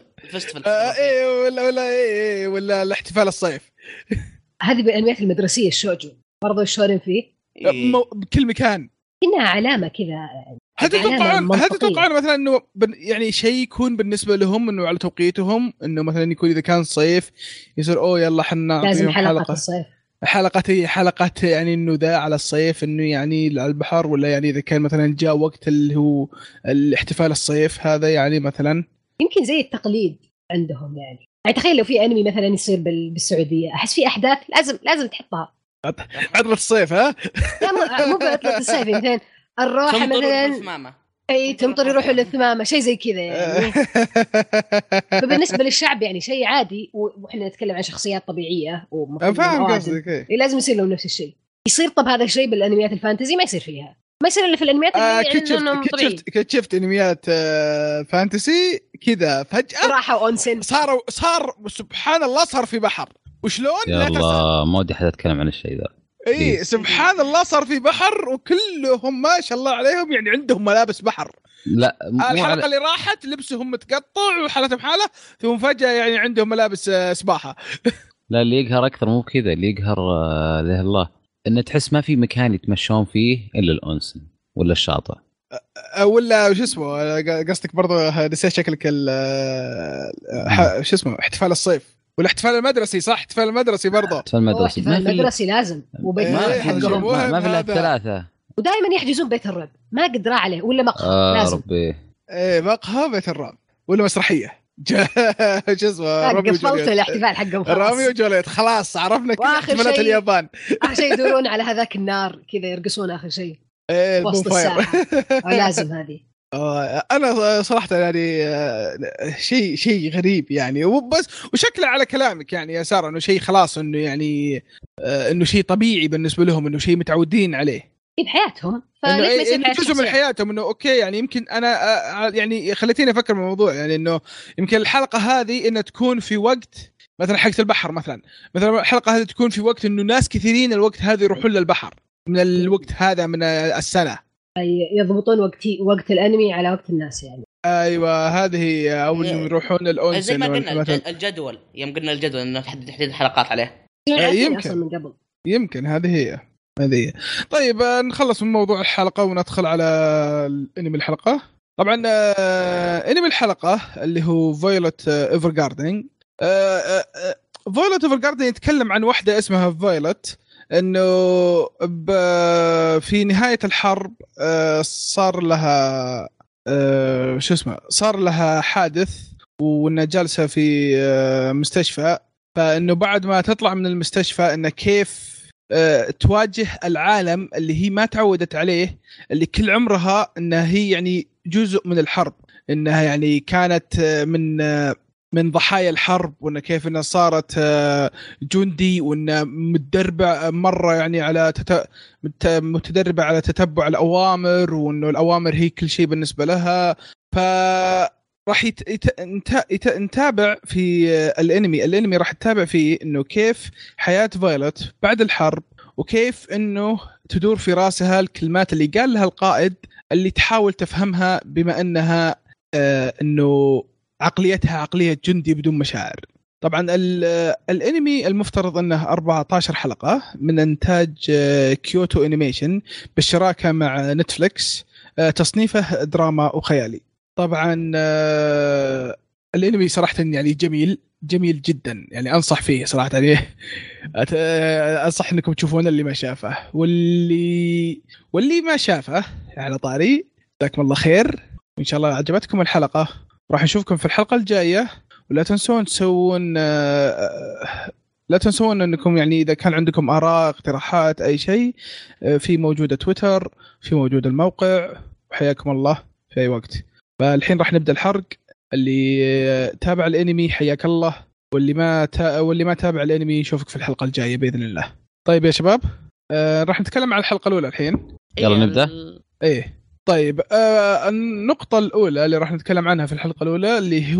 ولا الاحتفال الصيف؟ هذه بالانميات المدرسيه الشوجو برضو الشونن فيه بكل مكان إنها علامة كذا. هل تتوقعون مثلا إنه يعني شيء يكون بالنسبة لهم إنه على توقيتهم إنه مثلا يكون إذا كان صيف يصير يلا حنا لازم حلقة الصيف حلقة يعني إنه ذا على الصيف إنه يعني على البحر، ولا يعني إذا كان مثلا جاء وقت اللي هو الاحتفال الصيف هذا يعني مثلا يمكن زي التقليد عندهم يعني تخيل لو في أنمي مثلا يصير بالسعودية أحس في أحداث لازم تحطها عطلة الصيف. ها مو بعطلة الصيف مثلا الروحة مثلا اي تمطر يروحوا للثمامة شيء زي كذا يعني. فبالنسبة للشعب يعني شيء عادي وإحنا نتكلم عن شخصيات طبيعية فاهم قصدك. لازم يصير له نفس الشيء. يصير طب هذا الشيء بالأنميات الفانتزي ما يصير فيها، ما يصير إلا في الأنميات اللي كنت شفت أنميات فانتسي كذا فجأة راحة وأونسن صار سبحان الله صار في بحر وشلون لا تسأل. ما ودي حد يتكلم عن الشيء ذا. اي سبحان الله صار في بحر وكلهم ما شاء الله عليهم يعني عندهم ملابس بحر. لا الحلقة اللي راحت لبسهم متقطع وحالتهم حالة ثم فجأة يعني عندهم ملابس سباحة. لا اللي يقهر أكثر مو كذا، اللي يقهر له الله إن تحس ما في مكان يتمشون فيه إلا الأونسن ولا الشاطئ ولا وش اسمه قصدك برضه نسيت شكلك شو اسمه احتفال الصيف والاحتفال المدرسي صح؟ احتفال المدرسي برضه. احتفال المدرسي لازم وبيت ما في الثلاثة ودائما يحجزون بيت الرعب ما قدر عليه ولا مقهى لازم ربي مقهى بيت الرعب ولا مسرحية شو اسمه قفلت الاحتفال حقهم رامي وجوليت خلاص عرفنا كل احتفالات اليابان. آخر شيء يدورون على هذاك النار كذا يرقصون آخر شيء وسط الساعة لازم هذه. أنا صراحة يعني شيء غريب يعني وبس وشكله على كلامك يعني يا سارة إنه شيء خلاص إنه يعني إنه شيء طبيعي بالنسبة لهم إنه شيء متعودين عليه في حياتهم إنه جزء من حياتهم إنه أوكي يعني يمكن أنا يعني خلتيني أفكر بالموضوع يعني إنه يمكن الحلقة هذه إنها تكون في وقت مثلا حقة البحر مثلا الحلقة هذه تكون في وقت إنه ناس كثيرين الوقت هذا يروحون للبحر من الوقت هذا من السنة يضبطون وقت الانمي على وقت الناس يعني. ايوه هذه او يروحون للاونسن زي ما قلنا الجدول يوم قلنا الجدول انه تحدد الحلقات عليه يمكن من قبل يمكن هذه هي. طيب نخلص من موضوع الحلقه وندخل على الانمي الحلقه. طبعا انمي الحلقه اللي هو فايولت ايفرغاردن. فايولت ايفرغاردن يتكلم عن واحده اسمها فايولت انه في نهايه الحرب صار لها صار لها حادث وانها جالسه في مستشفى، فانه بعد ما تطلع من المستشفى انه كيف تواجه العالم اللي هي ما تعودت عليه اللي كل عمرها انها هي يعني جزء من الحرب، انها يعني كانت من ضحايا الحرب، وأن كيف أنها صارت جندي وأنها متدربة مرة يعني على متدربة على تتبع الأوامر، وأنه الأوامر هي كل شيء بالنسبة لها. فراح نتابع في الأنمي راح تتابع فيه أنه كيف حياة فايولت بعد الحرب، وكيف أنه تدور في راسها الكلمات اللي قال لها القائد اللي تحاول تفهمها بما أنها أنه عقليتها عقلية جندي بدون مشاعر. طبعا الانمي المفترض انه 14 حلقة من انتاج كيوتو انيميشن بالشراكة مع نتفليكس. تصنيفه دراما وخيالي. طبعا الانمي صراحه يعني جميل جدا، يعني انصح فيه صراحه عليه. انصح انكم تشوفونه اللي ما شافه، واللي ما شافه على طاري جزاكم الله خير، وان شاء الله عجبتكم الحلقه. راح نشوفكم في الحلقه الجايه، ولا تنسون تسوون لا تنسون انكم يعني اذا كان عندكم اراء اقتراحات اي شيء، في موجوده تويتر، في موجود الموقع، وحياكم الله في اي وقت. فالحين راح نبدا الحرق. اللي تابع الانمي حياك الله، واللي ما تابع الانمي نشوفك في الحلقه الجايه باذن الله. طيب يا شباب، راح نتكلم عن الحلقه الاولى الحين. يلا نبدا. ايه طيب، النقطه الاولى اللي راح نتكلم عنها في الحلقه الاولى اللي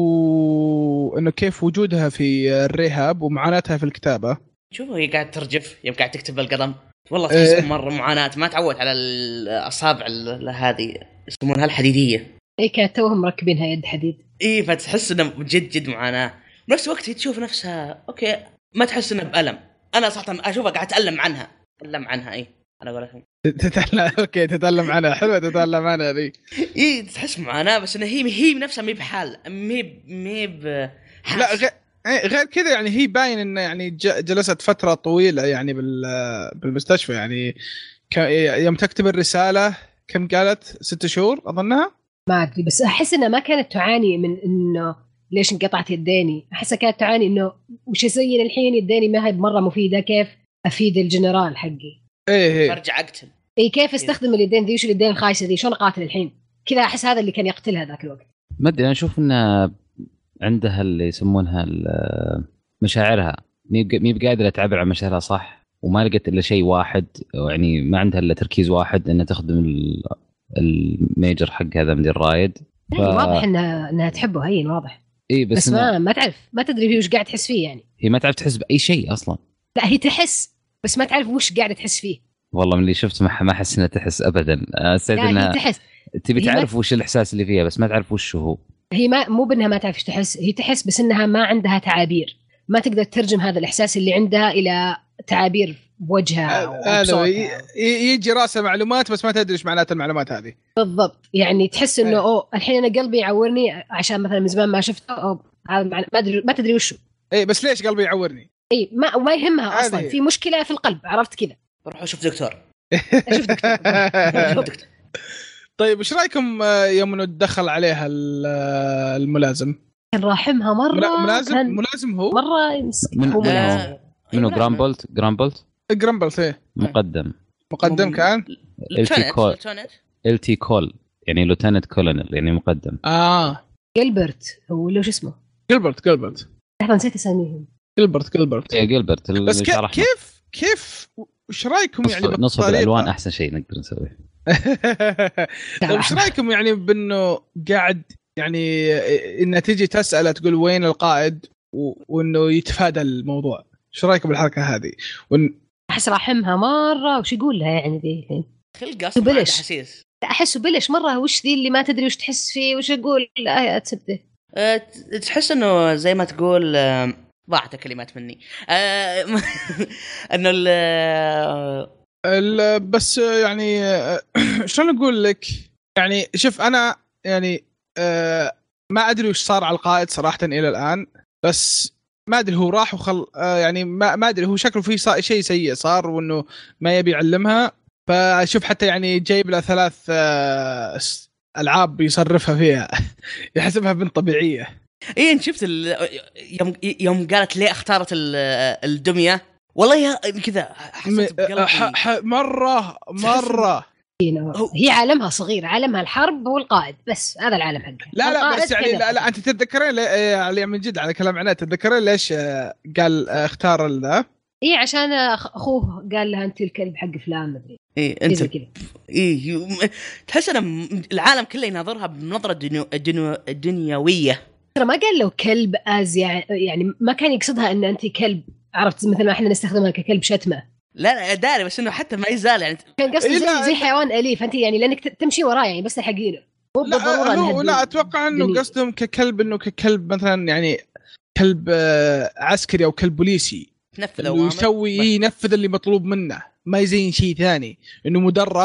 هو انه كيف وجودها في الرهاب ومعاناتها في الكتابه. شوفوا هي قاعد ترجف يوم قاعد تكتب بالقلم، والله تحس مره معاناه، ما تعود على الاصابع هذه يسمونها الحديديه. كانت توهم مركبينها يد حديد. فتحس انه جد معاناه. بنفس الوقت هي تشوف نفسها اوكي، ما تحس انه بألم. انا صراحه اشوفها قاعد اتألم عنها انا اقول اوكي تتألم عنها، حلوه تتألم عنها ذي. تحس معاناه، بس انها هي نفسها مي بحال مي لا غير كذا، يعني هي باين انه يعني جلست فتره طويله يعني بالمستشفى. يعني يوم تكتب الرساله كم قالت 6 شهور اظنها، ما ادري، بس احس انها ما كانت تعاني من انه ليش انقطعت يديني. احسها كانت تعاني انه وش اسوي الحين، يديني ما هي مره مفيده، كيف افيد الجنرال حقي، ارجع اقتل، كيف استخدم اليدين ذي، وش اليدين الخايسه ذي، شلون اقاتل الحين كذا. احس هذا اللي كان يقتلها ذاك الوقت. ما ادري، انا اشوف ان عندها اللي يسمونها مشاعرها، مي بقادره تعبر عن مشاعرها صح، وما لقيت الا شيء واحد، يعني ما عندها الا تركيز واحد انها تخدم الميجر حق هذا مدير رايد. واضح انها تحبه، هين واضح. اي بس ما تعرف، ما تدري فيه وش قاعد تحس فيه. يعني هي ما تعرف تحس باي شيء اصلا. لا هي تحس، بس ما تعرف وش قاعده تحس فيه. والله من اللي شفت ما احس انها تحس ابدا. استاذ انها تحس، تبي تعرف وش الاحساس اللي فيها، بس ما تعرف وش هو. هي مو بانها ما تعرف تحس، هي تحس بس انها ما عندها تعابير، ما تقدر تترجم هذا الاحساس اللي عندها الى تعابير بوجهها. هذا يجي راسه معلومات بس ما تدري ايش معنات المعلومات هذه بالضبط. يعني تحس انه الحين انا قلبي يعورني عشان مثلا من زمان ما شفته، ما تدري وشو. بس ليش قلبي يعورني؟ ما يهمها اصلا، في مشكله في القلب، عرفت كذا. بروح اشوف دكتور. طيب ايش رايكم يوم انه تدخل عليها الملازم؟ كان راحمها مره. ملازم هو مره منو جرامبلت ايه مقدم كان LT كول، يعني لوتنت كولونيل، يعني مقدم. جيلبرت هو ولا وش اسمه؟ جيلبرت احنا نسيت اساميهم. جيلبرت بس كيف وش رايكم يعني نصب الالوان احسن شيء نقدر نسويه. طيب وش رايكم يعني بانه قاعد يعني انها تيجي تساله تقول وين القائد وانه يتفادى الموضوع؟ ايش رايكم بالحركه هذه؟ احس راحمها مره، وش يقول لها يعني ذي خلق اصلا حسيس. احسه بلش مره، وش ذي اللي ما تدري وش تحس فيه، وش اقول لا تسبته. تحس انه زي ما تقول ضاعت كلمات مني. انه بس يعني شلون اقول لك، يعني شوف انا يعني ما ادري وش صار على القائد صراحه الى الان، بس ما ادري هو راح يعني ما ادري هو شكله في شيء سيء صار، وانه ما يبي يعلمها. فشوف حتى يعني جايب له 3 العاب يصرفها فيها يحسبها بنت طبيعيه. انت شفت يوم قالت ليه اختارت الدميه، والله كذا حسيت بقلبي مره هي عالمها صغير، عالمها الحرب والقائد، بس هذا العالم حقه. لا بس يعني لا انت تتذكرين يعني من جد على كلام عناد، تتذكرين ليش قال اختار ذا؟ عشان اخوه قال لها انت الكلب حق فلان، مدري انت كذا. تحس ان العالم كله يناظرها بنظره دنيويه. ترى ما قال له كلب يعني ما كان يقصدها ان انت كلب، عرفت مثل ما احنا نستخدمها ككلب شتمه. لا داري، بس انه حتى ما يزال يعني كان قصده زي حيوان اليف، انت يعني لانك تمشي وراه يعني بس تلحقينه. لا اتوقع انه قصدهم ككلب، انه ككلب مثلا يعني كلب عسكري او كلب بوليسي يسوي ينفذ اللي مطلوب منه، ما يزين شيء ثاني، انه مدرب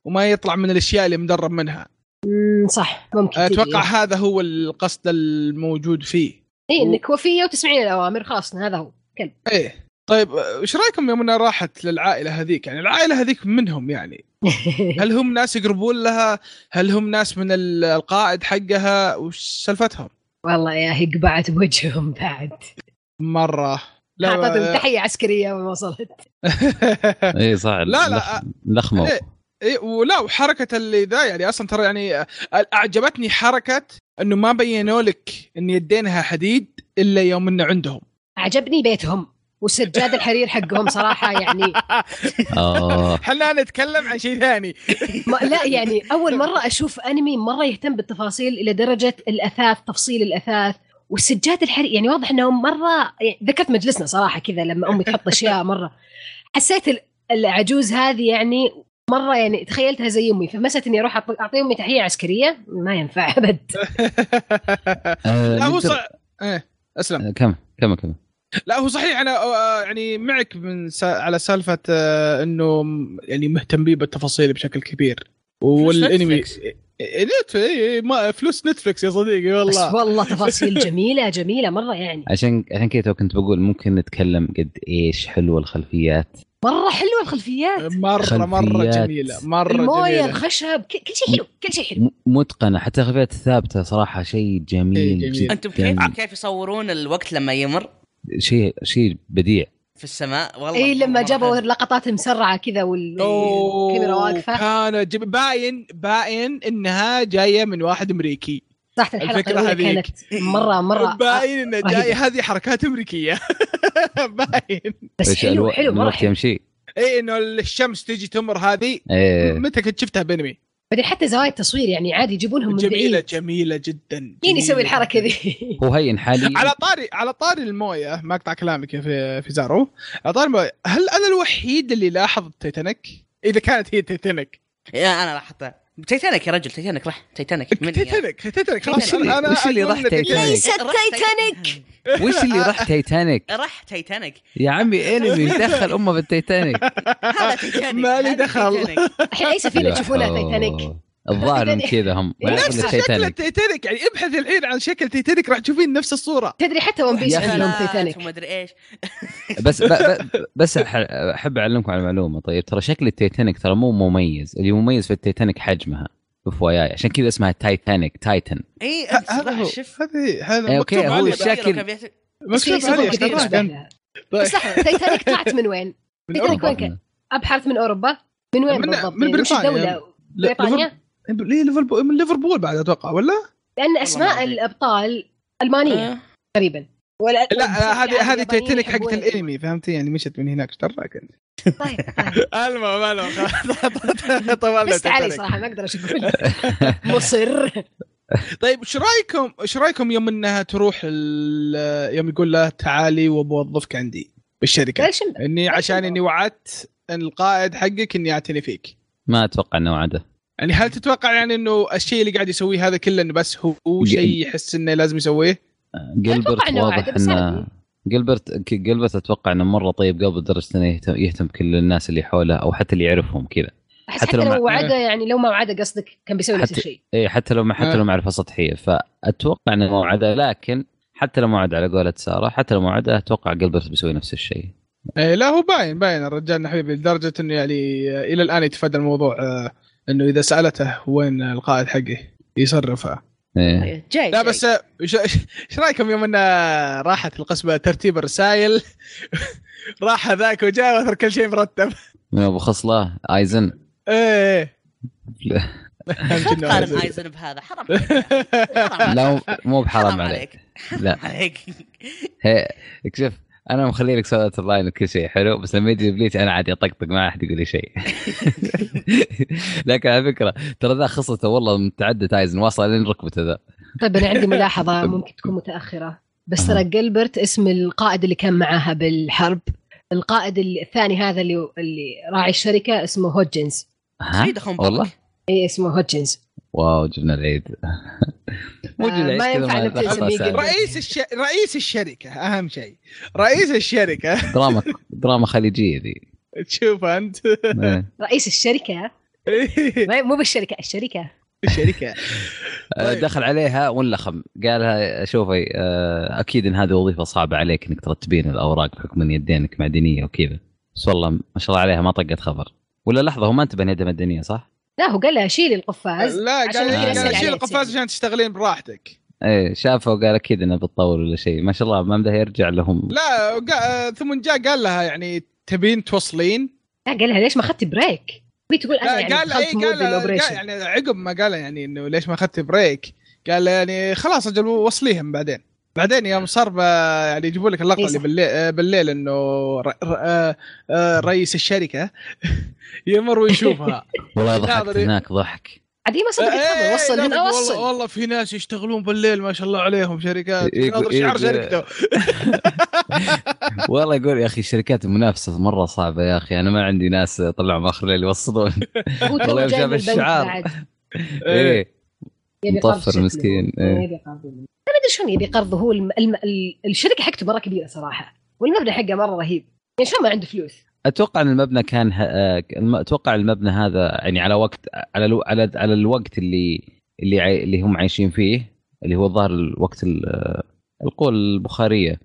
وما يطلع من الاشياء اللي مدرب منها. صح ممكن. اتوقع هذا هو القصد الموجود فيه. اي انك وفيه وتسمعين الاوامر خلاص هذا هو كلب. ايه طيب وش رايكم يوم انها راحت للعائله هذيك؟ يعني العائله هذيك منهم يعني هل هم ناس يقربون لها؟ هل هم ناس من القائد حقها؟ وش سالفتهم؟ والله يا هي قبعت بوجههم بعد مره. لا حطت تحيه عسكريه وما وصلت. اي صح. لا لخمه. إيه ولا وحركه اللي ذا يعني اصلا ترى يعني اعجبتني حركه انه ما بينوا لك ان يدينها حديد الا يوم انه عندهم. عجبني بيتهم والسجاد الحرير حقهم صراحه يعني. حنا نتكلم عن شيء ثاني. لا يعني اول مره اشوف انمي مره يهتم بالتفاصيل الى درجه الاثاث، تفصيل الاثاث والسجاد الحرير. يعني واضح انهم مره يعني ذكرت مجلسنا صراحه كذا لما امي تحط اشياء مره حسيت العجوز هذه يعني مره يعني تخيلتها زي امي، فمست اني اروح اعطي امي تحيه عسكريه ما ينفع ابد. لا هو اسلم كم لا هو صحيح انا يعني معك على سالفه انه يعني مهتم بيه بالتفاصيل بشكل كبير. والانمي ما فلوس نتفليكس يا صديقي والله. بس والله تفاصيل جميله مره يعني. عشان كذا كنت بقول ممكن نتكلم قد ايش حلوه الخلفيات. مره حلوه الخلفيات مره جميله مره المويه الخشب كل شيء حلو متقنه. حتى الخلفيات الثابته صراحه شيء جميل جدا. انتم كيف يصورون الوقت لما يمر؟ شيء بديع في السماء والله. اي لما جابوا لقطات مسرعه كذا والكاميرا واقفه كان باين انها جايه من واحد امريكي. صح الحلقه كانت مره باين انها جايه هذه حركات امريكيه. باين بس حلو مره يمشي. اي انه الشمس تيجي تمر هذه متى كنت شفتها بانمي؟ بعدين حتى زوايا التصوير يعني عادي يجيبونهم من بعيد. جميلة جدا. مين يسوي الحركة ذي؟ هو هين حاليا. على طاري المويه ما اقطع كلامك في زارو. على طاري المويه هل أنا الوحيد اللي لاحظ تيتانيك؟ إذا كانت هي تيتانيك. يا أنا لاحظتها. تيتانيك يا رجل تيتانيك راح تيتانيك خلاص أنا وش اللي راح تيتانيك؟ ليست تيتانيك. وش اللي راح تيتانيك؟ راح تيتانيك يا عمي انمي دخل امه بالتيتانيك. هذا تيتانيك ما لي دخل. الحين اي سفينة تشوفونها تيتانيك. الظاهر من كذا هم نفس شكل التيتانيك. يعني ابحث الحين عن شكل تيتانيك راح تشوفين نفس الصورة. تدري حتى ون بيس عندهم تيتانيك وما ادري ايش. بس احب اعلمكم على معلومه. طيب ترى شكل التيتانيك ترى مو مميز. اللي مميز في التيتانيك حجمها وفواياي عشان كذا اسمها تايتانيك تايتن. اي هذا اوكي هو الشكل مكتوب عليه. بس لحظة تيتانيك طلعت من وين؟ تيتانيك وين كان؟ ابحرت من اوروبا. من وين بالضبط؟ من بريطانيا. بريطانيا من ليفربول بعد اتوقع ولا؟ لان اسماء الابطال المانيه تقريبا. لا هذه تيتانيك حقت الانمي فهمتي يعني مشت من هناك اشتراك انت. طيب المهم طبعا بس تعالي صراحه ما اقدر اقول مصر. طيب ايش رايكم يوم انها تروح يوم يقول له تعالي وبوظفك عندي بالشركه اني عشان اني وعدت القائد حقك اني اعتني فيك؟ ما اتوقع انه وعده. يعني هل تتوقع يعني انه الشيء اللي قاعد يسويه هذا كله انه بس هو شيء يحس انه لازم يسويه؟ جيلبرت واضح انه جيلبرت اتوقع انه مره طيب قبل درجه انه يهتم بكل الناس اللي حوله او حتى اللي يعرفهم كذا. حتى لو وعده يعني لو ما وعده قصدك كان بيسوي نفس الشيء. اي حتى لو معرفه سطحيه. فاتوقع انه موعده. لكن حتى لو موعد على قولة ساره حتى لو موعده اتوقع جيلبرت بيسوي نفس الشيء. لا هو باين الرجال حبيبي لدرجه انه يعني الى الان يتفادى الموضوع انه اذا سالته وين القائد حقه يصرفها. جاي لا بس ايش رايكم يوم انه راحت القسمه ترتيب الرسائل راح هذاك وجاء وثر كل شيء مرتب من ابو خصله ايزن. ايه قارن ايزن بهذا حرام. لا مو بحرام عليك. لا عليك اكشف انا مخلي لك سؤال اللاين وكل شيء حلو بس لما يجي بليتش انا عادي اطقطق ما احد يقول لي شيء. لكن على فكره ترى ذا خصته والله متعدد ايزن واصل لين ركبته ذا. طيب انا عندي ملاحظه ممكن تكون متاخره بس ترى جيلبرت اسم القائد اللي كان معاها بالحرب. القائد الثاني هذا اللي راعي الشركه اسمه هوجنز. والله اي اسمه هوجنز. واو جبنا العيد. ما ينفع رئيس الشركه اهم شيء رئيس الشركه. دراما خليجيه ذي. تشوف انت رئيس الشركه مو بالشركه، الشركه دخل عليها ونلخم، قالها شوفي اكيد ان هذه وظيفه صعبه عليك انك ترتبين الاوراق بحكم ان يدينك معدنيه وكذا، بس والله ما شاء الله عليها ما طقت خبر. ولا لحظه، هو ما انتبه ان يدها معدنيه صح؟ لا هو قال لها شيلي القفاز. لا قال شيل القفاز عشان تشتغلين براحتك. ايه شافه وقال اكيد انه بتطول ولا شيء، ما شاء الله ما مده يرجع لهم. لا ثم جاء قال لها يعني تبين توصلين. لا قال لها ليش ما اخذت بريك؟ تقول انا يعني دخلت مود الاوبريشن. يعني عقب ما قال يعني انه ليش ما اخذت بريك، قال يعني خلاص اجل وصليهم بعدين يوم صار يعني يجيبوا لك اللقطه اللي بالليل انه رئيس الشركه يمر ويشوفها. والله ضحكت هناك ضحك عادي ما صدق خبر وصل هنا وصل. والله في ناس يشتغلون بالليل ما شاء الله عليهم شركات ناظر شعار شركته. والله يقول يا اخي الشركات المنافسه مره صعبه يا اخي، انا ما عندي ناس طلعوا اخر الليل يوصلون. والله يوم شاف الشعار ايه مطفر مسكين. ما ادري شلون يبي قرض. هو الشركه حقته مره كبيره صراحه، والمبنى حقه مره رهيب، يعني شو ما عنده فلوس. اتوقع ان المبنى كان اتوقع المبنى هذا يعني على وقت على الوقت اللي هم عايشين فيه، اللي هو ظهر الوقت القوة البخارية.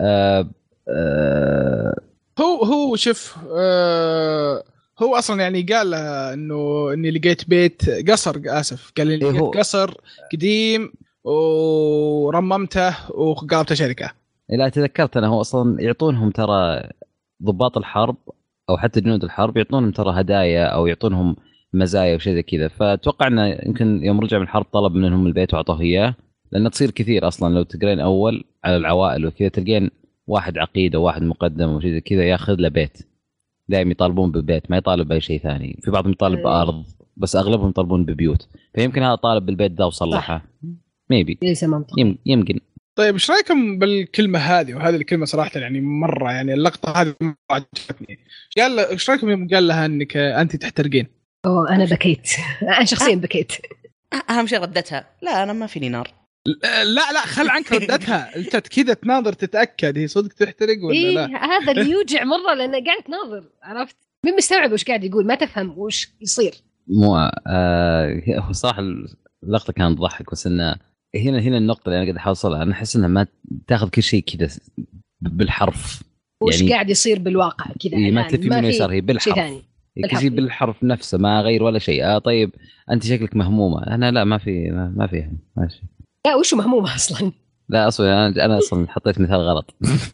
هو شوف هو اصلا يعني قال اني لقيت بيت قصر، اسف قال لي لقيت قصر قديم ورممته وقلبته شركة. لا تذكرت انا، هو اصلا يعطونهم ترى ضباط الحرب او حتى جنود الحرب يعطونهم ترى هدايا او يعطونهم مزايا وشيء زي كذا. فاتوقع انه يمكن يوم رجع من الحرب طلب منهم البيت واعطوه اياه، لانه تصير كثير اصلا لو تقرين اول على العوائل وكذا تلقين واحد عقيد وواحد مقدم وشيء زي كذا ياخذ له بيت، دائما يطالبون ببيت ما يطالب باي شيء ثاني. في بعضهم يطالب بارض بس اغلبهم يطالبون ببيوت، فيمكن هذا طالب بالبيت ده وصلحه ميبي يمكن. طيب ايش رايكم بالكلمه هذه؟ وهذه الكلمه صراحه يعني مره يعني اللقطه هذه مره عجبتني. قال ايش رايكم يوم قال لها انك انت تحترقين؟ انا بكيت. انا شخصيا بكيت. اهم شيء ردتها لا انا ما فيني نار. لا خل عنك ردتها. انت كذا تناظر تتاكد هي صدق تحترق ولا لا. هذا اللي يوجع مره، لانه قاعد تناظر، عرفت مين مستوعب وش قاعد يقول، ما تفهم وش يصير. مو صراحه اللقطه كانت تضحك، بس انه هنا النقطه اللي انا قاعد احاول اوصلها، انا احس انها ما تاخذ كل شيء كذا بالحرف، وش يعني قاعد يصير بالواقع كذا ما تلفي من يسار، هي بالحرف كذي بالحرف نفسه ما غير ولا شيء. طيب انت شكلك مهمومه، انا لا ما في ماشي. لا وش مهمومه اصلا؟ لا اصلا انا اصلا حطيت مثال غلط.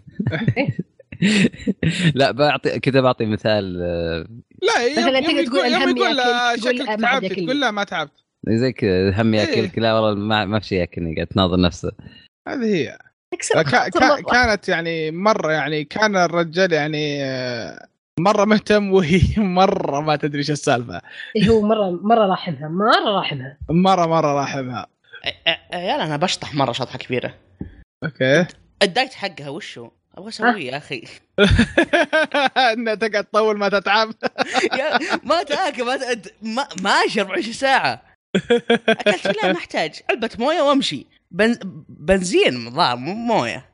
لا بعطي مثال. لا مثلا تقدر تقول الهم شكلك تعبت، تقول لا ما تعبت زي كذا هم ياكلك. لا والله ما في شيء ياكلني، قاعد تناظر نفسه. هذه هي كانت يعني مره يعني كان الرجال يعني مره مهتم وهي مره ما تدري ايش السالفه. هو مره راحمها مره راحمها. يا انا بشطح مره شطحه كبيره. اوكي الدايت حقها وشو ابغى اسويه يا اخي؟ انها تقعد تطول ما تتعب. ما تاكل ما اشرب 20 ساعه. اكلت لا محتاج علبه مويه وامشي. بنزين ضار مو مويه.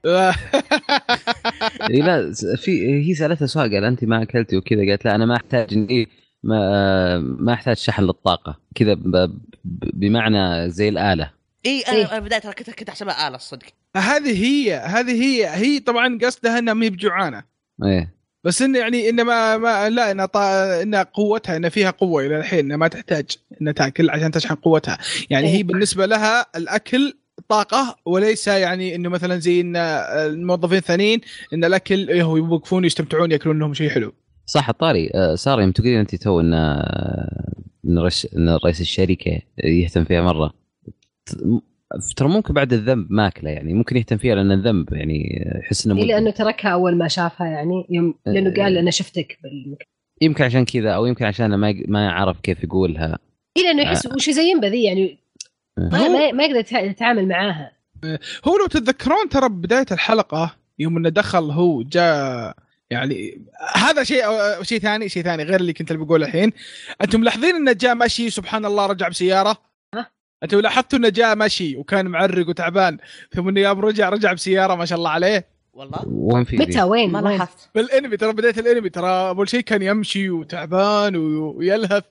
لا هي سالتها سؤال، قال انت ما اكلتي وكذا، قالت لا انا ما احتاج اني ما احتاج شحن للطاقه كذا بمعنى زي الاله. انا بدايه كنت احسبها اله الصدق. هذه هي طبعا قصدها انها مي بجوعانه. ايه بس انه يعني ان ما لا ان قوتها ان فيها قوه الى الحين، انها ما تحتاج ان تاكل عشان تشحن قوتها. يعني هي بالنسبه لها الاكل طاقه، وليس يعني انه مثلا زي ان الموظفين الثانيين ان الاكل يوقفون يستمتعون ياكلون لهم شيء حلو. صح. طاري ساره يوم تقولين انت تو ان رئيس الشركه يهتم فيها مره، ترى ممكن بعد الذنب ماكله، يعني ممكن يهتم فيها لان الذنب يعني يحس انه لانه تركها اول ما شافها، يعني لانه قال انا شفتك بالمكان، يمكن عشان كذا او يمكن عشان ما يعرف كيف يقولها، لانه يحس وش زي بذي يعني ما يقدر يتعامل معاها. هو لو تتذكرون ترى بدايه الحلقه يوم انه دخل هو جاء يعني هذا شيء ثاني غير اللي كنت بقول الحين. انتم ملاحظين انه جاء ماشي سبحان الله رجع بسياره؟ انتوا لاحظتوا انه جاء ماشي وكان معرق وتعبان، ثم انه يوم رجع بسياره ما شاء الله عليه. والله متى وين ما لاحظت بالانمي ترى بدايه الانمي ترى اول شيء كان يمشي وتعبان ويلهث،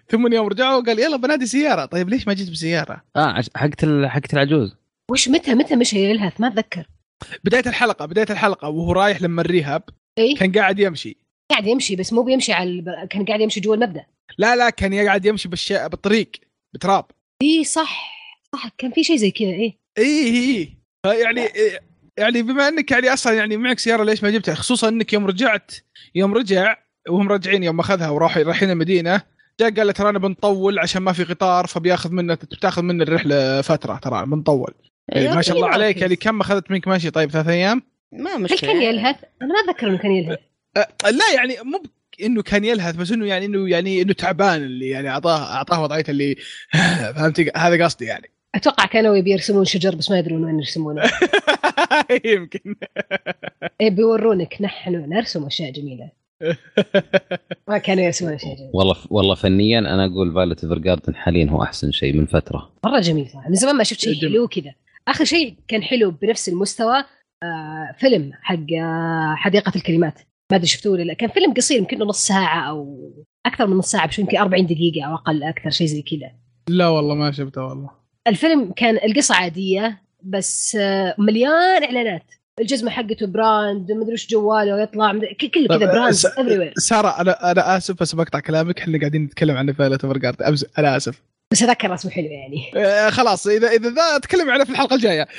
ثم يوم رجعوا قال يلا بنادي سياره. طيب ليش ما جيت بسياره؟ حقت العجوز. وش متى مشى يلهث ما اتذكر. بدايه الحلقه وهو رايح لما الريهاب كان قاعد يمشي بس مو بيمشي كان قاعد يمشي جوا المبنى. لا كان قاعد يمشي بالطريق بتراب. صح كان في شيء زي كذا. ايه يعني بما انك يعني اصلا يعني معك سياره ليش ما جبتها؟ خصوصا انك يوم رجع وهم راجعين يوم اخذها رايحين المدينه جاء قال له ترى انا بنطول عشان ما في قطار بتاخذ منه الرحله فتره ترى بنطول. ما شاء الله عليك يعني كم اخذت منك ماشي؟ طيب 3 أيام ما مشكله. كان يلهث انا ما اتذكر انه كان يلهث. لا يعني مو انه كان يلهث بس انه انه تعبان اللي يعني اعطاه وضعيه اللي فهمتي هذا قصدي يعني. اتوقع كانوا يبي يرسمون شجر بس ما يدرون وين يرسمونه. يمكن بيورونك نحن نرسم اشياء جميله. ما كانوا يرسمون اشياء جميله. والله فنيا انا اقول فايلوت إيفرغاردن حاليا هو احسن شيء من فتره. مره جميل صراحه. من زمان ما شفت شيء حلو كذا. اخر شيء كان حلو بنفس المستوى فيلم حق حديقه الكلمات. ما ادري شفتوه ولا لا. كان فيلم قصير يمكن نص ساعه او اكثر من نص ساعه بشو يمكن 40 دقيقه او اقل اكثر شيء زي كذا. لا والله ما شفته والله. الفيلم كان القصة عادية بس مليان إعلانات. الجزمة حقته براند مدري وش جواله يطلع كله كذا براند everywhere. سارة أنا آسف بس بقطع كلامك. إحنا قاعدين نتكلم عن فايلوت إيفرغاردن. أنا آسف بس أذكر اسمه حلو يعني. خلاص إذا ذا أتكلم عنه في الحلقة الجاية.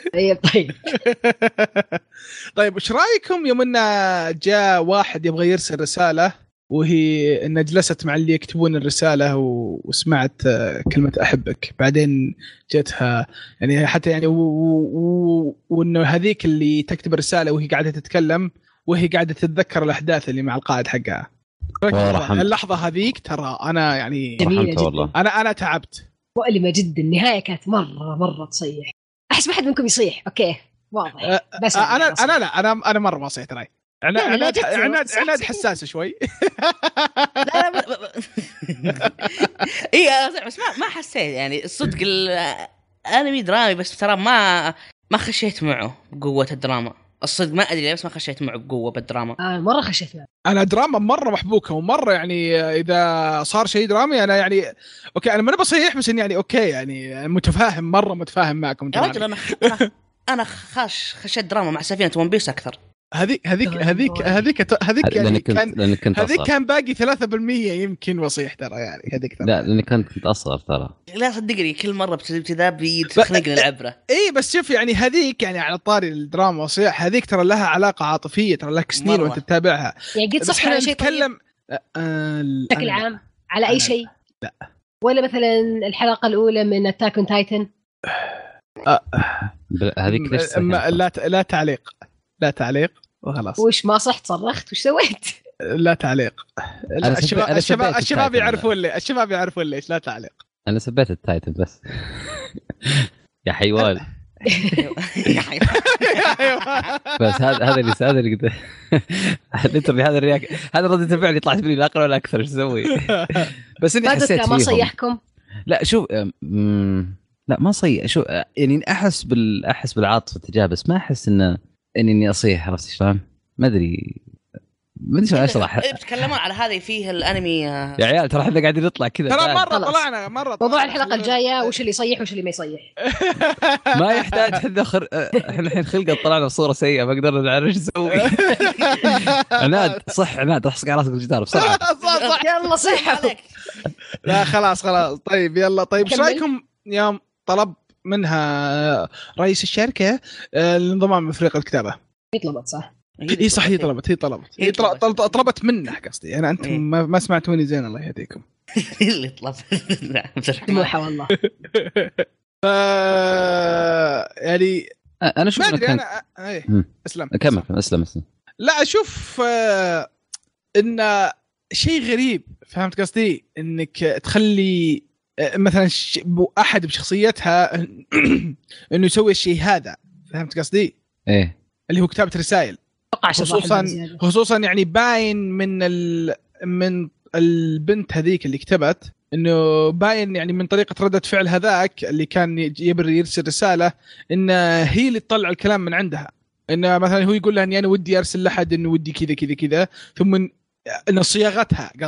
طيب وش رأيكم يوم إن جاء واحد يبغى يرسل رسالة وهي إن جلست مع اللي يكتبون الرسالة وسمعت كلمة أحبك بعدين جتها يعني حتى يعني وإنه هذيك اللي تكتب الرسالة وهي قاعدة تتكلم وهي قاعدة تتذكر الأحداث اللي مع القائد حقها. اللحظة هذيك ترى أنا يعني رحمته والله. أنا تعبت مؤلمة جدا. النهاية كانت مرة تصيح. أحس ما حد منكم يصيح. أوكي واضح. بس أنا مرة ما صيحت رأي. عناد حساسة شوي. لا إيه بس ما حسيت يعني الصدق الأنمي درامي بس ترى ما خشيت معه بقوة الدراما. الصدق ما أدري بس ما خشيت معه بقوة بالدراما. مرة خشيت معه. أنا دراما مرة محبوكة ومرة يعني إذا صار شيء درامي أنا يعني أوكي أنا ما بصيح بس يعني أوكي يعني متفاهم معكم. يا رجل أنا خشيت دراما مع سفينة ون بيس أكثر. هذيك يعني كان باقي 3% يمكن وصيح ترى يعني هذيك. لا لأني كنت أصغر ترى. لا صدقني كل مرة بتذا بتخنقني العبرة. إيه بس شوف يعني هذيك يعني على طاري الدراما وصيح هذيك ترى لها علاقة عاطفية ترى لك سنين وأنت تتابعها. يعني قد صح على شيء نتكلم بشكل عام على أي شيء. لا ولا مثلا الحلقة الأولى من أتاك أون تايتن. هذيك لا تعليق وخلاص. وش ما صحت صرخت وش سويت؟ لا تعليق. الشباب يعرفون ليش لا تعليق. أنا سبيت التايتن بس. يا حيوان. بس هذا اللي قد هذا الرياك هذا ردة الفعل اللي طلعت مني لا أقل ولا أكثر. إيش أسوي؟ بس إني حسيت فيهم. ما صيحكم؟ لا شوف لا ما صيح. شو يعني أحس بالعاطفة تجاه بس ما أحس إني أصيح. عرفت شلون؟ ما أدري شو أشرح. بتكلمون على هذه فيه الأنمي يا عيال ترى إحنا قاعدين نطلع كذا. ترى طلعنا موضوع الحلقة الجاية وش اللي يصيح وش اللي ما يصيح. ما يحتاج إحنا الحين خلقت طلعنا بصورة سيئة ما قدرنا نعرف إيش نسوي. عناد راح صق على راسك الجدار بسرعة. صح يلا صح عليك. لا خلاص طيب يلا طيب ايش رايكم يوم طلب منها رئيس الشركة الانضمام لفريق الكتابة؟ طلبت صح؟ هي صح هي طلبت منه قصدي أنت ما سمعتوني زين الله يهديكم. اللي طلب طموحة والله. يعني أنا شوف أنا أسلم لا أشوف إن شيء غريب فهمت قصدي إنك تخلي مثلا أحد بشخصيتها إنه يسوي الشيء هذا فهمت قصدي إيه اللي هو كتابة رسائل خصوصا يعني باين من البنت هذيك اللي كتبت إنه باين يعني من طريقة ردة فعل هذاك اللي كان يبرر يرسل رسالة إن هي اللي تطلع الكلام من عندها إن مثلا هو يقول لها إني أنا ودي أرسل لحد إنه ودي كذا ثم إن صياغتها قصدي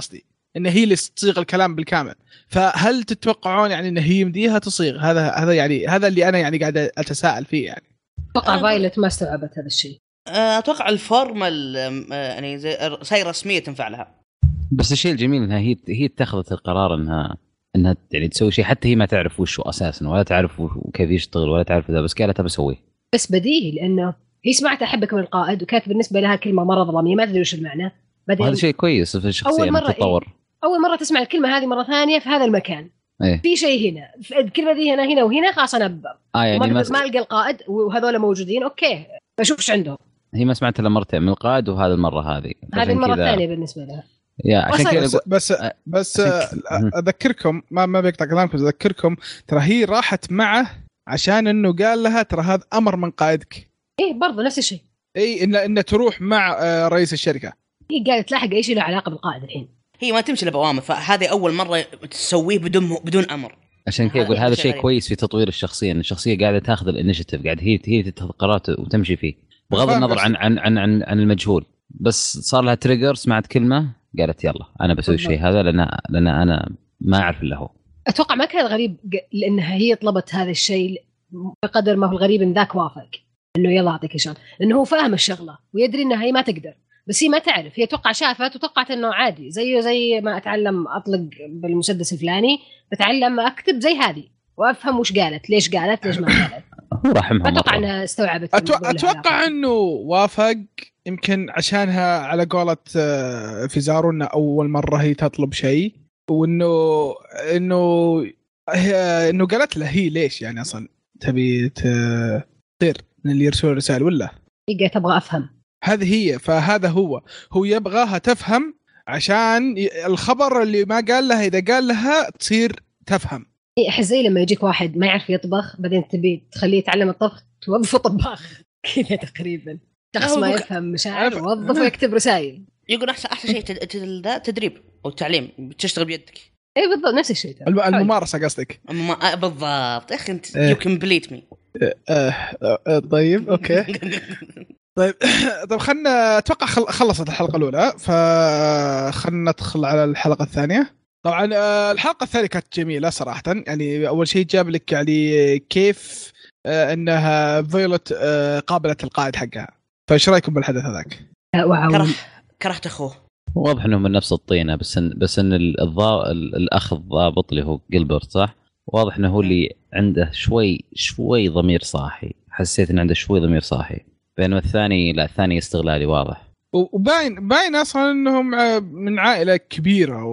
ان هي اللي تصيغ الكلام بالكامل. فهل تتوقعون يعني ان هي يمديها تصيغ هذا يعني هذا اللي انا يعني قاعد اتساءل فيه يعني. اتوقع فايلت ما استوعبت هذا الشيء. اتوقع الفورمال يعني زي رسميه تنفع لها. بس الشيء الجميل انها هي اتخذت القرار انها يعني تسوي شيء حتى هي ما تعرف وش اساسا ولا تعرف كيف يشتغل ولا تعرف ذا، بس قالت بسويه. بس بديهي لانه هي سمعت احبك من القائد وكانت بالنسبه لها كلمه مره ظلاميه ما تدري وش المعنى. هذا شيء كويس في الشخصيه تتطور. اول مره تسمع الكلمه هذه مره ثانيه في هذا المكان. في شيء هنا الكلمه دي هنا وهنا خلاص انا يعني ما القى القائد وهذول موجودين اوكي بشوف ايش عندهم. هي ما سمعت الا مرتين من القائد وهذه المره هذه المره الثانيه بالنسبه لها. عشان كذا بس اذكركم ما بيقطع كلامكم، اذكركم ترى هي راحت معه عشان انه قال لها ترى هذا امر من قائدك. ايه برضه نفس الشيء. اي ان تروح مع رئيس الشركه. هي قالت تلاحق اي شيء له علاقه بالقائد الحين. هي ما تمشي بأوامر، فهذه اول مره تسويه بدون امر. عشان كذا اقول هذا شيء كويس في تطوير الشخصيه، ان الشخصيه قاعده تاخذ الانيشيتيف، قاعده هي تتخذ قرارات وتمشي فيه بغض النظر عن المجهول. بس صار لها تريجر، سمعت كلمه قالت يلا انا بسوي الشيء هذا لان انا ما اعرف الا هو. اتوقع ما كان غريب لانها هي طلبت هذا الشيء بقدر ما هو الغريب ان ذاك وافق انه يلا اعطيك شغله، لانه هو فاهم الشغله ويدري انها هي ما تقدر، بس هي ما تعرف. هي توقع شافت وتوقعت انه عادي زي ما اتعلم اطلق بالمسدس الفلاني بتعلم اكتب زي هذه وافهم وش قالت ليش ما قالت. هو رحمها. اتوقع انها استوعبت. اتوقع انه وافق يمكن عشانها على قولة فيزارو انه اول مره هي تطلب شيء، انه قالت له هي ليش يعني اصلا تبي تصير من اللي يرسل رسائل ولا هي تبغى افهم. هذه هي، فهذا هو يبغاها تفهم عشان الخبر اللي ما قال لها اذا قال لها تصير تفهم. احس زي لما يجيك واحد ما يعرف يطبخ بعدين تبي تخليه يتعلم الطبخ توظفه طباخ كذا تقريبا. شخص ما يفهم مشاعر وظفه يكتب رسائل. يقول احسن شيء تدريب او تعليم، تشتغل بيدك. اي بالضبط نفس الشيء. الممارسه قصدك؟ بالضبط. اخي انت يو كومبليت مي. طيب اوكي. طيب خلنا اتوقع خلصت الحلقه الاولى، فخلنا ندخل على الحلقه الثانيه. طبعا الحلقه الثانيه كانت جميله صراحه. يعني اول شيء جاب لك يعني كيف انها فايولت قابلت القائد حقها. فايش رايكم بالحدث هذاك؟ كرهت اخوه. واضح انه من نفس الطينه، بس ان الاخ الضابط اللي هو جيلبرت صح، واضح انه هو اللي عنده شوي ضمير صاحي. حسيت ان عنده شوي ضمير صاحي، بينما الثاني استغلالي واضح. وباين اصلا انهم من عائله كبيره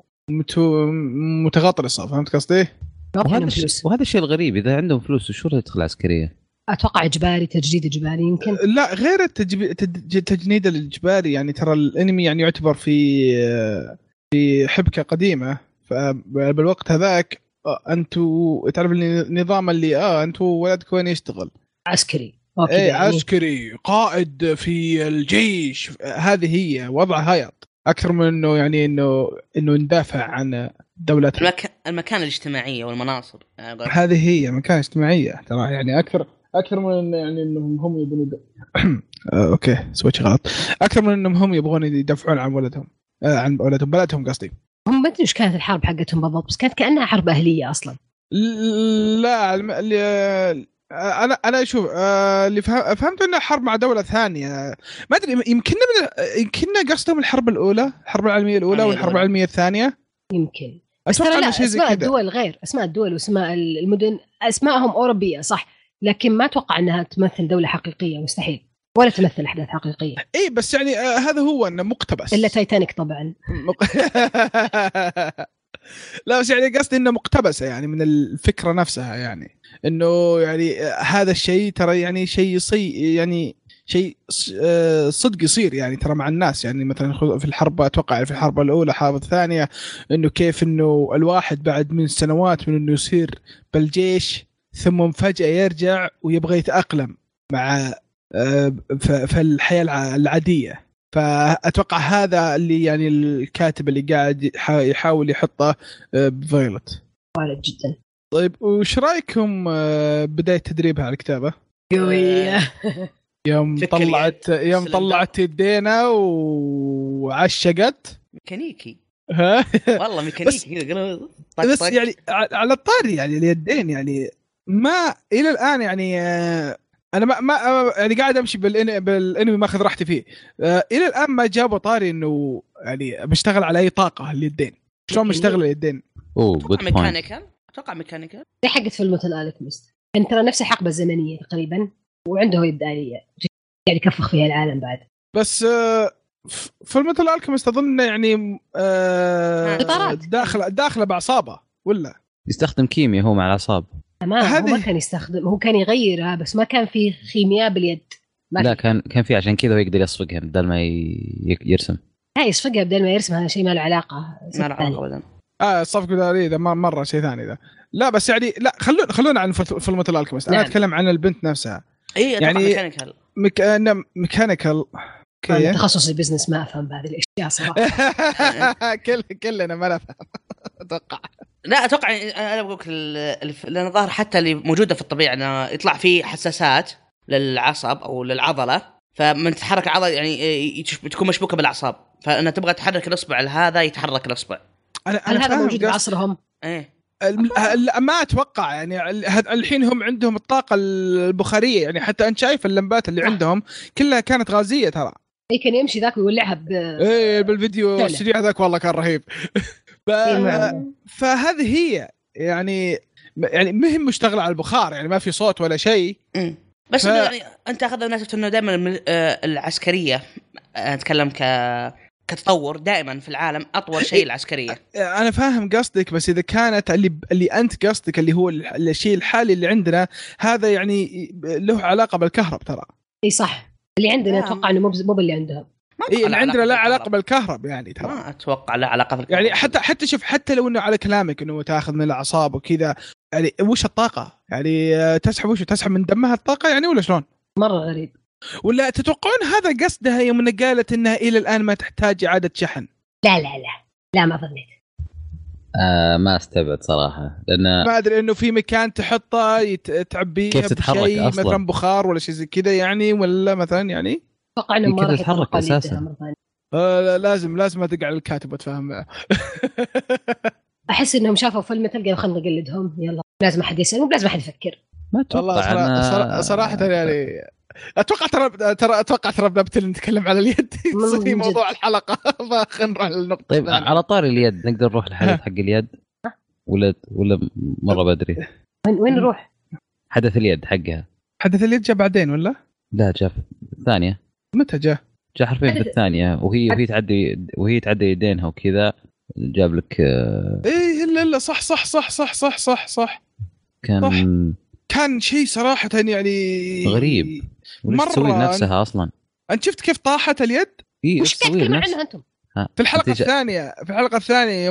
ومتغطرسه. فهمت قصدي؟ وهذا الشيء الغريب، اذا عندهم فلوس وشو اللي تدخل عسكريه؟ اتوقع اجباري، تجديد اجباري يمكن. لا غير التجنيد الاجباري. يعني ترى الانمي يعني يعتبر في حبكه قديمه. فبالوقت هذاك انتوا تعرف النظام اللي انتوا ولدك وين يشتغل؟ عسكري. عسكري قائد في الجيش. هذه هي وضعها هيط اكثر من انه يعني انه ندافع عن دولتنا. المكان الاجتماعيه والمناصب. هذه هي مكان اجتماعيه ترى. يعني اكثر من يعني انهم هم يبون اوكي سويت غلط. اكثر من انهم هم يبغون يدافعون عن ولدهم عن اولادهم بلدهم قصدي. هم ما ادري ايش كانت الحرب حقتهم بالضبط، بس كانت كانها حرب اهليه اصلا. لا انا شوف اللي فهمت انها حرب مع دوله ثانيه. ما ادري يمكن قصدهم الحرب الاولى، الحرب العالميه الاولى والحرب العالميه الثانيه يمكن. اتوقع لا اسماء الدول غير، اسماء الدول واسماء المدن اسماءهم اوروبيه صح، لكن ما اتوقع انها تمثل دوله حقيقيه، مستحيل، ولا تمثل احداث حقيقيه. اي بس يعني هذا هو انه مقتبس الا تايتانيك طبعا. لا بس يعني قصدي انه مقتبسه يعني من الفكره نفسها. يعني انه يعني هذا الشيء ترى يعني شيء يعني شيء صدق يصير يعني ترى مع الناس. يعني مثلا في الحرب اتوقع في الحرب الاولى الحرب الثانيه انه كيف انه الواحد بعد من سنوات من انه يصير بالجيش ثم فجأة يرجع ويبغى يتأقلم مع في الحياة العادية. فأتوقع هذا اللي يعني الكاتب اللي قاعد يحاول يحطه بفايولت. واضح جدا. طيب وش رأيكم بداية تدريبها على الكتابة؟ قوية. يوم طلعت يدينا وعشقت ميكانيكي. والله ميكانيكي كذا بس يعني على الطاري يعني اليدين يعني ما الى الان يعني انا ما يعني قاعد امشي بالانمي ماخذ راحتي فيه الى الان ما جابوا طاري انه يعني بشتغل على اي طاقه اليدين شلون بشتغل اليدين. جود ميكانيكال اتوقع ميكانيكال دي حقت فيلم الالكيميست يعني ترى نفس الحقبه الزمنيه تقريبا وعنده يد آلية يعني كفخ فيها العالم بعد. بس فيلم الالكيميست اظن يعني داخله باعصابه ولا يستخدم كيمياء هو مع الاعصاب. هو ما كان يستخدم هو كان يغيرها بس ما كان في كيمياء باليد. لا كان في عشان كذا هو يقدر يصفقها بدل ما يرسم. هاي يصفقها بدل ما يرسم هذا شيء ما له علاقه. ما له علاقه ابدا. الصفق ده مره شيء ثاني ذا. لا بس يعني لا خلونا عن فيلم الالكيميست. انا اتكلم عن البنت نفسها. يعني ميكانيكال أنا تخصصي بزنس ما أفهم بهذه الأشياء صراحة. كلنا ما نفهم أتوقع. لا أتوقع أنا بقولك لأن ظهر حتى اللي موجودة في الطبيعة أنه يطلع فيه حساسات للعصب أو للعضلة فمن تتحرك العضلة يعني تكون مشبوكة بالأعصاب فأنا تبغى تحرك الإصبع هذا يتحرك الإصبع. هل هذا موجود بعصرهم؟ إيه ما أتوقع يعني الحين هم عندهم الطاقة البخارية يعني حتى أنت شايف اللمبات اللي عندهم كلها كانت غازية ترى. كان يمشي ذاك ويولعها بالفيديو السريع ذاك والله كان رهيب. فهذه هي يعني مهم مشتغل على البخار يعني ما في صوت ولا شيء. بس يعني أنت أخذ الناس إنه دائما العسكرية أتكلم كتطور دائما في العالم أطول شيء العسكرية. أنا فاهم قصدك بس إذا كانت اللي أنت قصدك اللي هو الشيء الحالي اللي عندنا هذا يعني له علاقة بالكهرب ترى. إيه صح اللي عندنا أتوقع إنه مو باللي عندهم. إيه اللي عندنا لا علاقة بالكهرب يعني ترى. ما أتوقع له علاقة بالكهرب. يعني حتى شوف حتى لو إنه على كلامك إنه تأخذ من الأعصاب وكذا يعني وش الطاقة يعني تسحب من دمها الطاقة يعني ولا شلون؟ مرة غريب. ولا تتوقعون هذا قصدها يوم إنها قالت إنها إلى الآن ما تحتاج إعادة شحن؟ لا ما ظنيت. ما استبعد صراحة لأن ما أدري إنه في مكان تحطه تعبيه كيف تتحرك أصلاً مثلا بخار ولا شيء زي كذا يعني ولا مثلا يعني أتوقع إنه ما راح يتحرك أساساً. لازم أدق على الكاتب وأتفاهم. أحس إنهم شافوا فيلم تلقى خلنا نقلدهم يلا لازم أحد يسأل ولازم أحد يفكر. ما أتوقع صراحة يعني أتوقع ترى بنبتل نتكلم على اليد في موضوع الحلقة فخلنا نروح للنقطة. طيب على طاري اليد نقدر نروح للحدث حق اليد ولا مرة بدري؟ وين نروح؟ حدث اليد حقها. حدث اليد جاء بعدين ولا؟ لا جاء الثانية. متى جاء حرفيا في الثانية وهي تعدي يدينها وكذا جاب لك إيه لا صح كان شيء صراحة يعني غريب. مرة تسوي نفسها أصلا. أنت شفت كيف طاحت اليد؟ وش تسوي عنها أنتم؟ في الحلقة الثانية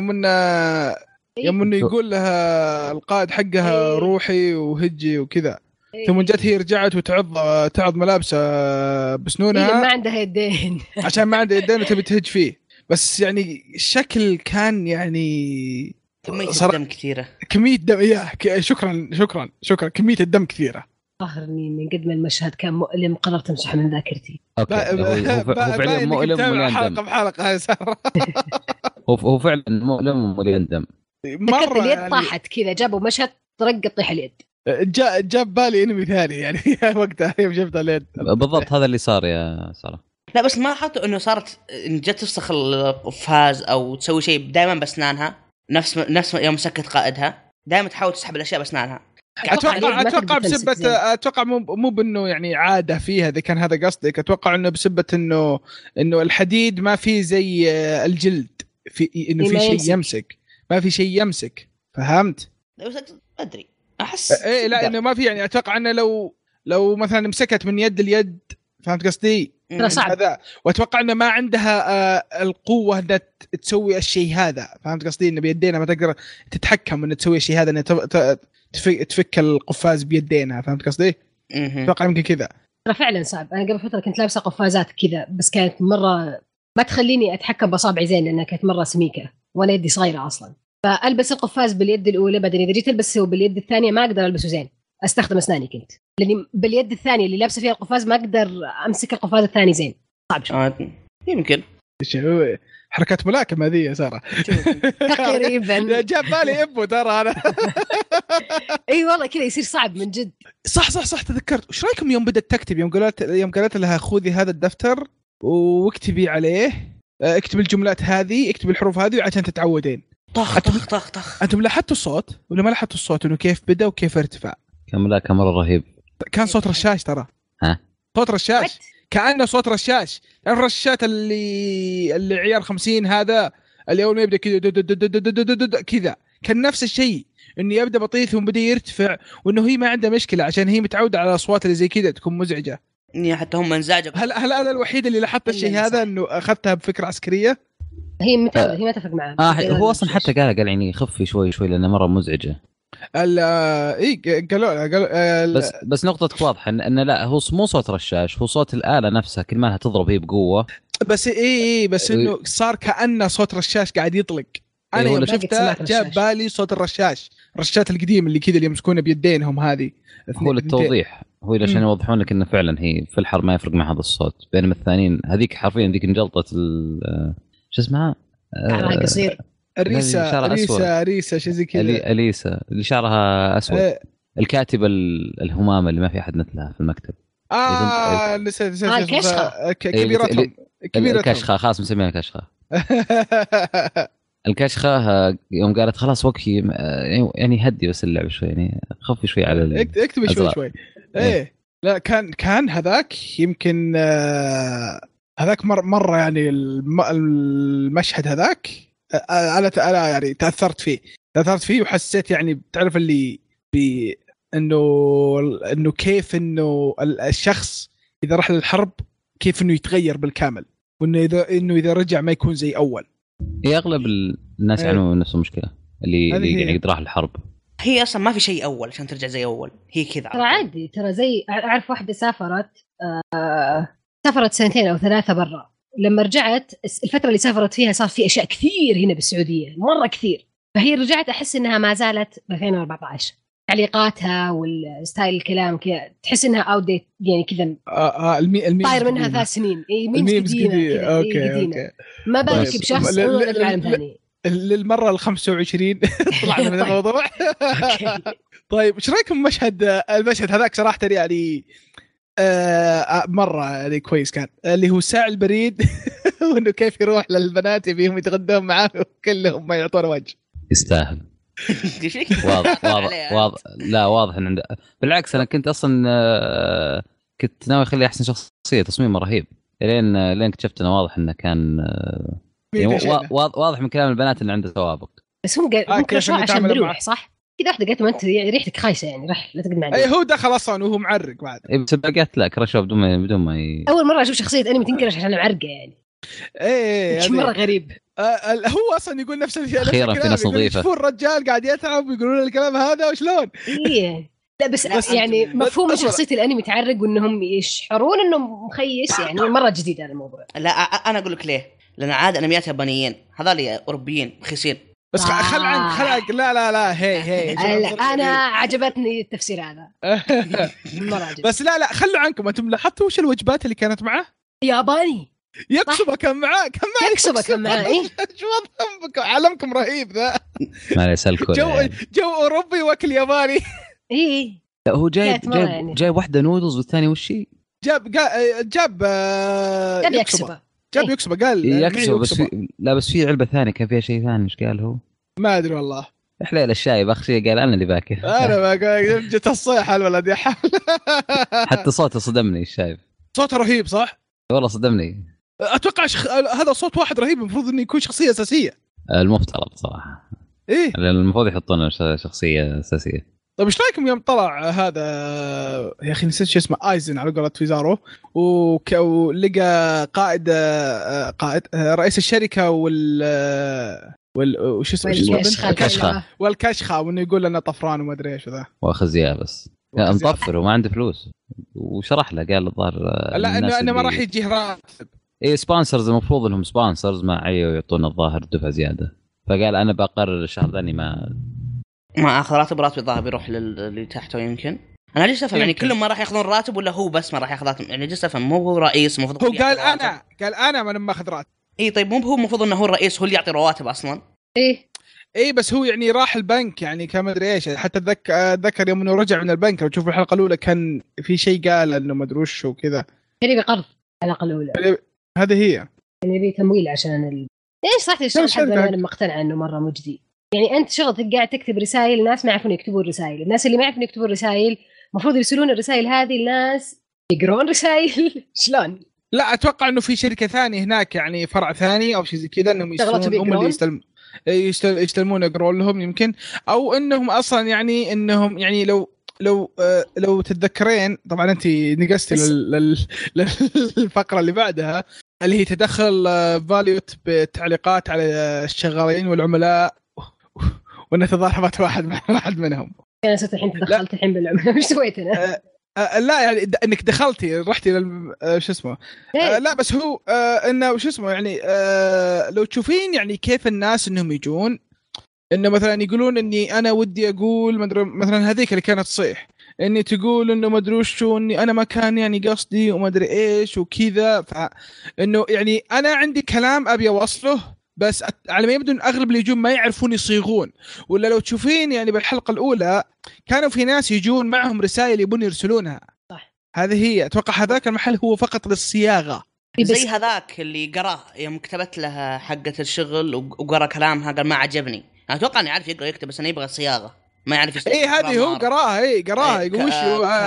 يوم إنه يقول لها القائد حقها روحي وهجي وكذا ثم جت هي رجعت وتعض ملابسه بسنونها ما عندها يدين عشان ما عندها يدين وتبي تهج فيه بس يعني الشكل كان يعني كمية الدم كثيرة. كمية دم شكرا كمية الدم كثيرة. ظهرني من قد ما المشهد كان مؤلم قررت امسحه من ذاكرتي. هو فعلا مؤلم ومليان دم. حلقة هاي سارة. هو فعلا مؤلم ومليان دم. مرة اليد يعني طاحت كذا جابوا مشهد طرق طيح اليد. جاب بالي انمي ثاني يعني وقتها يوم شفت اليد بالضبط هذا اللي صار يا سارة. لا بس ما حطوا انه صارت جت تفسخ القفاز او تسوي شيء دائما باسنانها نفس يوم مسكت قائدها دائما تحاول تسحب الاشياء باسنانها. اتوقع بسبه اتوقع مو بانه يعني عاده فيها اذا كان هذا قصدك. اتوقع انه بسبه انه الحديد ما في زي الجلد في انه في شيء يمسك ما في شيء يمسك فهمت. ادري احس ايه لا انه ما في يعني اتوقع انه لو مثلا مسكت من يد اليد فهمت قصدي هذا واتوقع انه ما عندها القوه انها تسوي الشيء هذا فهمت قصدي انه بيدينها ما تقدر تتحكم انها تسوي الشيء هذا انها تفك القفاز بيدينها فهمت قصدي. اتوقع يمكن كذا ترى فعلا صعب. انا قبل فتره كنت لابسه قفازات كذا بس كانت مره ما تخليني اتحكم باصابعي زين لانها كانت مره سميكه وانا يدي صغيره اصلا. فالبس القفاز باليد الاولى بعدين اذا جيت البسه باليد الثانيه ما اقدر البسه زين استخدم اسناني كنت لاني باليد الثانيه اللي لابسه فيها القفاز ما اقدر امسك القفاز الثاني زين صعب شوي. يمكن حركات ملاكمة هذه يا سارة. تقريبا جاب بالي ابو ترى انا. اي والله كذا يصير صعب من جد. صح تذكرت. وش رايكم يوم بدأت تكتب، يوم قالت لها خذي هذا الدفتر واكتبي عليه، اكتب الجملات هذه، اكتب الحروف هذه عشان تتعودين. طخ. انتم لاحظتوا الصوت ولا ما لاحظتوا الصوت انه كيف بدأ وكيف ارتفع؟ كان مرة رهيب. كان صوت رشاش ترى. ها صوت رشاش كأنه صوت رشاش. يعني الرشاشات اللي عيار 50 هذا اللي اول ما يبدا كذا كان نفس الشيء، انه يبدا بطيء ثم بدا يرتفع، وانه هي ما عندها مشكله عشان هي متعوده على الاصوات اللي زي كذا تكون مزعجه. حتى هم انزعجوا. هل انا الوحيد اللي لاحظت الشيء هذا انه اخذتها بفكره عسكريه؟ هي متعودة، هي ما تفق معاه. هو اصلا حتى قال يعني خفي شوي لانه مره مزعجه. قالوا بس نقطتك واضحه ان لا، هو مو صوت رشاش، هو صوت الآلة نفسها كل ما لها تضرب هي بقوه. بس بس انه صار كأنه صوت رشاش قاعد يطلق. انا يوم شفته جاب بالي صوت الرشاشات القديم اللي كذا اللي يمسكونه بيدينهم هذه. هو للتوضيح، هو عشان يوضحون لك انه فعلا هي في الحرب ما يفرق مع هذا الصوت، بينما الثانيين هذيك حرفيا ذيك انجلطه شو اسمها قصير ريسا شيء زي كذا. اليسا اللي شعرها اسود. الكاتبه الهمامه اللي ما في احد مثلها في المكتب. الكشخه كبيرتهم الكشخه خلاص مسميها كشخه. الكشخه يوم قالت خلاص وقفي يعني هدي بس اللعب شوي، يعني خفي شوي على اكتبي شوي. ايه لا كان هذاك يمكن هذاك مرة يعني المشهد هذاك أنا يعني تأثرت فيه وحسيت يعني بتعرف اللي إنه كيف إنه الشخص إذا راح للحرب كيف إنه يتغير بالكامل، وإنه إذا رجع ما يكون زي أول. هي أغلب الناس يعانون نفس المشكلة اللي يعني راح للحرب. هي أصلا ما في شيء أول عشان ترجع زي أول، هي كذا ترى عادي. ترى زي أعرف واحدة سافرت 2 أو 3 برا، لما رجعت الفترة اللي سافرت فيها صار في أشياء كثير هنا بالسعودية مرة كثير، فهي رجعت أحس إنها ما زالت ب 2014. تعليقاتها والستايل الكلام كذا تحس إنها أوتديت يعني كذا. طاير منها 3 سنين. ميمز قديمة. أوكي. ما بالك بشخص عالم ثاني. للمرة 25 طلعنا من الموضوع. طيب ايش رايكم المشهد هذاك صراحة يعني مرة يعني كويس كان، اللي هو ساعة البريد وإنه كيف يروح للبنات يبيهم يتغدون معاه وكلهم ما يعطونه وجه. يستاهل. واضح لا واضح إن بالعكس أنا كنت أصلا كنت ناوي أخلي أحسن شخصية، تصميمه رهيب لين اكتشفت أنه واضح إنه كان يعني واضح من كلام البنات إنه عنده سوابق. بس هم كرشوا عشان بيروح صح كذا. واحدة قالت ما أنت ريحتك خايسة يعني رح لا تقعد معنا. أي هو دخل أصلا وهو معرق بعد. بس قالت لا كرشوا بدون ما أول مرة أشوف شخصية أنمي تنكرش عشان معرقة يعني. إيه مرة غريب. هو أصلا يقول نفس الشيء. أخيرا في ناس نظيفة. يشوفون الرجال قاعد يتعب ويقولون له الكلام هذا وشلون. إيه لا بس يعني مفهوم شخصية الأنمي تعرق وإنهم يشعرون إنه مخيس يعني مرة جديد هذا الموضوع. لا أنا أقول لك ليه، لأن عاد أنميات يابانيين هذول أوروبيين رخيصين. بس خل عنك لا هي أنا عجبتني التفسير هذا. بس لا خلوا عنكم. أنتم لاحظتوا وش الوجبات اللي كانت معه؟ ياباني. يكسبه كان معاه إيه؟ شو وضعكم؟ علمكم رهيب ذا. ما يسألكوا جو أوروبي وأكل ياباني. إيه هو جايب واحدة نودلز والثاني وشي جاب يكسبه قال يكسبه بس في علبة ثانية كان فيها شيء ثاني. مش قال هو؟ ما أدري والله. حليل الشاي بأخشي قال أنا اللي باكر. أنا ما قال جت الصيحة الولد يا حول. حتى صوته صدمني. الشايف صوته رهيب صح؟ والله صدمني. أتوقع هذا صوت واحد رهيب المفروض إنه يكون شخصية أساسية. المفترض صراحة. إيه. المفروض يحطونه شخصية أساسية. طيب ايش رايكم يوم طلع هذا يا اخي نسيت شو اسمه ايزن على قولة فيزارو ولقى قائد رئيس الشركه وش اسمه والكشخه وانه يقول لنا طفران وما ادري ايش ذا واخذ بس مطفر وما عنده فلوس وشرح له قال الظاهر لا انه ما راح يجيه راتب. اي سبونسرز المفروض انهم سبونسرز ما يعطونا الظاهر دفعه زياده، فقال انا بقرر الشهر ذاني ما اخذ راتب الظاهر بيروح اللي تحته. يمكن انا ليش افهم يعني كلهم ما راح ياخذون راتب ولا هو بس ما راح ياخذ راتب؟ يعني ليش افهم مو هو رئيس المفروض هو قال انا ما اخذ راتب. اي طيب مو هو المفروض انه هو الرئيس، هو اللي يعطي رواتب اصلا. اي بس هو يعني راح البنك يعني كما ادري ايش، حتى اتذكر يوم انه رجع من البنك لو تشوف الحلقه الاولى كان في شيء قال انه ما ادري وش وكذا، يعني بقرض الحلقه الاولى هذه هي يعني يبي تمويل عشان ايش صح الشغل حق انا مقتنع انه مره مجدي. يعني انت شغلتك قاعد تكتب رسائل، الناس ما يعرفون يكتبون رسائل، الناس اللي ما يعرفون يكتبون رسائل المفروض يرسلون الرسائل هذه الناس يقرون رسائل شلون؟ لا اتوقع انه في شركه ثانيه هناك يعني فرع ثاني او شيء زي كذا انهم هم اللي يستلمون يقرون لهم يمكن، او انهم اصلا يعني انهم يعني لو تتذكرين طبعا انت نقصتي للفقره اللي بعدها اللي هي تدخل فاليوت بالتعليقات على الشغالين والعملاء وان تضاربت واحد منهم. انا صرت الحين تدخلت الحين بالعملاء ايش سويت انا؟ لا يعني انك دخلتي رحتي شو اسمه لا بس هو انه شو اسمه يعني لو تشوفين يعني كيف الناس انهم يجون انه مثلا يقولون اني انا ودي اقول مثلا هذيك اللي كانت تصيح اني تقول انه ما ادري شو اني انا ما كان يعني قصدي وما ادري ايش وكذا، فانه يعني انا عندي كلام ابي اوصله بس على ما يبدو ان اغلب اللي يجون ما يعرفون يصيغون. ولا لو تشوفين يعني بالحلقه الاولى كانوا في ناس يجون معهم رسائل يبون يرسلونها صح. هذه هي اتوقع هذاك المحل هو فقط للصياغه، زي هذاك اللي قراه يوم كتبت له حقه الشغل وقرا كلامها قال ما عجبني. انا اتوقع انه يعرف يقرا يكتب بس انه يبغى الصياغه ما يعرف يستخدم. اي هذه هو قراها يقول وش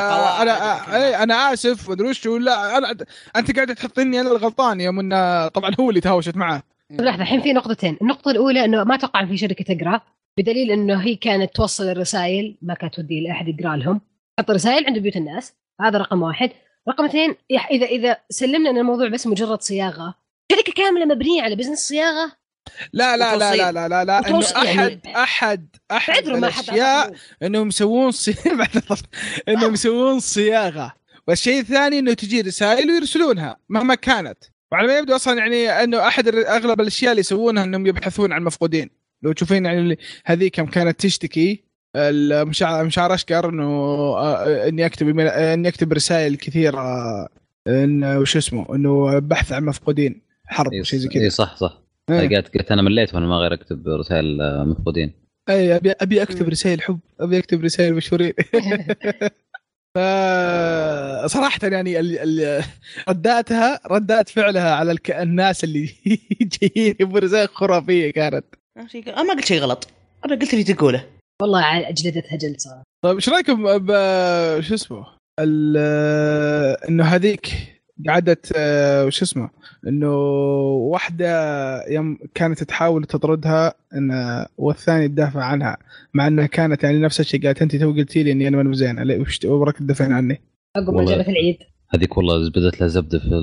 انا اسف ادري وش لا انت قاعده تحطيني انا الغلطان يوم انه طبعا هو اللي تهاوشت معه. لحظه الحين في نقطتين، النقطه الاولى انه ما اتوقع في شركه تقرا بدليل انه هي كانت توصل الرسائل ما كانت تودي لاحد يقرا لهم، حط رسائل عند بيوت الناس، هذا رقم واحد. رقم اثنين اذا سلمنا ان الموضوع بس مجرد صياغه، شركه كامله مبنيه على بزنس صياغه. لا لا لا لا لا لا لا انه احد الاشياء انهم يسوون انهم يسوون صياغه، والشيء الثاني انه تجي رسائل ويرسلونها مهما كانت. وعلى ما يبدو اصلا يعني انه اغلب الاشياء اللي يسوونها انهم يبحثون عن مفقودين. لو تشوفين يعني هذه كم كانت تشتكي مشاعر اشكر اني اكتب رسائل كثيره انه وش اسمه انه بحث عن مفقودين حرب شيء زي كذا. اي صح قلت انا مليت وانا ما غير اكتب رسائل مفقودين. اي ابي اكتب رسائل حب، ابي اكتب رسائل مشهورين. صراحه يعني ردات فعلها على الناس اللي جايين يبغوا رسائل خرافيه كانت. انا ما قلت شيء غلط، انا قلت اللي تقوله والله اجلدتها جلد صراحه. طيب ايش رايكم شو اسمه انه هذيك قعدت وش اسمه انه واحده يوم كانت تحاول تطردها انه والثاني تدافع عنها مع انها كانت يعني نفس الشيء. قالت انت تو قلتي لي اني انا مو زين وش وراك تدافعين عني عقب اجابه العيد هذيك والله بدت لها زبده في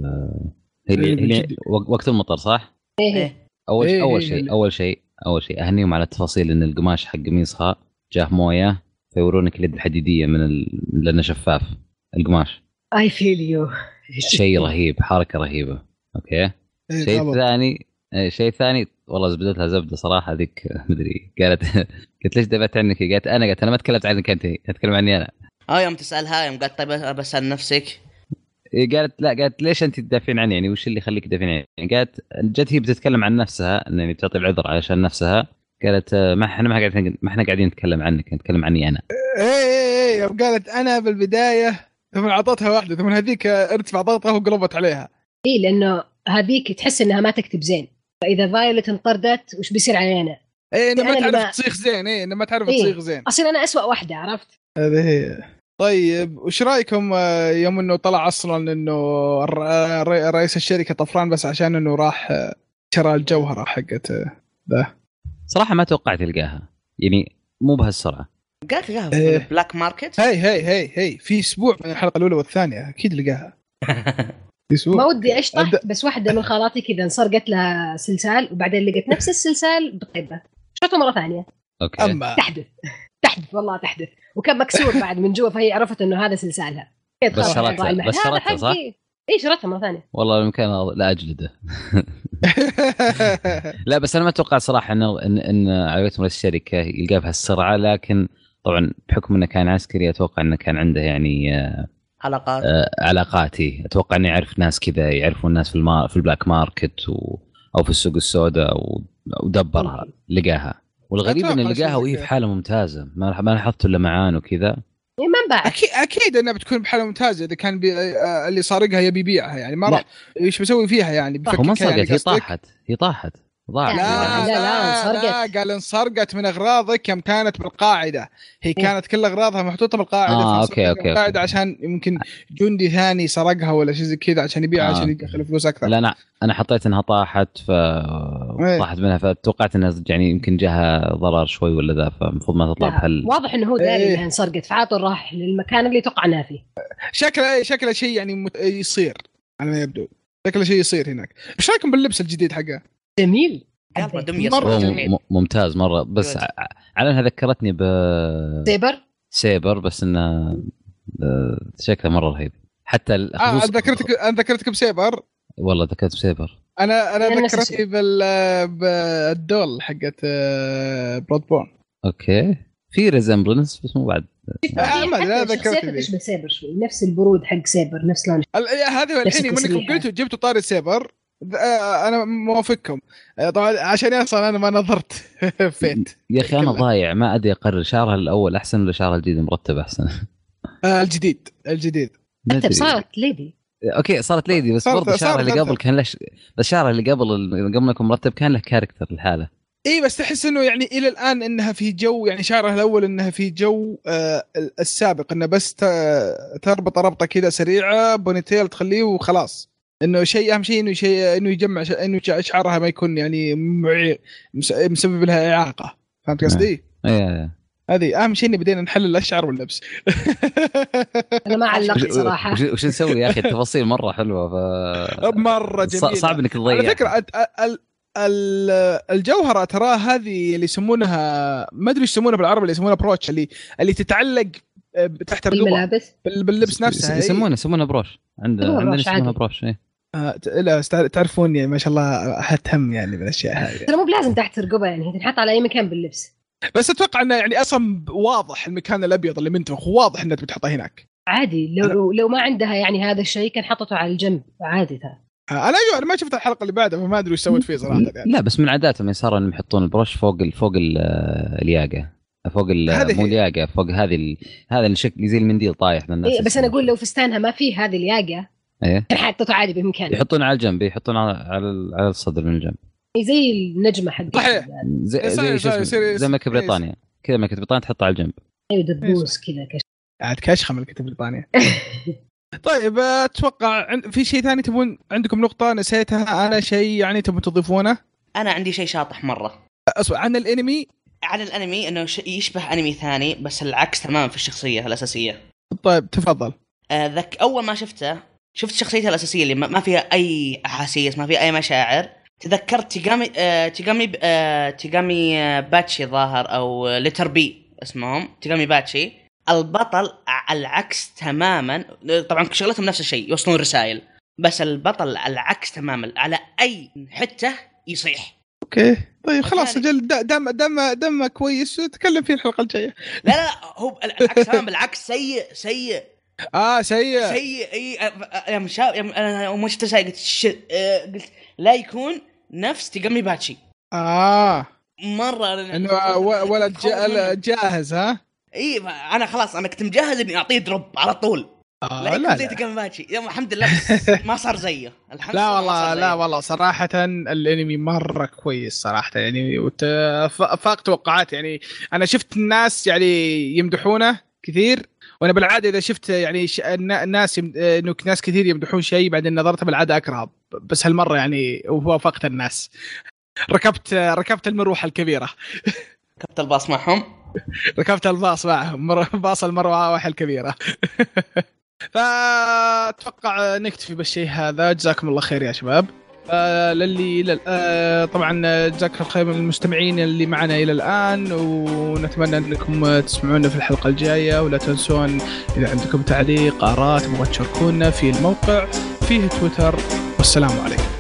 هي وقت المطر صح. اول شيء اهنيهم على التفاصيل ان القماش حق قميصها جاه مويه فيورونك اليد الحديديه لانه شفاف القماش. اي فيل يو شيء رهيب، حركه رهيبه. اوكي شيء ثاني والله زبدت لها زبده صراحه ذيك مدري قالت ليش دافعت عنك؟ قالت انا ما تكلمت عنك انت اتكلم عني انا. يوم تسالها يوم قالت طيب بسال نفسك قالت ليش انت تدافعين عني يعني وش اللي يخليك تدافعين عني؟ قالت جت هي بتتكلم عن نفسها انني بتعطي العذر علشان نفسها. قالت ما احنا قاعدين نتكلم عنك، نتكلم عني انا. ايه قالت انا بالبدايه ثم عطتها واحده ثم هذيك ارتفع ضغطها وقلبت عليها. ايه لانه هذيك تحس انها ما تكتب زين، فاذا فايلت انطردت وش بيصير علينا؟ ايه انه ما تعرف تصيغ زين. ايه انه ما تعرف تصيغ زين اصلا انا اسوأ واحده عرفت. هذه هي. طيب وش رايكم يوم انه طلع اصلا انه رئيس الشركه طفران بس عشان انه راح شرى الجوهره حقت ذا؟ صراحه ما توقعت القاها يعني مو بهالسرعه. قالت لقاها في البلاك ماركت. هي في اسبوع من الحلقه الاولى والثانيه اكيد لقاها. ما ودي اشطح بس واحده من خالاتي كذا انسرقت لها سلسال وبعدين لقيت نفس السلسال بطيبه شفته مره ثانيه. اوكي أما تحدث والله تحدث وكان مكسور بعد من جوا فهي عرفت انه هذا سلسالها. بس شرطها صح؟ اي شرطها مره ثانيه. والله المكان لا اجلده. لا بس انا ما اتوقع صراحه ان عائلتهم الشركه يلقى بهالسرعه، لكن طبعا بحكم انه كان عسكري اتوقع انه كان عنده يعني حلقات علاقاتي اتوقع اني اعرف ناس كذا يعرفوا الناس في البلاك ماركت او في السوق السوداء ودبرها لقاها. والغريب ان لقاها وهي في حاله ممتازه، ما لاحظت الا معان وكذا. ما انباع اكيد انها بتكون بحاله ممتازه اذا كان اللي سارقها يبي يبيعها يعني ما راح ايش بيسوي فيها يعني بفكك يعني هي طاحت ضاعت. لا قال انسرقت من اغراضك يوم كانت بالقاعده. هي كانت كل اغراضها محطوطه بالقاعده اوكي القاعده عشان يمكن جندي ثاني سرقها ولا شيء زي كذا عشان يبيعها عشان يدخل فلوس اكثر. لا انا حطيت انها طاحت طاحت منها فتوقعت انها يعني يمكن جاها ضرر شوي ولا ذا، فالمفروض ما تطلع بحل. واضح انه هو داري انها انسرقت فعاطل راح للمكان اللي توقعناه فيه. شكله شيء يعني يصير على ما يبدو، شكله شيء يصير هناك. ايش رايكم باللبس الجديد حقه؟ جميل مرة ممتاز مرة. بس على انها ذكرتني سيبر بس انه شكله مرة رهيب. حتى ذكرتك بسيبر. والله ذكرت بسيبر. انا ذكرتني بالدول حقت برودبورن. اوكي في ريزمبلنس بس مو بعد ما ذكرتني بسيبر شوي نفس البرود حق سيبر نفس لون هذا. الحين منكم قلتوا جبتوا طاري سيبر انا موافقكم طبعا عشان اصلا انا ما نظرت فيت يا اخي انا ضايع ما ادري اقرر شعرها الاول احسن ولا شعرها الجديد مرتب احسن. الجديد انت صارت ليدي. اوكي صارت ليدي بس برضه شعرها اللي قبل كان له بس شعرها اللي قبل يكون مرتب كان له كاركتر الحاله. اي بس تحس انه يعني الى الان انها في جو يعني شعرها الاول انها في جو السابق انه بس تربط ربطه كذا سريعه بونيتيل تخليه وخلاص. انه شيء اهم شيء انه يجمع انه شعرها ما يكون يعني مسبب لها اعاقه. فهمت قصدي؟ اي هذه اهم شيء. بدينا نحلل الشعر واللبس. انا ما علقت صراحه. وش نسوي يا اخي؟ التفاصيل مره حلوه مره جميله. صعب انك تضيع. على فكره الجوهره ترى هذه اللي يسمونها ما ادري ايش يسمونها بالعربي اللي يسمونها بروتش اللي تتعلق تحت الرقبه باللبس نفسها. يسمونها بروش. عندنا يسمونها بروش. لا تعرفوني ما شاء الله اهتم يعني بالاشياء هذه. ترى مو بلازم تحت الرقبه يعني تنحط على اي مكان باللبس. بس اتوقع انه يعني اصلا واضح المكان الابيض اللي منتفخ واضح انك بتحطه هناك عادي. لو ما عندها يعني هذا الشيء كان حطته على الجنب عادي. انا ما شفت الحلقه اللي بعدها فما ادري ايش سويت فيه صراحه يعني. لا بس من عاداتهم صار انهم يحطون البروش فوق الياقه فوق مو الياقه فوق هذا الشكل زي المنديل طايح من الناس. إيه بس انا اقول لو فستانها ما فيه هذه الياقه كان حاطته عادي بمكانه. يحطون على الجنب يحطون على الصدر من الجنب زي النجمه حقتها زي ملكة بريطانيا كذا. ملكة بريطانيا تحطها على الجنب. ايوه دبوس كذا عاد كشخه ملكة بريطانيا. طيب اتوقع في شيء ثاني تبون عندكم نقطه نسيتها انا شيء يعني تبون تضيفونه؟ انا عندي شيء شاطح مره اصبر عن الانمي انه يشبه انمي ثاني بس العكس تماما في الشخصيه الاساسيه. طيب تفضل. اول ما شفت شخصيته الاساسيه اللي ما فيها اي احاسيس ما فيها اي مشاعر. تذكرت تيغامي باتشي ظاهر او لتر بي اسمهم تيغامي باتشي. البطل العكس تماما. طبعا شغلتهم نفس الشيء يوصلون رسائل بس البطل العكس تماما على اي حته يصيح. اوكي طيب خلاص اجل دم كويس تكلم فيه الحلقه الجايه. لا هو العكس تماما بالعكس سيء سيء اي انا مش تسايق قلت لا يكون نفس تيغامي باتشي مره انه ولد جاهز. ها اي انا خلاص انا كنت مجهز اني اعطيه دروب على طول. لا زي تيغامي باتشي الحمد لله ما صار زيه الحمد لله. لا والله صراحه الانمي مره كويس صراحه يعني فاق توقعات. يعني انا شفت الناس يعني يمدحونه كثير وانا بالعاده اذا شفت يعني الناس انه ناس كثير يمدحون شيء بعدين نظرت بالعاده اكره بس هالمره يعني وافقت الناس. ركبت المروحه الكبيره. ركبت الباص معهم. ركبت الباص معهم باص المروحه الكبيره. فاتوقع نكتفي بالشيء هذا. جزاكم الله خير يا شباب. طبعا جزاكم الله خير من المستمعين اللي معنا الى الان ونتمنى انكم تسمعونا في الحلقه الجايه. ولا تنسون اذا عندكم تعليق اراء تبغوا تشاركونا في الموقع فيه تويتر. والسلام عليكم.